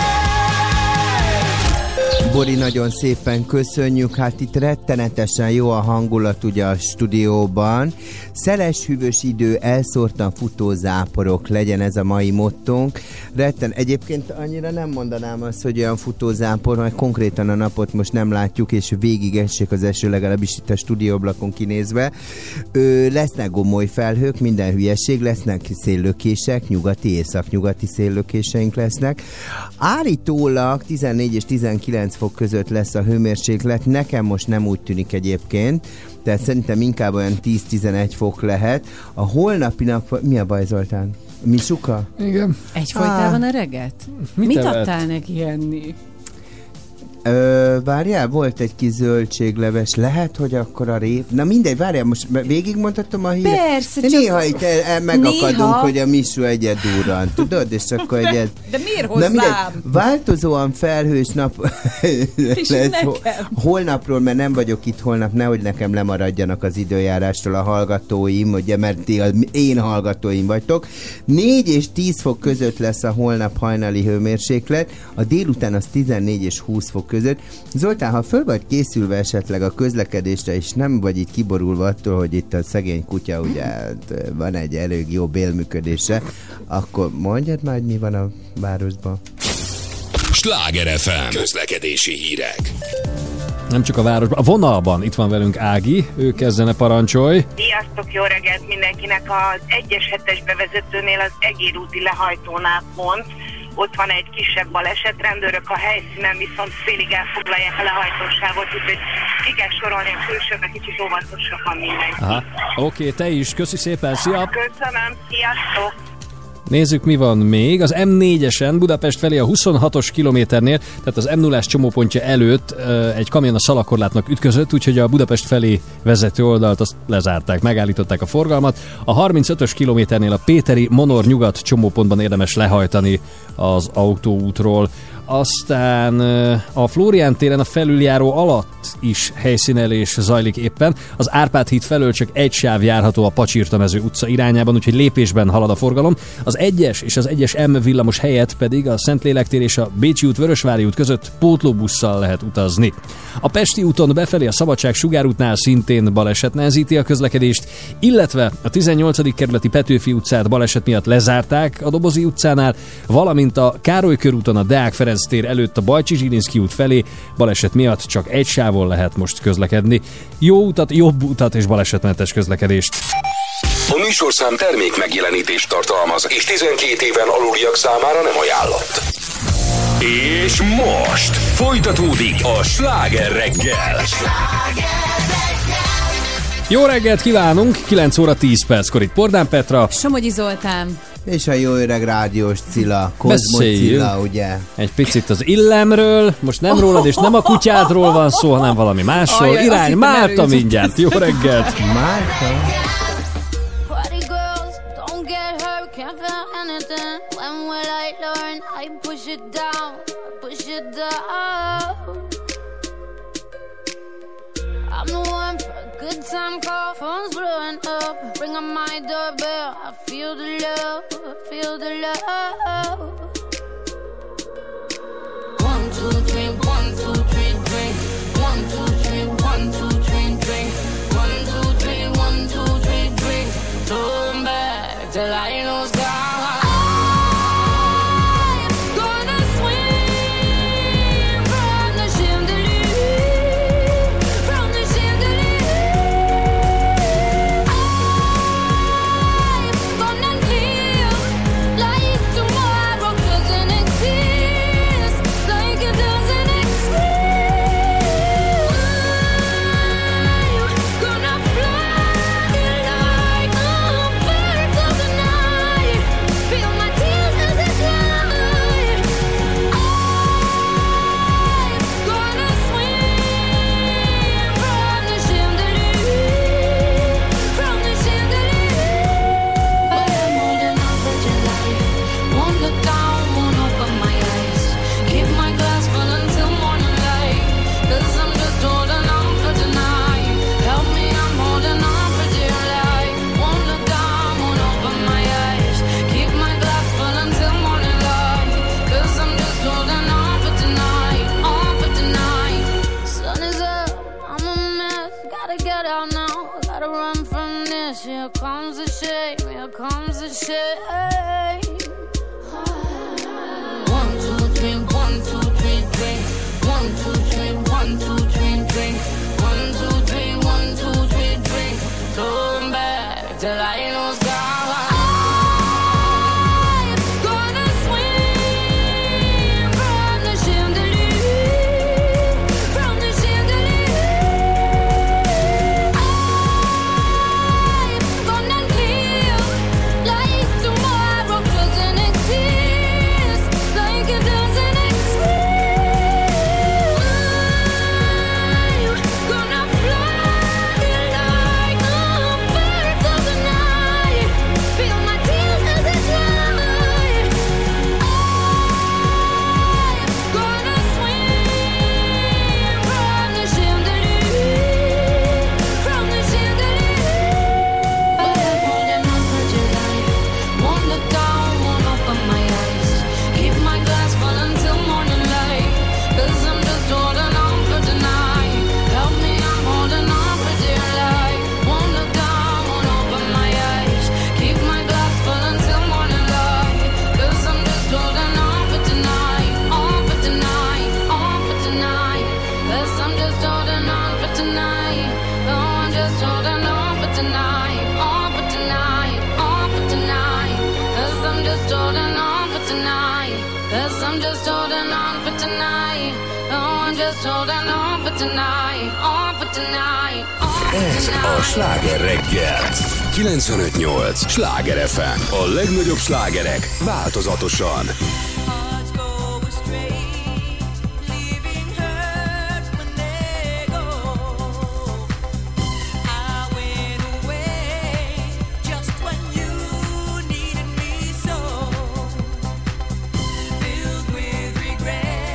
said, Bori, nagyon szépen köszönjük, hát itt rettenetesen jó a hangulat ugye a stúdióban. Szeles, hűvös idő, elszórtan futó záporok, legyen ez a mai mottónk. Egyébként annyira nem mondanám azt, hogy olyan futózápor, mert konkrétan a napot most nem látjuk, és végig esik az eső, legalábbis itt a stúdióblakon kinézve. Lesznek gomoly felhők, minden hülyeség, lesznek széllökések, nyugati, északnyugati széllökéseink lesznek. Állítólag 14 és 19 fok között lesz a hőmérséklet, nekem most nem úgy tűnik egyébként, tehát szerintem inkább olyan 10-11 fok lehet. A holnapi nap, mi a baj, Zoltán? Misuka? Igen. Egyfolytában a reget? Mit evett? adtál neki enni? Várjál, volt egy kis zöldségleves, lehet, hogy akkor a rép... Na mindegy, várjál, most végigmondhatom a híret? Persze, de csak... néha itt megakadunk, hogy a Misu egyed durran, tudod? És akkor egyed... De miért hozzám? Na mindegy, változóan felhős nap lesz holnapról, mert nem vagyok itt holnap, nehogy nekem lemaradjanak az időjárástól a hallgatóim, ugye, mert ti az én hallgatóim vagytok. 4 és 10 fok között lesz a holnap hajnali hőmérséklet, a délután az 14 és 20 fok között. Zoltán, ha föl vagy készülve esetleg a közlekedésre, és nem vagy itt kiborulva attól, hogy itt a szegény kutya ugye van egy elég jó bélműködése, akkor mondjad már, hogy mi van a városban. Sláger FM. Közlekedési hírek. Nem csak a városban, a vonalban itt van velünk Ági, ő kezdene, parancsolj. Sziasztok, jó reggelt mindenkinek! Az 1-es 7-es bevezetőnél az Egér úti lehajtónál pont. Ott van egy kisebb baleset, rendőrök a helyszínen viszont félig elfoglalják a lehajtóságot, úgyhogy ki kell sorolni a külsőben, kicsit óvatosabban mindenki. Aha, oké, te is, köszi szépen, szia! Köszönöm, sziasztok! Nézzük, mi van még. Az M4-esen Budapest felé a 26-os kilométernél, tehát az M0-ás csomópontja előtt egy kamion a szalakorlátnak ütközött, úgyhogy a Budapest felé vezető oldalt azt lezárták, megállították a forgalmat. A 35-ös kilométernél a Péteri Monor nyugat csomópontban érdemes lehajtani az autóútról. aztán a Flórián téren a felüljáró alatt is helyszínelés zajlik éppen. Az Árpád híd felől csak egy sáv járható a Pacsirtamező utca irányában, úgyhogy lépésben halad a forgalom. Az 1-es és az 1-es M villamos helyett pedig a Szentlélektér és a Bécsi út Vörösvári út között pótlóbusszal lehet utazni. A Pesti úton befelé a Szabadság sugárútnál szintén baleset nehezíti a közlekedést, illetve a 18. kerületi Petőfi utcát baleset miatt lezárták a Dobozi utcánál, valamint a Károly körúton a Deák Ferenc tér előtt a Bajcsi-Zsilinszky út felé baleset miatt csak egy sávon lehet most közlekedni. Jó utat, jobb utat és balesetmentes közlekedést! A műsorszám termék megjelenítést tartalmaz, és 12 éven aluliak számára nem ajánlott. És most folytatódik a Sláger reggel. Jó reggelt kívánunk! 9 óra 10 perckor itt Pordán Petra. Somogyi Zoltán. És a jó öreg rádiós Cilla, Kozmo Cilla, ugye? Egy picit az illemről, most nem rólad és nem a kutyádról van szó, hanem valami másról. Ajaj, Irány Márta mindjárt. Jó reggelt! Márta? Party girls, don't get hurt, can't feel anything. When will I learn? I push it down, push it down. I'm the one for a good time call, phone's blowing up. Ring on my doorbell, I feel the love, feel the love. 1, 2, 3, 1, 2, 3, drink. 1, 2, 3, 1, 2, 3, drink. 1, 2, 3, 1, 2, 3, drink. Turn back till I lose God. Here comes the shame, here comes the shame. 1, 2, 3, 1, 2, 3, drink. 1, 2, 3, 1, 2, 3, drink. 1, 2, 3, 1, 2, 3, drink. Turn back till I lose God. Ez a Sláger reggel. 95.8 Sláger FM. A legnagyobb slágerek változatosan. Filled with regret.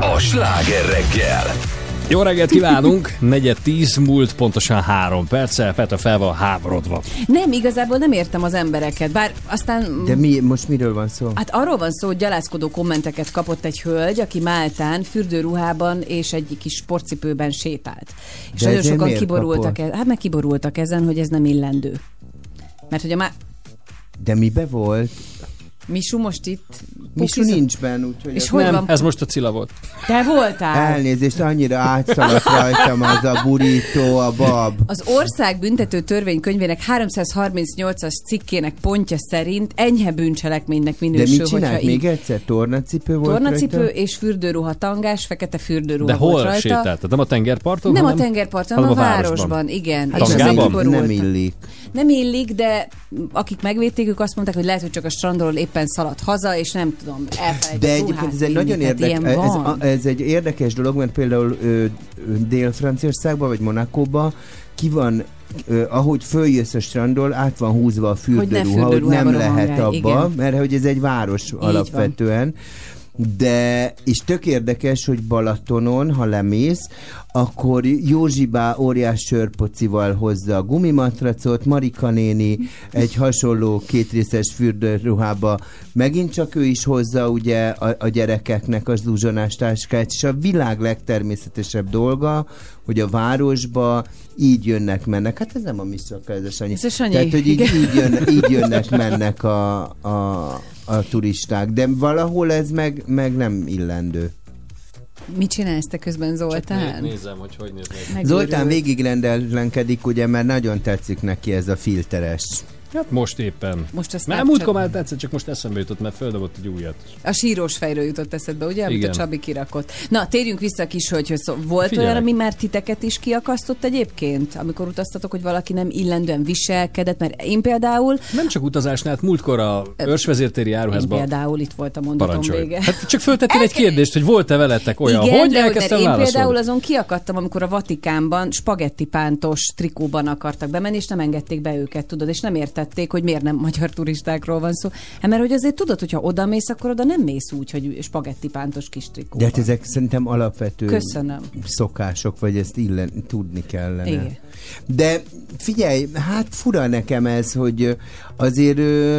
a Sláger reggel. Jó reggelt kívánunk! 9:10 múlt pontosan 3 perccel. Petra fel van háborodva. Nem, igazából nem értem az embereket, bár aztán... De most miről van szó? Hát arról van szó, hogy gyalázkodó kommenteket kapott egy hölgy, aki Máltán fürdőruhában és egy kis sportcipőben sétált. És De nagyon ezért sokan miért kiborultak, kapott? hát meg kiborultak ezen, hogy ez nem illendő. Mert hogy De mibe volt? Misu most itt... Misu nincs benne, úgyhogy... És hogy nem, van? ez most a Cilla volt. Te voltál? Elnézést, annyira átszaladt rajtam az a burító, a bab. Az ország büntető törvénykönyvének 338-as cikkének pontja szerint enyhe bűncselekménynek minősül, De mit csinált hogyha még egyszer? Tornacipő volt tornacipő rajta? és fürdőruha tangás, fekete fürdőruha De volt hol rajta. sétált? Tehát nem a tengerparton? Nem hanem, a tengerparton, hanem a városban. Igen. És azért Tangában? kiborultak. Nem illik. Nem illik, de akik megvédték, ők azt mondták, hogy lehet, hogy csak a strandról éppen szaladt haza, és nem tudom, elfelejtett De egyébként ez egy nagyon ez egy érdekes dolog, mert például Dél-Franciaországban vagy Monakóban ki van, ahogy följössz a strandról, át van húzva a fürdőruha, hogy nem lehet abba, igen. Mert hogy ez egy város alapvetően. De, és tök érdekes, hogy Balatonon, ha lemész, akkor Józsibá óriás sörpocival hozza a gumimatracot, Marika néni egy hasonló kétrészes fürdőruhába megint csak ő is hozza ugye a gyerekeknek az zuzsonás táskát, és a világ legtermészetesebb dolga, hogy a városba így jönnek, mennek. Hát ez nem a mi szaka, ez a Sanyi. Ez a Sanyi. Tehát, hogy így jönnek, mennek a turisták, de valahol ez meg nem illendő. Mit csinálsz te közben, Zoltán? Nézem, hogy néznek. Zoltán végig rendellenkedik, ugye, mert nagyon tetszik neki ez a filteres. Hát most éppen. Mert múltkor már tetszett, csak most eszembe jutott, mert földobott egy újat. A sírós fejről jutott eszedbe, ugye? Amit Igen. a Csabi kirakott. Na, térjünk vissza a kis hölgyhöz. Volt Figyelek. olyan, ami már titeket is kiakasztott egyébként? Amikor utaztatok, hogy valaki nem illendően viselkedett? Mert én például... Nem csak utazásnál, hát múltkor a őrsvezértéri Én áruházban. például itt volt a mondatom Parancsolj. vége. Hát csak föltettél egy kérdést, hogy volt-e veletek olyan, Igen, hogy de mert elkezdtem én válaszolni. például azon kiakadtam, amikor a Vatikánban spagettipántos trikóban akartak bemenni, és nem engedték be őket, tudod, és nem értették, hogy miért nem magyar turistákról van szó. Hát mert hogy azért tudod, hogyha oda mész, akkor oda nem mész úgy, hogy spagettipántos kis trikóban. De hát ezek szerintem alapvető Köszönöm. szokások, vagy ezt tudni kellene. Igen. De figyelj, hát fura nekem ez, hogy azért...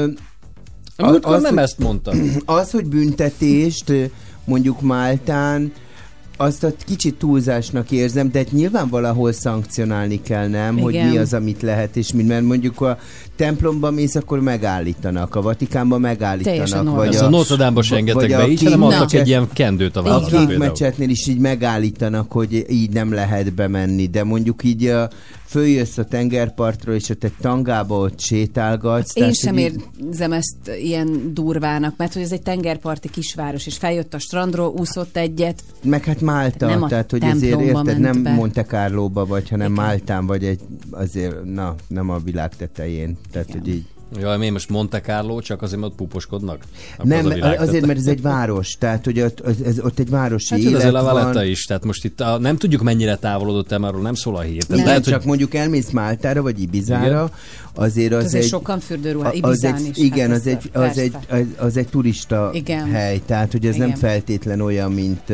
nem ezt mondtam. Az, hogy büntetést mondjuk Máltán, azt a kicsit túlzásnak érzem, de nyilván valahol szankcionálni kell, nem? Igen. Hogy mi az, amit lehet, és mind, mert mondjuk a templomba mész, akkor megállítanak, a Vatikánban megállítanak. Vagy ez a Notre Dame-ba se engedtek be így, hanem adtak egy ilyen kendőt a városba. A kék mecsetnél is így megállítanak, hogy így nem lehet bemenni, de mondjuk így följössz a tengerpartról, és ott egy tangába ott sétálgatsz. Én sem érzem ezt ilyen durvának, mert hogy ez egy tengerparti kisváros, és feljött a strandról, úszott egyet. Meg hát Málta, Nem a tehát hogy ezért templomba érted, ment nem be. Monte Carlóba vagy, hanem Máltán vagy azért, nem a világ tetején. Tehát, hogy így. Jaj, mi most Monte Carlo, csak azért, mert ott puposkodnak? Akkor Nem, az a világ azért, tette. mert ez egy város, tehát hogy ott egy városi Hát élet azért a Valletta van. is, tehát most itt nem tudjuk mennyire távolodott el, arról nem szól a hír. Nem, Lehet, csak hogy... mondjuk elmész Máltára, vagy Ibizára, azért az Azért egy... sokan fürdőruhá, Ibizán is. Igen, hát az egy turista Igen. hely, tehát hogy ez Igen. nem feltétlen olyan,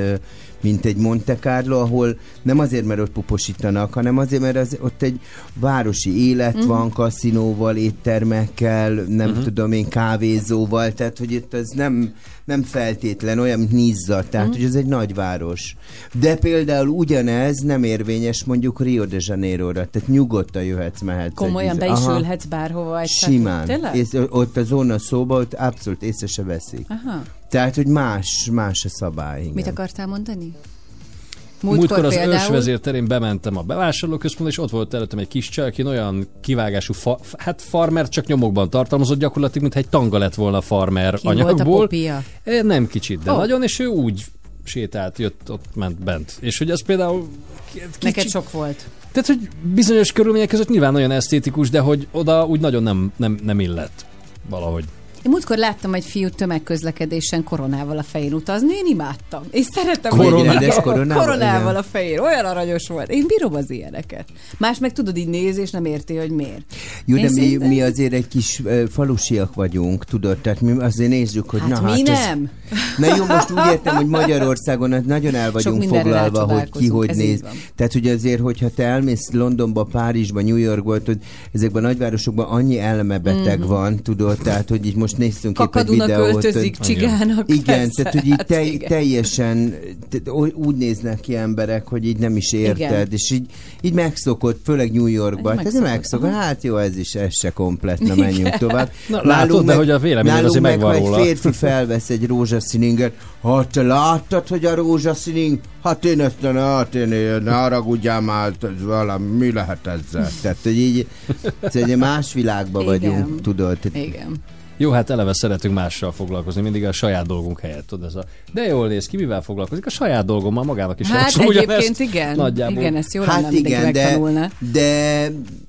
mint egy Monte Carlo, ahol nem azért, mert ott puposítanak, hanem azért, mert ott egy városi élet van, kaszinóval, éttermekkel, nem tudom én, kávézóval, tehát hogy itt ez nem feltétlen olyan, mint Nizza, tehát hogy ez egy nagyváros. De például ugyanez nem érvényes mondjuk Rio de Janeiro-ra, tehát nyugodtan mehetsz. Komolyan be is ülhetsz bárhova. Simán. Tényleg? És ott a zóna szóba, ott abszolút észre se veszik. Aha. Tehát, hogy más a szabály. Igen. Mit akartál mondani? Múltkor az például... őrsvezérterén bementem a bevásárlóközpontba, és ott volt előttem egy kis csaj, aki olyan kivágású farmer csak nyomokban tartalmazott, gyakorlatilag, mintha egy tanga lett volna farmer Ki anyagból. volt a popia? Nem kicsit, de nagyon, és ő úgy sétált, jött, ott ment bent. És hogy az például... Neked sok volt. Tehát, hogy bizonyos körülmények között nyilván nagyon esztétikus, de hogy oda úgy nagyon nem illett valahogy. Én múltkor láttam egy fiút tömegközlekedésen koronával a fején utazni, én imádtam. És szeretem, koronával a fején. Olyan aranyos volt. Én bírom az ilyeneket. Más meg tudod, így néz, és nem érti, hogy miért. Jó, de mi azért egy kis falusiak vagyunk, tudod, tehát mi azért nézzük, hogy mi nem. Na jó, most úgy értem, hogy Magyarországon nagyon el vagyunk foglalva, hogy ki hogy néz. Tehát, hogy azért, hogyha te elmész Londonba, Párizsba, New Yorkba, hogy ezekben a nagyvárosokban annyi elmebeteg van, tudod, tehát, hogy így most néztünk épp egy videót. Költözik csigának. Igen, persze, tehát, hogy így teljesen úgy néznek ki emberek, hogy így nem is érted, igen. És így megszokott, főleg New Yorkban. Ez megszokott, hát jó, ez se komplet, na menjünk tovább. Na, látod, de hogy a véleményed azért megvan róla. Ha egy férfi felvesz egy rózsaszín inget, ha te láttad, hogy a rózsaszín ing, hát én ezt ne haragudjál már, mi lehet ezzel? Tehát, hogy így egy más világban vagyunk, tudod. Igen. Jó, hát eleve szeretünk mással foglalkozni, mindig a saját dolgunk helyett, tudod, ez a de jól néz ki, mivel foglalkozik? A saját dolgommal magának is. Hát egyébként igen. Nagyjából. Igen, ezt jól lenne, igen, megtanulna. De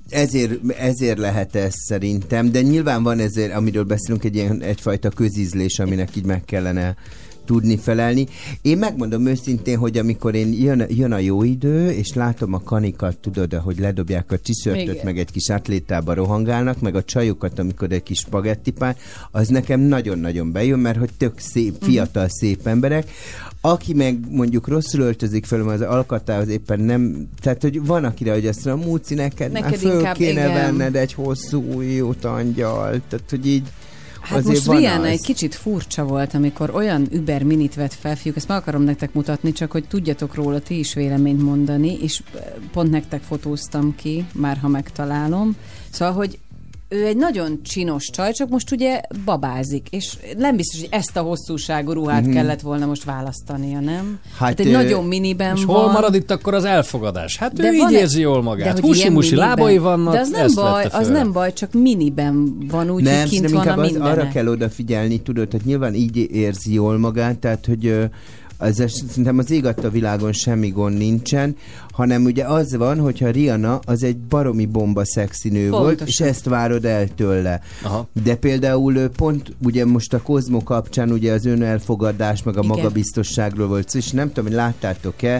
ezért lehet ez szerintem, de nyilván van ezért, amiről beszélünk, egyfajta közízlés, aminek így meg kellene tudni felelni. Én megmondom őszintén, hogy amikor jön a jó idő, és látom a kanikat, tudod, hogy ledobják a t-shirtöt, meg egy kis atlétába rohangálnak, meg a csajokat, amikor egy kis spagettipán, az nekem nagyon-nagyon bejön, mert hogy tök szép, fiatal, szép emberek. Aki meg mondjuk rosszul öltözik fel, az alkatához éppen nem, tehát hogy van akire, hogy azt mondja, Múci, neked már föl kéne venned egy hosszú ujjút angyal, tehát hogy így hát most Rihanna egy kicsit furcsa volt, amikor olyan Uber minit vett fel, fiúk, ezt meg akarom nektek mutatni, csak hogy tudjatok róla ti is véleményt mondani, és pont nektek fotóztam ki, már ha megtalálom. Szóval, hogy ő egy nagyon csinos csaj, csak most ugye babázik, és nem biztos, hogy ezt a hosszúságú ruhát kellett volna most választania, nem? Hát egy nagyon miniben és van. Hol marad itt akkor az elfogadás? Hát de ő így érzi jól magát. Husi-musi lábai vannak, de az nem baj, csak miniben van úgy, hogy kint van a mindenek. Arra kell odafigyelni, tudod, hogy nyilván így érzi jól magát, tehát, hogy szerintem az ég adta világon semmi gond nincsen, hanem ugye az van, hogyha Rihanna az egy baromi bomba szexi nő volt, és ezt várod el tőle. Aha. De például pont ugye most a Kozmo kapcsán ugye az önelfogadás, meg a magabiztosságról volt, és nem tudom, hogy láttátok-e,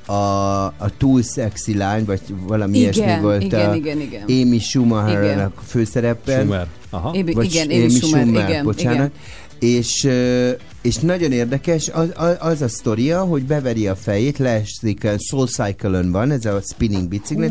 a túl szexi lány, vagy valami ilyesmi volt igen. Amy Schumer a főszereppen. Schumer. Aha. Amy Schumer, bocsánat. És nagyon érdekes az a sztoria, hogy beveri a fejét, leeszik, Soul Cycle-ön van, ez a spinning biciklet.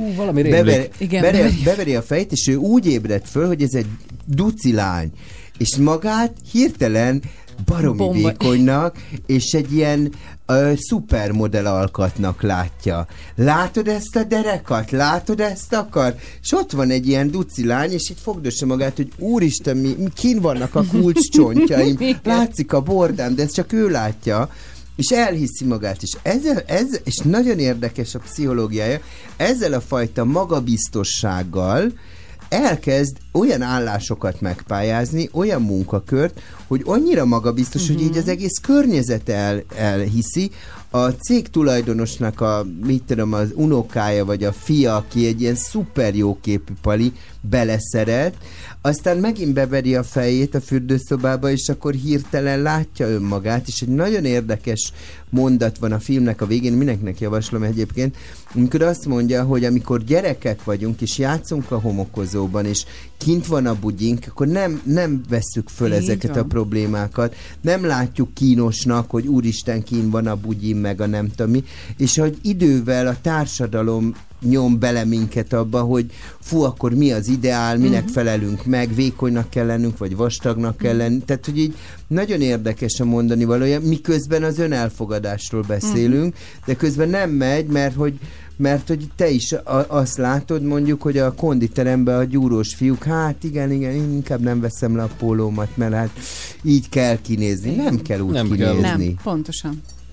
Beveri a fejét, és ő úgy ébred föl, hogy ez egy duci lány. És magát hirtelen baromi vékonynak, és egy ilyen szupermodell alkatnak látja. Látod ezt a derekat? Látod ezt akar? És ott van egy ilyen duci lány, és itt fogdossa magát, hogy úristen, mi kin vannak a kulcscsontjaim, látszik a bordám, de ezt csak ő látja, és elhiszi magát, és és nagyon érdekes a pszichológiája, ezzel a fajta magabiztossággal elkezd olyan állásokat megpályázni, olyan munkakört, hogy annyira magabiztos, hogy így az egész környezet elhiszi. A cég tulajdonosnak az unokája, vagy a fia, aki egy ilyen szuper jóképű pali, beleszeret, aztán megint beveri a fejét a fürdőszobába, és akkor hirtelen látja önmagát, és egy nagyon érdekes mondat van a filmnek a végén, mindenkinek javaslom egyébként, amikor azt mondja, hogy amikor gyerekek vagyunk, és játszunk a homokozóban, és kint van a bugyink, akkor nem vesszük föl ezeket a problémákat, nem látjuk kínosnak, hogy úristen, kín van a bugyin, meg a nem tudom mi, és hogy idővel a társadalom nyom bele minket abba, hogy fú, akkor mi az ideál, minek felelünk meg, vékonynak kell lennünk, vagy vastagnak kell lennünk. Tehát, hogy így nagyon érdekes a mondani valójában, miközben az önelfogadásról beszélünk, de közben nem megy, mert hogy te is azt látod, mondjuk, hogy a konditeremben a gyúrós fiúk, hát igen, én inkább nem veszem le a pólómat, mert hát így kell kinézni. Nem kell úgy kinézni. Nem, pontosan.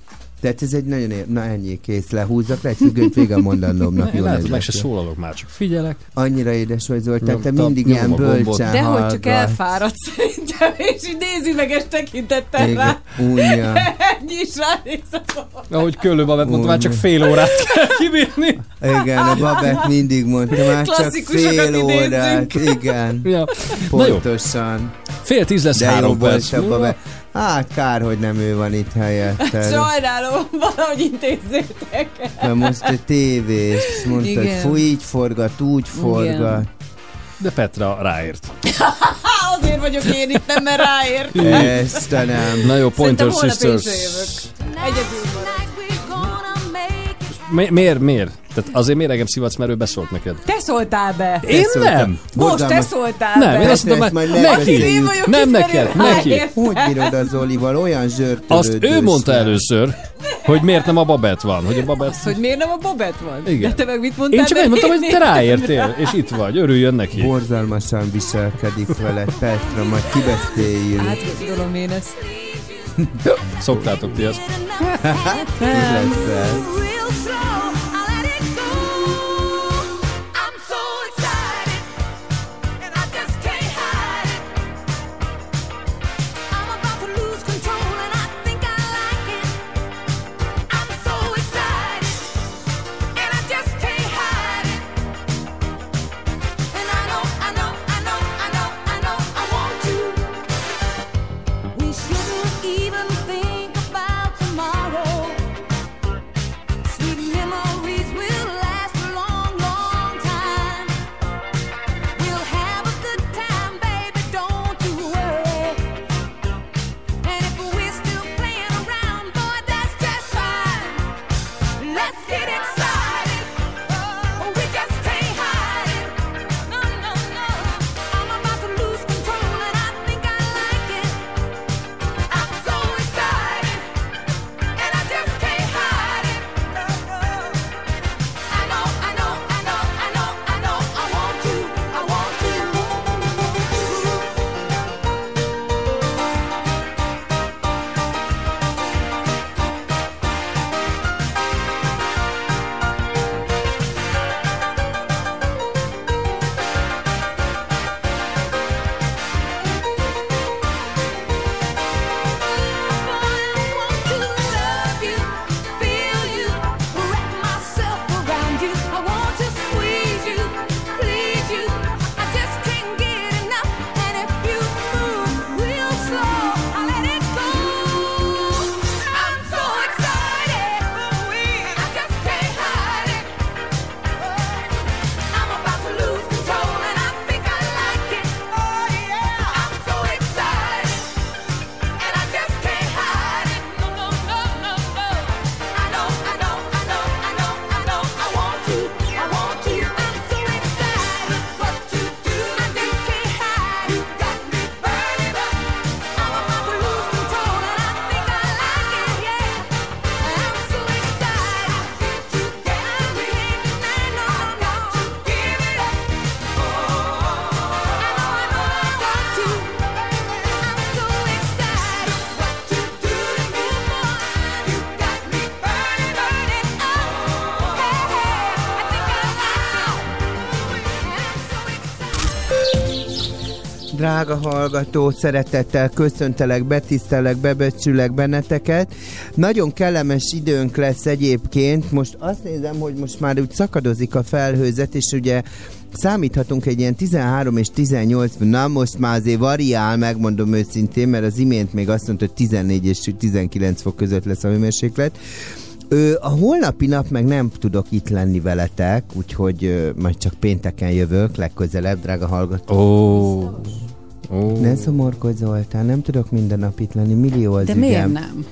Tehát ez egy nagyon na ennyi, kész, lehúzzak le, egy függönyt vége a mondanomnak. Én lehet, meg se szólalok már, csak figyelek. Annyira édes vagy, Zoltán, te mindig ilyen bölcsen de hallgatsz. hogy csak elfáradt szerintem, és így nézimeges tekintettel rá. Unja. Ennyi is ránéz a Babett. Ahogy Köllő Babett mondta, már csak fél órát kell kibírni. Igen, a Babett mindig mondta, már csak fél órát. Igen, ja. pontosan. 9:30 lesz, de 3 jó perc volt a Babett. Hát kár, hogy nem ő van itt helyetted. Sajnálom, valahogy intézzétek el. Mert most a tévés, mondta, hogy fú, így forgat, úgy forgat. Igen. De Petra ráért. Azért vagyok én itt, nem, mert ráért. Ezt nem. Na jó, Pointer Sisters. Egyedül Miért? Tehát azért miért engem szivatsz, mert ő beszólt neked? Te szóltál be! Én nem! Most te szóltál nem, be! Én azt mondom, hogy neki! Nem neked, neki! Hogy bírod a Zolival? Olyan zsörtölődős. Azt ő mondta először, hogy miért nem a Babett van. Hogy a Babett... Azt, hogy miért nem a Babett van? Igen. De te meg mit mondtál? Én csak mondtam, hogy te ráértél, és itt vagy, örüljön neki. Borzalmasan viselkedik veled, Petra, majd kibeszéljünk. Átgondolom én ezt. Szoktátok ti ezt. Ki lesz ez? Drága hallgató, szeretettel köszöntelek, betisztelek, bebecsülek benneteket. Nagyon kellemes időnk lesz egyébként. Most azt nézem, hogy most már úgy szakadozik a felhőzet, és ugye számíthatunk egy ilyen 13 és 18, na most már azért variál, megmondom őszintén, mert az imént még azt mondta, hogy 14 és 19 fok között lesz a hőmérséklet. A holnapi nap meg nem tudok itt lenni veletek, úgyhogy majd csak pénteken jövök, legközelebb, drága hallgató. Ne szomorkodj, Zoltán, nem tudok minden nap itt lenni, millió az de ügyem. miért nem?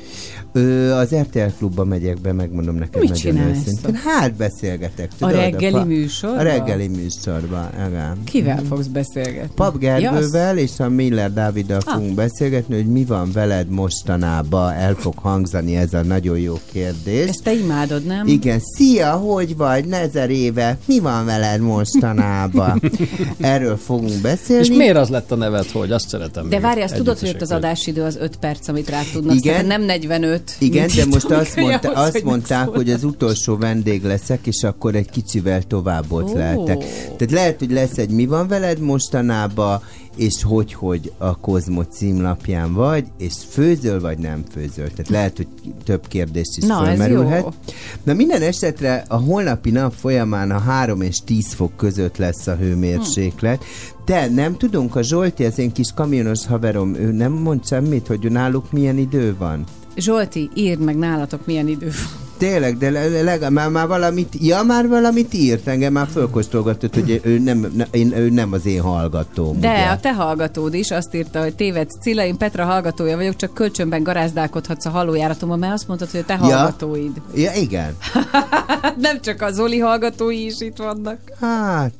Az RTL klubba megyek be, megmondom neked. Mit nagyon őszintén. Hát beszélgetek. Tudod, a reggeli műsorban? A reggeli műsorban, igen. Kivel fogsz beszélgetni? Pap Gergővel és a Miller Dáviddal fogunk beszélgetni, hogy mi van veled mostanában, el fog hangzani ez a nagyon jó kérdés. Ezt te imádod, nem? Igen. Szia, hogy vagy? 1000 éve. Mi van veled mostanában? Erről fogunk beszélni. És miért az lett a neved, hogy? Azt szeretem. De várj, azt tudod, hogy ott az adásidő az 5 perc, amit rá tudnak. Igen. Nem 45, volt. Igen, de most indítója ahhoz, azt mondták, megszólal. hogy az utolsó vendég leszek, és akkor egy kicsivel tovább ott lehetek. Tehát lehet, hogy lesz egy Mi van veled mostanában, és hogy a Kozmo címlapján vagy, és főzöl, vagy nem főzöl. Tehát lehet, hogy több kérdést is felmerülhet. Na minden esetre a holnapi nap folyamán a 3 és 10 fok között lesz a hőmérséklet. De nem tudunk, a Zsolti, az én kis kamionos haverom, ő nem mond semmit, hogy náluk milyen idő van. Zsolti, írd meg nálatok milyen idő van. Tényleg, de már valamit írt, engem már fölkóstolgatott, hogy ő nem az én hallgatóm. De ugye? a te hallgatód is azt írta, hogy tévedsz, Cilla, én Petra hallgatója vagyok, csak kölcsönben garázdálkodhatsz a halójáratomban, mert azt mondtad, hogy a te hallgatóid. Ja, igen. Nem csak a Zoli hallgatói is itt vannak. Hát,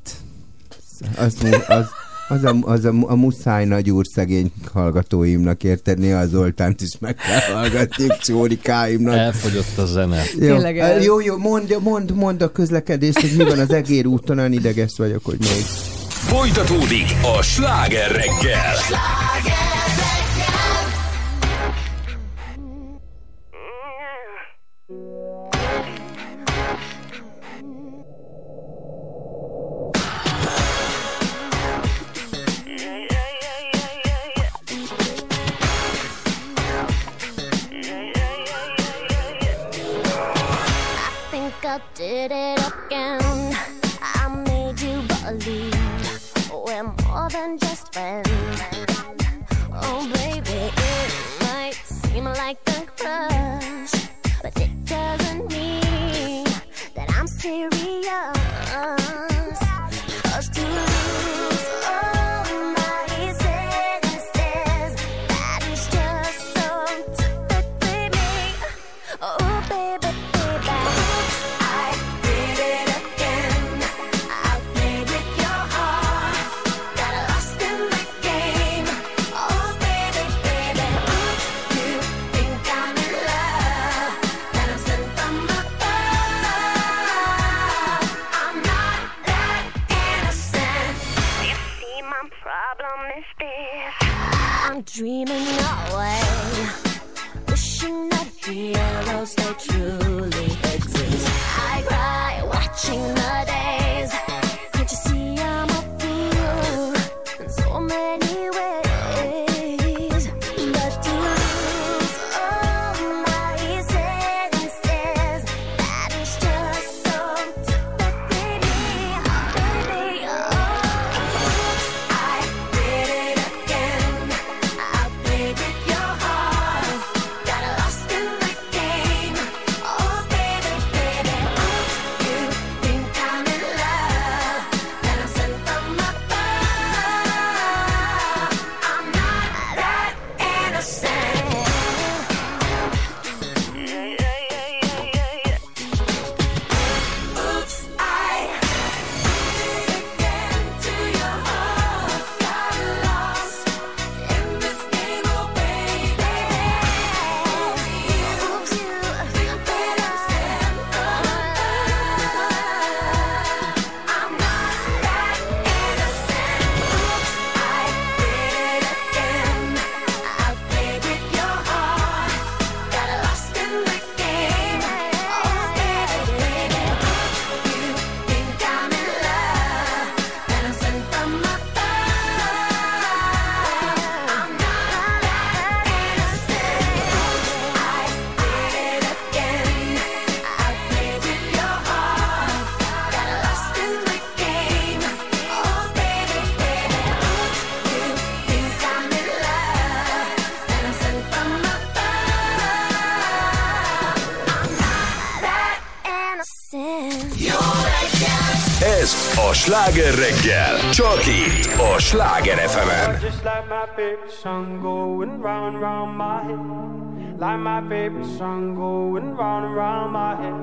az a muszáj nagyúr szegény hallgatóimnak, érted? Néha a Zoltánt is meg kell hallgatni, Csórikáimnak. Elfogyott a zene. Jó, mondd a közlekedést, hogy mi van az Egér úton, olyan ideges vagyok, hogy még. Folytatódik a Sláger reggel. I did it again. I made you believe we're more than just friends. Oh, baby, it might seem like a crush, but it doesn't mean that I'm serious. 'Cause to lose all my senses, that is just so typically me. Oh, baby, baby. I'm dreaming away, wishing that heroes they truly exist. I cry watching the days. Can't you see I'm a fool in so many ways? But to lose all my senses, that is just so typically me, baby. Oops, I did it again. I played with your heart, got lost in the game. Oh, baby, baby, oops, you think I'm in love, that I'm sent from above. I'm not that innocent. Oops, I did it again to your heart, got lost in this game, oh baby. Oops, you think I'm sent from above. I'm not that innocent. Oops, I did it again. I played with your heart, got lost in the game. Oh baby, baby, you think I'm in love, that I'm sent from above. I'm not that innocent. I did it again. I played with your heart, got lost in the game. Oh baby, baby, you think I'm in love, that I'm sent from above. I'm not that innocent. Ez a Sláger reggel. Csak itt a Sláger FM-en. Just like my favorite song going round and round my head. Like my favorite song going round and round my head.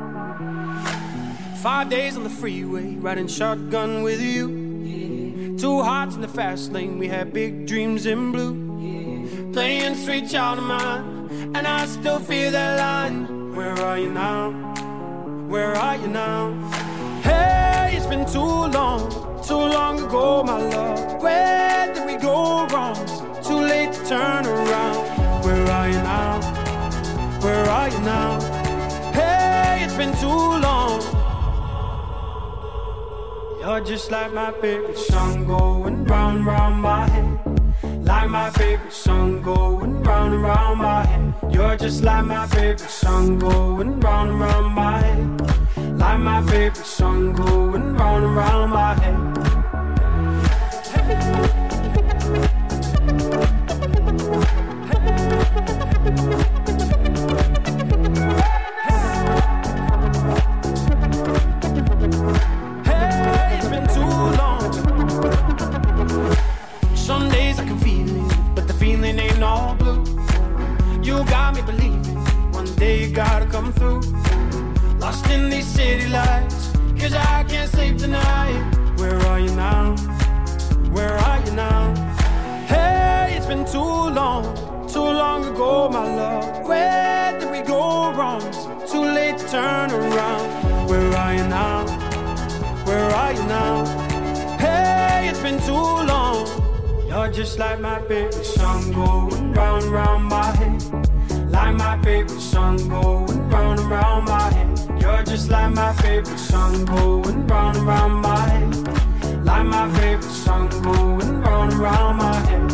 5 days on the freeway, riding shotgun with you. Two hearts in the fast lane, we had big dreams in blue. Playing Sweet Child of Mine, and I still feel that line. Where are you now? Where are you now? Hey, it's been too long ago, my love. Where did we go wrong? Too late to turn around. Where are you now? Where are you now? Hey, it's been too long. You're just like my favorite song going round and round my head. Like my favorite song going round and round my head. You're just like my favorite song going round and round my head. Like my favorite song going round and round my head. Hey, it's been too long. Some days I can feel it, but the feeling ain't all blue. You got me believing one day you gotta come through. Lost in these city lights, 'cause I can't sleep tonight. Where are you now? Where are you now? Hey, it's been too long ago, my love. Where did we go wrong? Too late to turn around. Where are you now? Where are you now? Hey, it's been too long. You're just like my favorite song going round and round my head. Like my favorite song going round and round my head. You're just like my favorite song going round and round my head. Like my favorite song going round and round my head.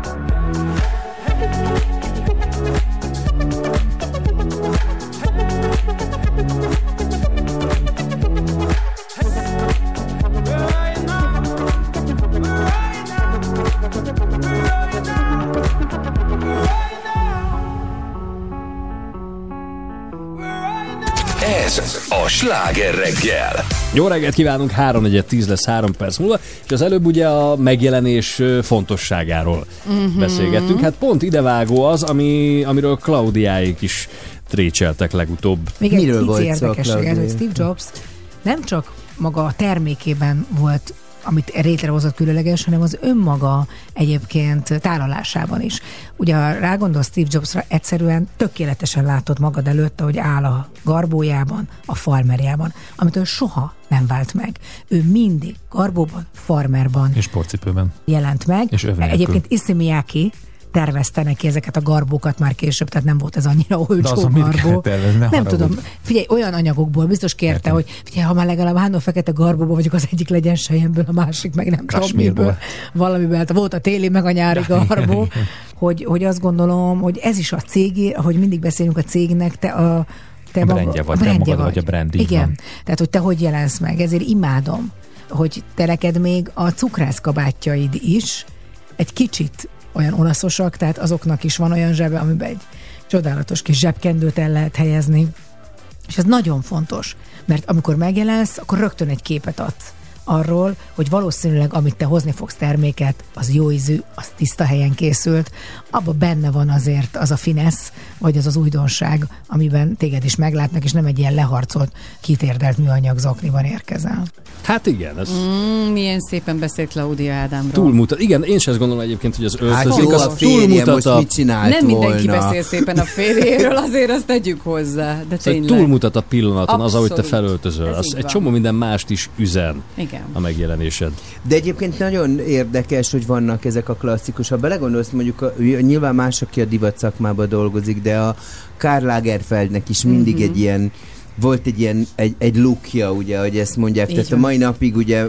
Ez a Sláger reggel. Jó reggelt kívánunk, 3:10 lesz 3 perc múlva, és az előbb ugye a megjelenés fontosságáról beszélgettünk. Hát pont idevágó az, amiről Klaudiáik is trécseltek legutóbb. Még egy pici érdekesség, hogy Steve Jobs nem csak maga a termékében volt, amit létrehozott különleges, hanem az önmaga egyébként tálalásában is. Ugye, ha rágondolsz Steve Jobsra, egyszerűen tökéletesen látod magad előtt, ahogy áll a garbójában, a farmerjában, amitől soha nem vált meg. Ő mindig garbóban, farmerban és sportcipőben jelent meg. És öv nélkül. Egyébként Issey Miyake tervezte neki ezeket a garbókat már később, tehát nem volt ez annyira olcsó garbó. Nem tudom, figyelj, olyan anyagokból biztos kérte, hogy figyelj, ha már legalább 3 fekete garbóból vagyok, az egyik legyen selyemből, a másik meg nem tudom miből. Valamiből, volt a téli meg a nyári garbó, hogy azt gondolom, hogy ez is a cégé, ahogy mindig beszélünk a cégnek, te a brandje vagy a brand. Igen, van. tehát hogy te hogy jelensz meg, ezért imádom, hogy te neked még a cukrászkabátjaid is egy kicsit olyan olaszosak, tehát azoknak is van olyan zsebe, amiben egy csodálatos kis zsebkendőt el lehet helyezni. És ez nagyon fontos, mert amikor megjelensz, akkor rögtön egy képet adsz arról, hogy valószínűleg amit te hozni fogsz terméket, az jó ízű, az tiszta helyen készült, abban benne van azért az a finesz, vagy az az újdonság, amiben téged is meglátnak, és nem egy ilyen leharcolt, kitérdelt műanyag zokniban érkezel. Hát igen, ez... milyen szépen beszélt Klaudia Ádámról. Túlmutat. Igen, én sem gondolom egyébként, hogy az öltözik, az túlmutat a... Nem mindenki beszél szépen a férjéről, azért azt tegyük hozzá, de tényleg. Túlmutat a pillanaton az, ahogy te felöltözöl. Az egy csomó minden mást is üzen. Igen. A megjelenésed. De egyébként nagyon érdekes, hogy vannak ezek a klasszikus. Ha belegondolsz, mondjuk nyilván más, aki a divat szakmában dolgozik, de a Karl Lagerfeldnek is mindig egy ilyen, volt egy ilyen, egy lookja, ugye, hogy ezt mondják. Tehát a mai napig ugye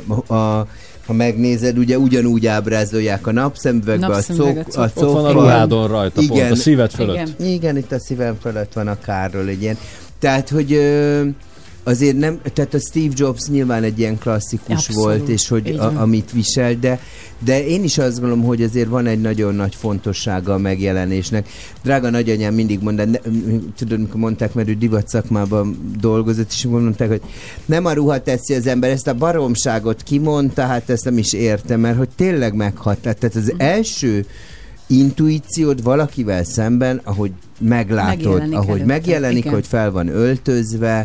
ha megnézed, ugye ugyanúgy ábrázolják a napszemüvegbe, a ott van a ruhádon rajta, igen, pont a szíved fölött. Igen, itt a szívem fölött van a Karlról egy ilyen. Tehát, hogy azért nem, tehát a Steve Jobs nyilván egy ilyen klasszikus abszolút volt, és hogy amit visel, de én is azt gondolom, hogy azért van egy nagyon nagy fontossága a megjelenésnek. Drága nagyanyám mindig tudod, mikor mondták, mert ő divat szakmában dolgozott, és mondták, hogy nem a ruha teszi az ember, ezt a baromságot kimondta, hát ezt nem is értem, mert hogy tényleg meghat. Tehát az első intuíciód valakivel szemben, ahogy meglátod, ahogy megjelenik, hogy fel van öltözve,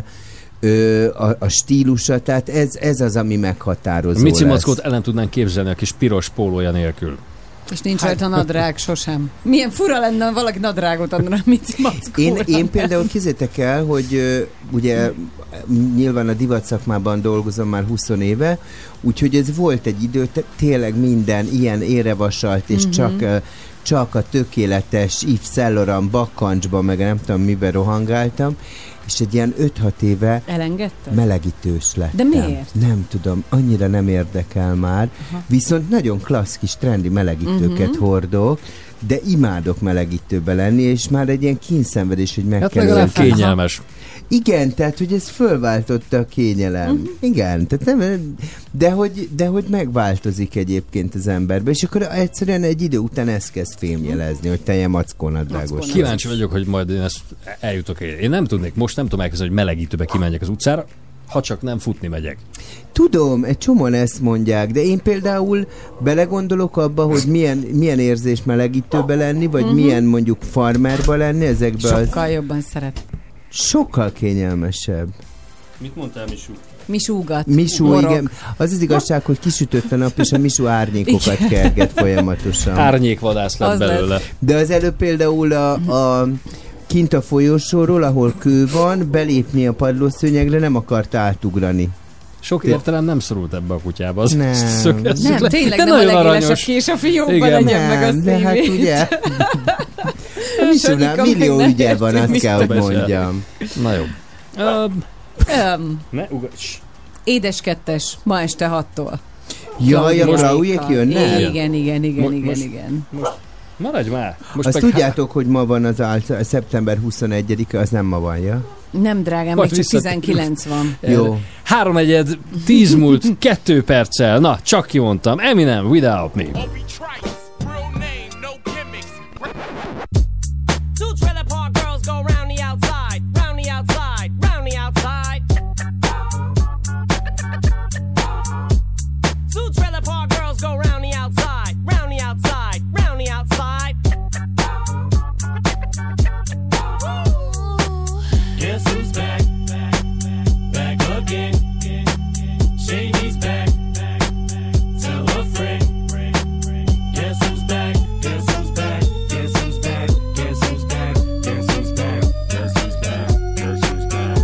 a stílusa, tehát ez az, ami meghatározó Mici Mackót ellen tudnánk képzelni a kis piros pólója nélkül. És nincs rajta nadrág sosem. Milyen fura lenne, ha valaki nadrágot adna a Mici Mackóra. Én például képzeljétek el, hogy ugye nyilván a divat szakmában dolgozom már 20 éve, úgyhogy ez volt egy idő, tényleg minden ilyen érevasalt, és csak a tökéletes Yves Saint Laurent bakkancsban, meg nem tudom miben rohangáltam, és egy ilyen 5-6 éve elengedted? Melegítős lettem. De miért? Nem tudom, annyira nem érdekel már. Aha. Viszont nagyon klassz kis trendi melegítőket hordok, de imádok melegítőbe lenni, és már egy ilyen kényszenvedés, hogy meg hát kell legalább kényelmes. Igen, tehát, hogy ez fölváltotta a kényelem. Igen, tehát nem, de hogy megváltozik egyébként az emberbe, és akkor egyszerűen egy idő után ezt kezd fémjelezni, hogy te ilyen mackónadrágos. Kíváncsi vagyok, hogy majd én ezt eljutok. Én nem tudnék, most nem tudom elkezdeni, hogy melegítőbe kimenjek az utcára, ha csak nem futni megyek. Tudom, egy csomóan ezt mondják, de én például belegondolok abba, hogy milyen érzés melegítőbe lenni, vagy milyen mondjuk farmerba lenni ezekben. Sokkal jobban szeret. Sokkal kényelmesebb. Mit mondtál, Misú? Misúgat. Misú, igen. Az igazság, hogy kisütött a nap, és a Misú árnyékokat kerget folyamatosan. Árnyékvadász lett belőle. De az előbb például a kint a folyosóról, ahol kő van, belépni a padlószőnyegre, nem akart átugrani. Sok értelem nem szorult ebbe a kutyába. Nem, tényleg nem a legéles a kés a fiókban legyen meg a szívét. De hát ugye... Misúnál millió ügye van, azt kell, hogy mondjam. Na jó. Ne ugass. Édes kettes, ma este 6-tól. Jaj, a Raújék jönnek? Igen. Most maradj már. Most azt tudjátok, hogy ma van az szeptember 21-e, az nem ma van, ja? Nem, drágám, még csak 19 van. Jó. 3:10 múlt 2 perccel. Na, csak kimondtam. Eminem, Without Me. Two trailer park girls go round the outside, round the outside, round the outside. Two trailer park girls go round the outside, round the outside, round the outside. Guess who's back? Back again. Shady's back. Tell a friend. Guess who's back? Guess who's back? Guess who's back? Guess who's back? Guess who's back? Guess who's back? Guess who's back?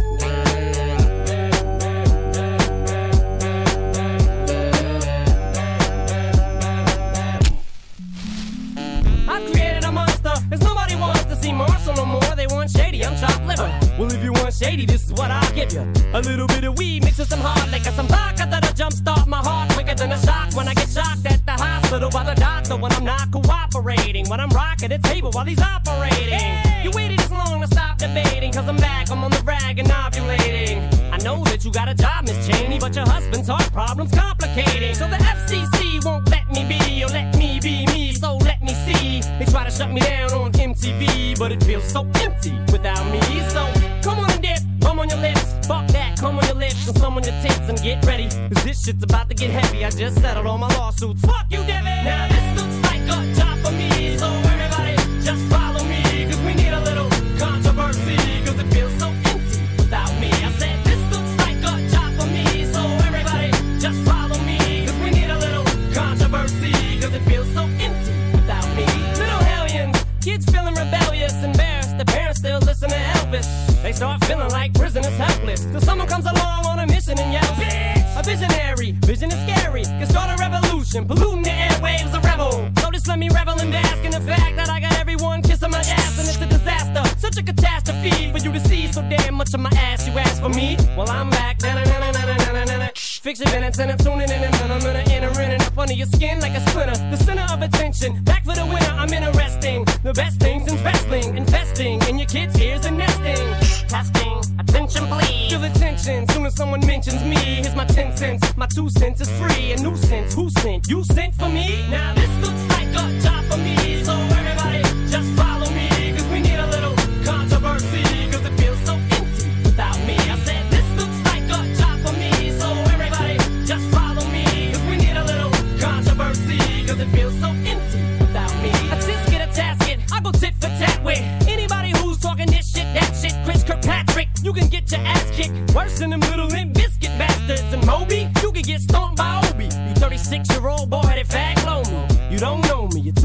I've created a monster, cause nobody wants to see Marshall no more. They want Shady, I'm chopped liver. Well, if you want Shady, this is what I'll give you. A little bit of weed mixed with some hard liquor, some vodka that'll jumpstart my heart quicker than a shock when I get shocked at the hospital by the doctor when I'm not cooperating, when I'm rocking the table while he's operating. Hey! You waited this long to stop debating, cause I'm back, I'm on the rag and ovulating. I know that you got a job, Miss Cheney, but your husband's heart problem's complicating. So the FCC won't let me be, or let me be me, so let me see. They try to shut me down on MTV, but it feels so empty without me. So come on and dip, bum on your lips, fuck that, come on your lips and some on your tits and get ready, cause this shit's about to get heavy. I just settled all my lawsuits. Fuck you, Devin! Now this looks like a job for me, so everybody just follow me, cause we need a little controversy, cause it feels so empty without me. I said this looks like a job for me, so everybody just follow me, cause we need a little controversy, cause it feels so empty without me. Little hellions, kids feeling rebellious, embarrassed, the parents still listen to Elvis. They start feeling like prisoners helpless, till someone comes along on a mission and yells, bitch! A visionary, vision is scary, can start a revolution, polluting the airwaves, a rebel. So just let me revel and bask in the fact that I got everyone kissing my ass and it's a disaster, such a catastrophe for you to see so damn much of my ass. You ask for me? Well, I'm back. Fix your minutes and I'm tuning in and I'm gonna enter in and up under your skin like a splinter. The center of attention, back for the winner, I'm interesting. The best things in wrestling, investing in your kids' ears and nesting. Testing, attention please. Feel the tension, soon as someone mentions me. Here's my 10 cents, my 2 cents is free. A nuisance, who sent? You sent for me? Now this looks like a job for me, so everybody just follow me, cause we need a little controversy, cause it feels so empty without me. I said this looks like a job for me, so everybody just follow me, cause we need a little controversy, cause it feels so empty without me. I just get a tasket, I go tit for tat with anybody who's talking this shit, that shit. Chris Kirkpatrick, you can get your ass kicked worse than them little Limp Bizkit bastards. And Moby, you can get stomped by Obi. You 36-year-old boy, that fag blow me. You don't know me, you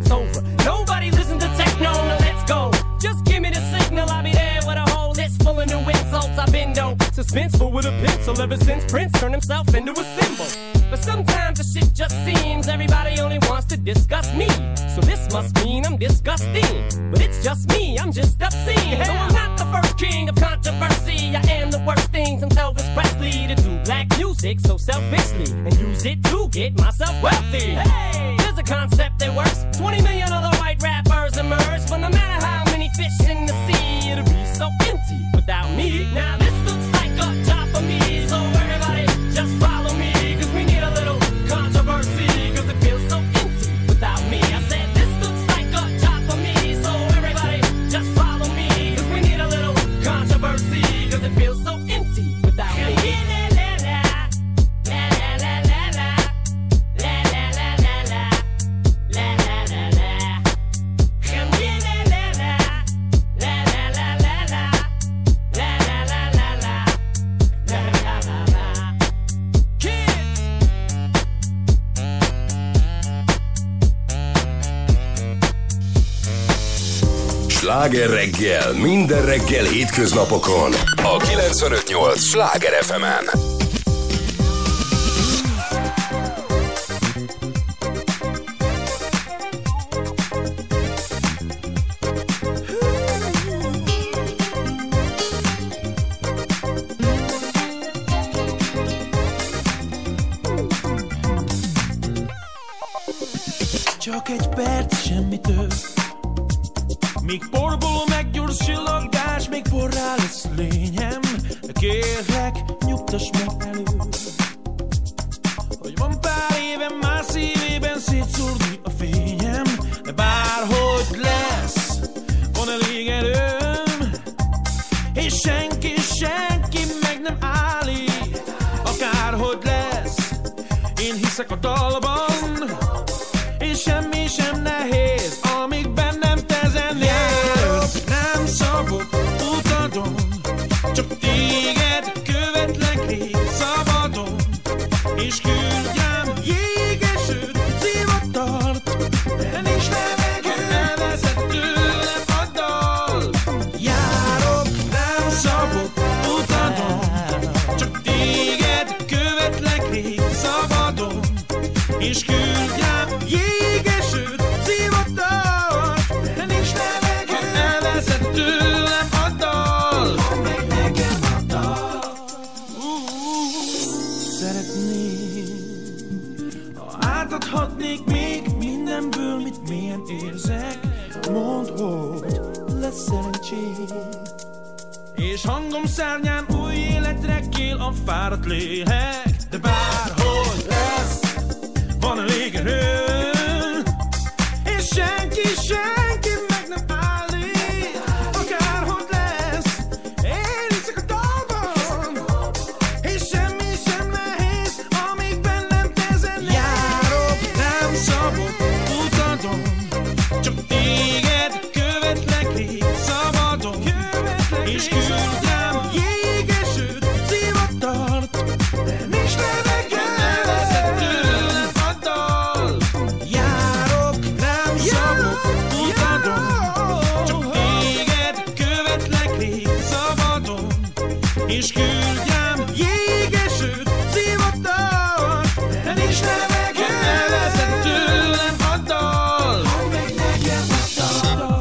it's over. Nobody listen to techno, now let's go. Just give me the signal, I'll be there with a whole list full of new insults. I've been dope, suspenseful with a pencil ever since Prince turned himself into a symbol. But sometimes the shit just seems everybody only wants to discuss me. So this must mean I'm disgusting. But it's just me, I'm just obscene. No, I'm not the first king of controversy. I am the worst thing since Elvis Presley to do black music so selfishly and use it to get myself wealthy. Hey, there's a concept that works. 20 million other white rappers emerge, but no matter how many fish in the sea, it'll be so empty without me. Now this looks like a job for me, so everybody just follow me, cause we need a little controversy, cause it feels so empty without me. I said this looks like a job for me, so everybody just follow me, cause we need a little controversy, cause it feels so empty without me. Sláger reggel, minden reggel hétköznapokon a 95.8 Sláger FM-en. Csak egy perc, semmi több. Míg porból meggyors csillagás, még porrá lesz lényem. De kérlek, nyugtass meg előbb, hogy van pár éven már szívében szétszórni a fényem. De bárhogy lesz, van elég erőm, és senki meg nem állít. Akárhogy lesz, én hiszek a dalban, és semmi sem nehéz, amíg bennem te zenélsz. Nem szabok utadon, csak téged követlek rég szabadon, és küldjem jégesőt, zivatart, de nincs levegő, elveszett tőlem a dal. Járok, nem szabok utadon, csak téged követlek rég szabadon, és küldjem jégesőt, zivatart, de nincs levegő, elveszett tőlem a dal. Mondd meg nekem a dal. Szeretném, ha átadhatnék még mindenből, mit mélyen érzek. Mondd, hogy lesz szerencsém, és hangom szárnyán új életre kél a fáradt lélek. De bárhogy lesz, van elég erőm, és senki meg nem állít. Akárhogy lesz, én hiszek a dalban, és semmi sem nehéz, amíg bennem te zenélsz. Járok, nem szabok utadon, csak téged követlek rég szabadon, és küldjem jégesőt, zivatart, de nincs levegő, elveszett tőlem a dal. Járok, nem szabok utadon, csak téged követlek rég szabadon, és küldjem jégesőt, zivatart, de nincs levegő, elveszett tőlem a dal. Mondd meg nekem a dal.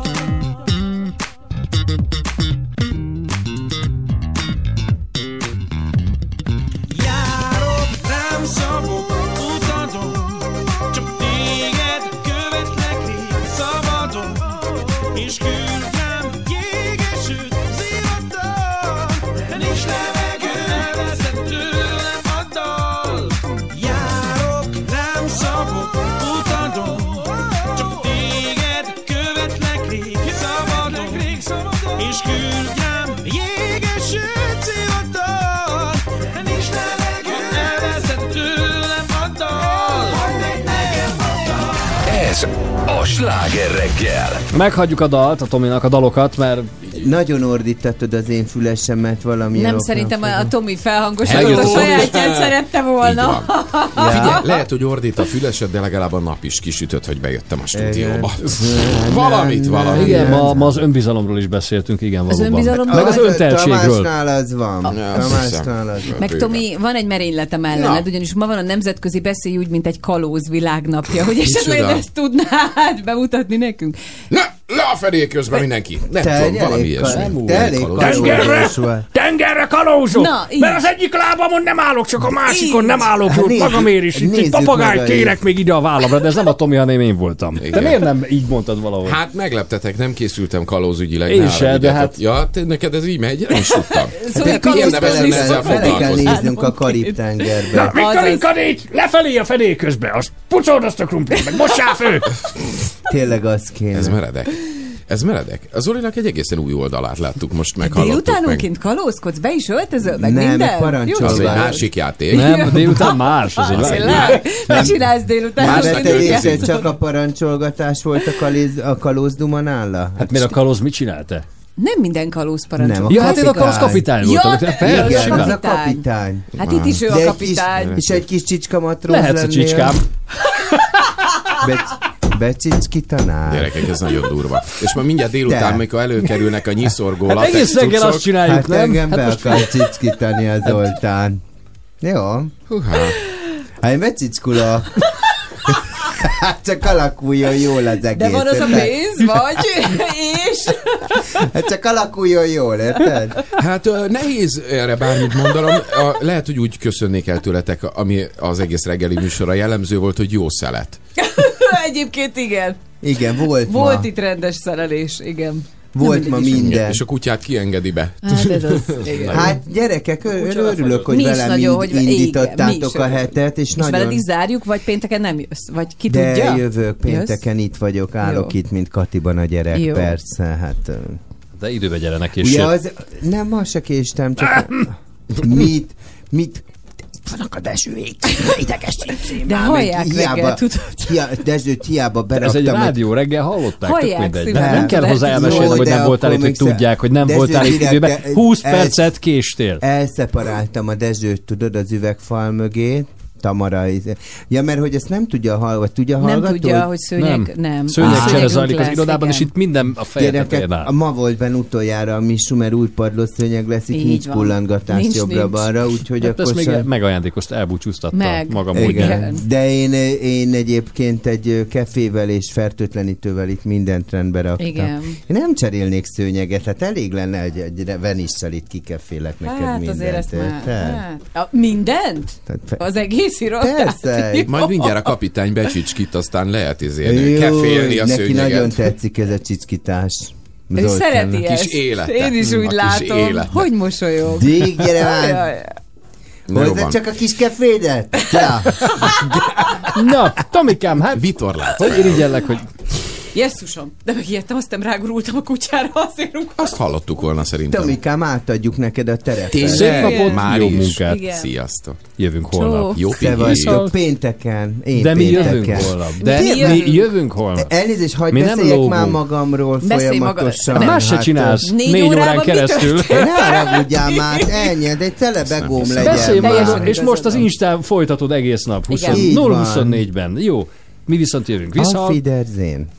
Járok, nem szabok utadon, csak téged követlek rég szabadon, és küldjem jégesőt, zivatart, de nincs levegő, elveszett tőlem a dal. Járok, nem szabok utadon, csak téged követlek rég szabadon, és küldjem jégesőt, zivatart, de nincs levegő, elveszett tőlem a dal. Mondd meg nekem a dal. Ez a Sláger reggel. Meghagyjuk a dalt, a Tominak a dalokat, mert... Nagyon ordítottad az én fülesemet valamilyen Nem, oknál szerintem fogva. a Tomi felhangosított a sajátját szerette volna. Figyelj, lehet, hogy ordít a fülesed, de legalább a nap is kisütött, hogy bejöttem a stúdióba. Valamit. Igen, ma az önbizalomról is beszéltünk, igen, valóban. önbizalomról? Meg az önteltségről. Tamásnál az van. Meg Tomi, van egy merényletem ellened, ugyanis ma van a Nemzetközi Beszélj úgy, mint egy kalóz világnapja, hogy esetleg ezt tudnád bemutatni nekünk. Le a fedél közben mindenki. Nem tudom, valami ilyesmi. Tengerre kalózok! Mert az egyik lábamon nem állok, csak a másikon nem állok. Magamért is. Itt egy papagájt kérek még ide a vállamra, de ez nem a Tomi, hanem én voltam. Igen. De miért nem így mondtad valahol? Hát megleptetek, nem készültem kalózügyileg. Én se, de hát... Ja, neked ez így megy? Nem is tudtam. Bele kell néznünk a Karib-tengerbe. Na, Viktorinkadét, lefelé a fedél közbe. Azt pucold azt a krumplit, meg mossál fő! Tényleg az kéne. Ez meredek. Az Zolinak egy egészen új oldalát láttuk, most meghallottuk meg. Délutánonként kalózkodsz, be is öltözöl, meg nem, minden? Az egy másik játék. Nem, délután más. Az egy Mit csinálsz délután? Már csak a parancsolgatás volt a kalózduma nála? Hát miért a kalóz mit csinálta? Nem minden kalóz parancsol. Ja, hát én a kalóz kapitány voltam. Igen, az a kapitány. Hát itt is ő a kapitány. És egy kis csicska matróz lennél. Lehetsz a csicskám. Becicskítanál. Gyerekek, ez nagyon durva. És ma mindjárt délután, amikor előkerülnek a nyiszorgó latex cuccok. Egész reggel azt csináljuk, hát nem? Engem be akar cicskítani a Zoltán. Jó. Hát én becickulok. Hát csak alakuljon jól az egész. De van az a pénz, vagy? És? Hát csak alakuljon jól, érted? Hát nehéz erre bármit mondanom. Lehet, hogy úgy köszönnék el tőletek, ami az egész reggeli műsorra jellemző volt, hogy jó szelet. Egyébként igen. Igen, volt itt rendes szerelés, igen. Volt ma minden. És a kutyát kiengedi be. Hát gyerekek, örülök, hogy velem indítottátok a hetet. És veled is zárjuk, vagy pénteken nem jössz? Vagy ki de tudja? Jövök, pénteken itt vagyok, állok itt, mint Katiban a gyerek, persze. Hát, de időbe gyere neki is. Nem, ma se késtem, csak mit vannak a Dezsőék, ideges cincém. De hallják reggel, tudod? Dezsőt hiába beraktam. Ez egy rádió reggel, hallották? Hallják szívem. Nem kell hozzá elmesélni, hogy nem voltál itt, hogy tudják, hogy nem voltál itt időben. 20 percet késtél. Elszeparáltam a Dezsőt, tudod, az üvegfal mögé. Tamara. Ja, mert hogy ezt nem tudja hallgatni. Tudja hallgatni? Nem tudja, hogy szőnyeg, nem. Szőnyegcsere zajlik az irodában, és itt minden a fejetetén áll. Ma volt benne utoljára a Missu, mert új padlószőnyeg lesz, itt nincs pullangatás jobbra-balra, úgyhogy hát akkor sem... megajándékozta, elbúcsúztatta magam módján. De én egyébként egy kefével és fertőtlenítővel itt mindent rendbe raktam. Igen. Én nem cserélnék szőnyeget, hát elég lenne, hogy egy venisszel itt kikefélek neked mindent. Azért ezt már... Mindent? Az egész persze. Majd mindjárt a kapitány becsicskít, aztán lehet kefélni a szőnyeget. Neki nagyon tetszik ez a csicskítás. Ő szereti ezt. Kis élete. Én is úgy látom. Hogy mosolyog. Díg, gyere már! Hozzá csak a kis kefédet! Na, Tomikám, hát vitorlát. Hogy irigyellek, hogy... Jesszusom, de megijedtem, aztán rágurultam a kutyára, azért azt hallottuk volna szerintem. Tomikám, átadjuk neked a terepet. Szép napot, már jó munkát. Igen. Sziasztok. Jövünk holnap. Jó szevasztok, pénteken. De mi jövünk holnap. Mi jövünk holnap. Elnézést, hagyd beszéljek már magamról folyamatosan. Más se csinálsz 4 órán keresztül. Ne haragudjál már, ennyi, de egy celebegóm legyen. És most az Instán folytatod egész nap. 0-24-ben. Jó. Mi viszont jövünk. Auf Wiedersehen.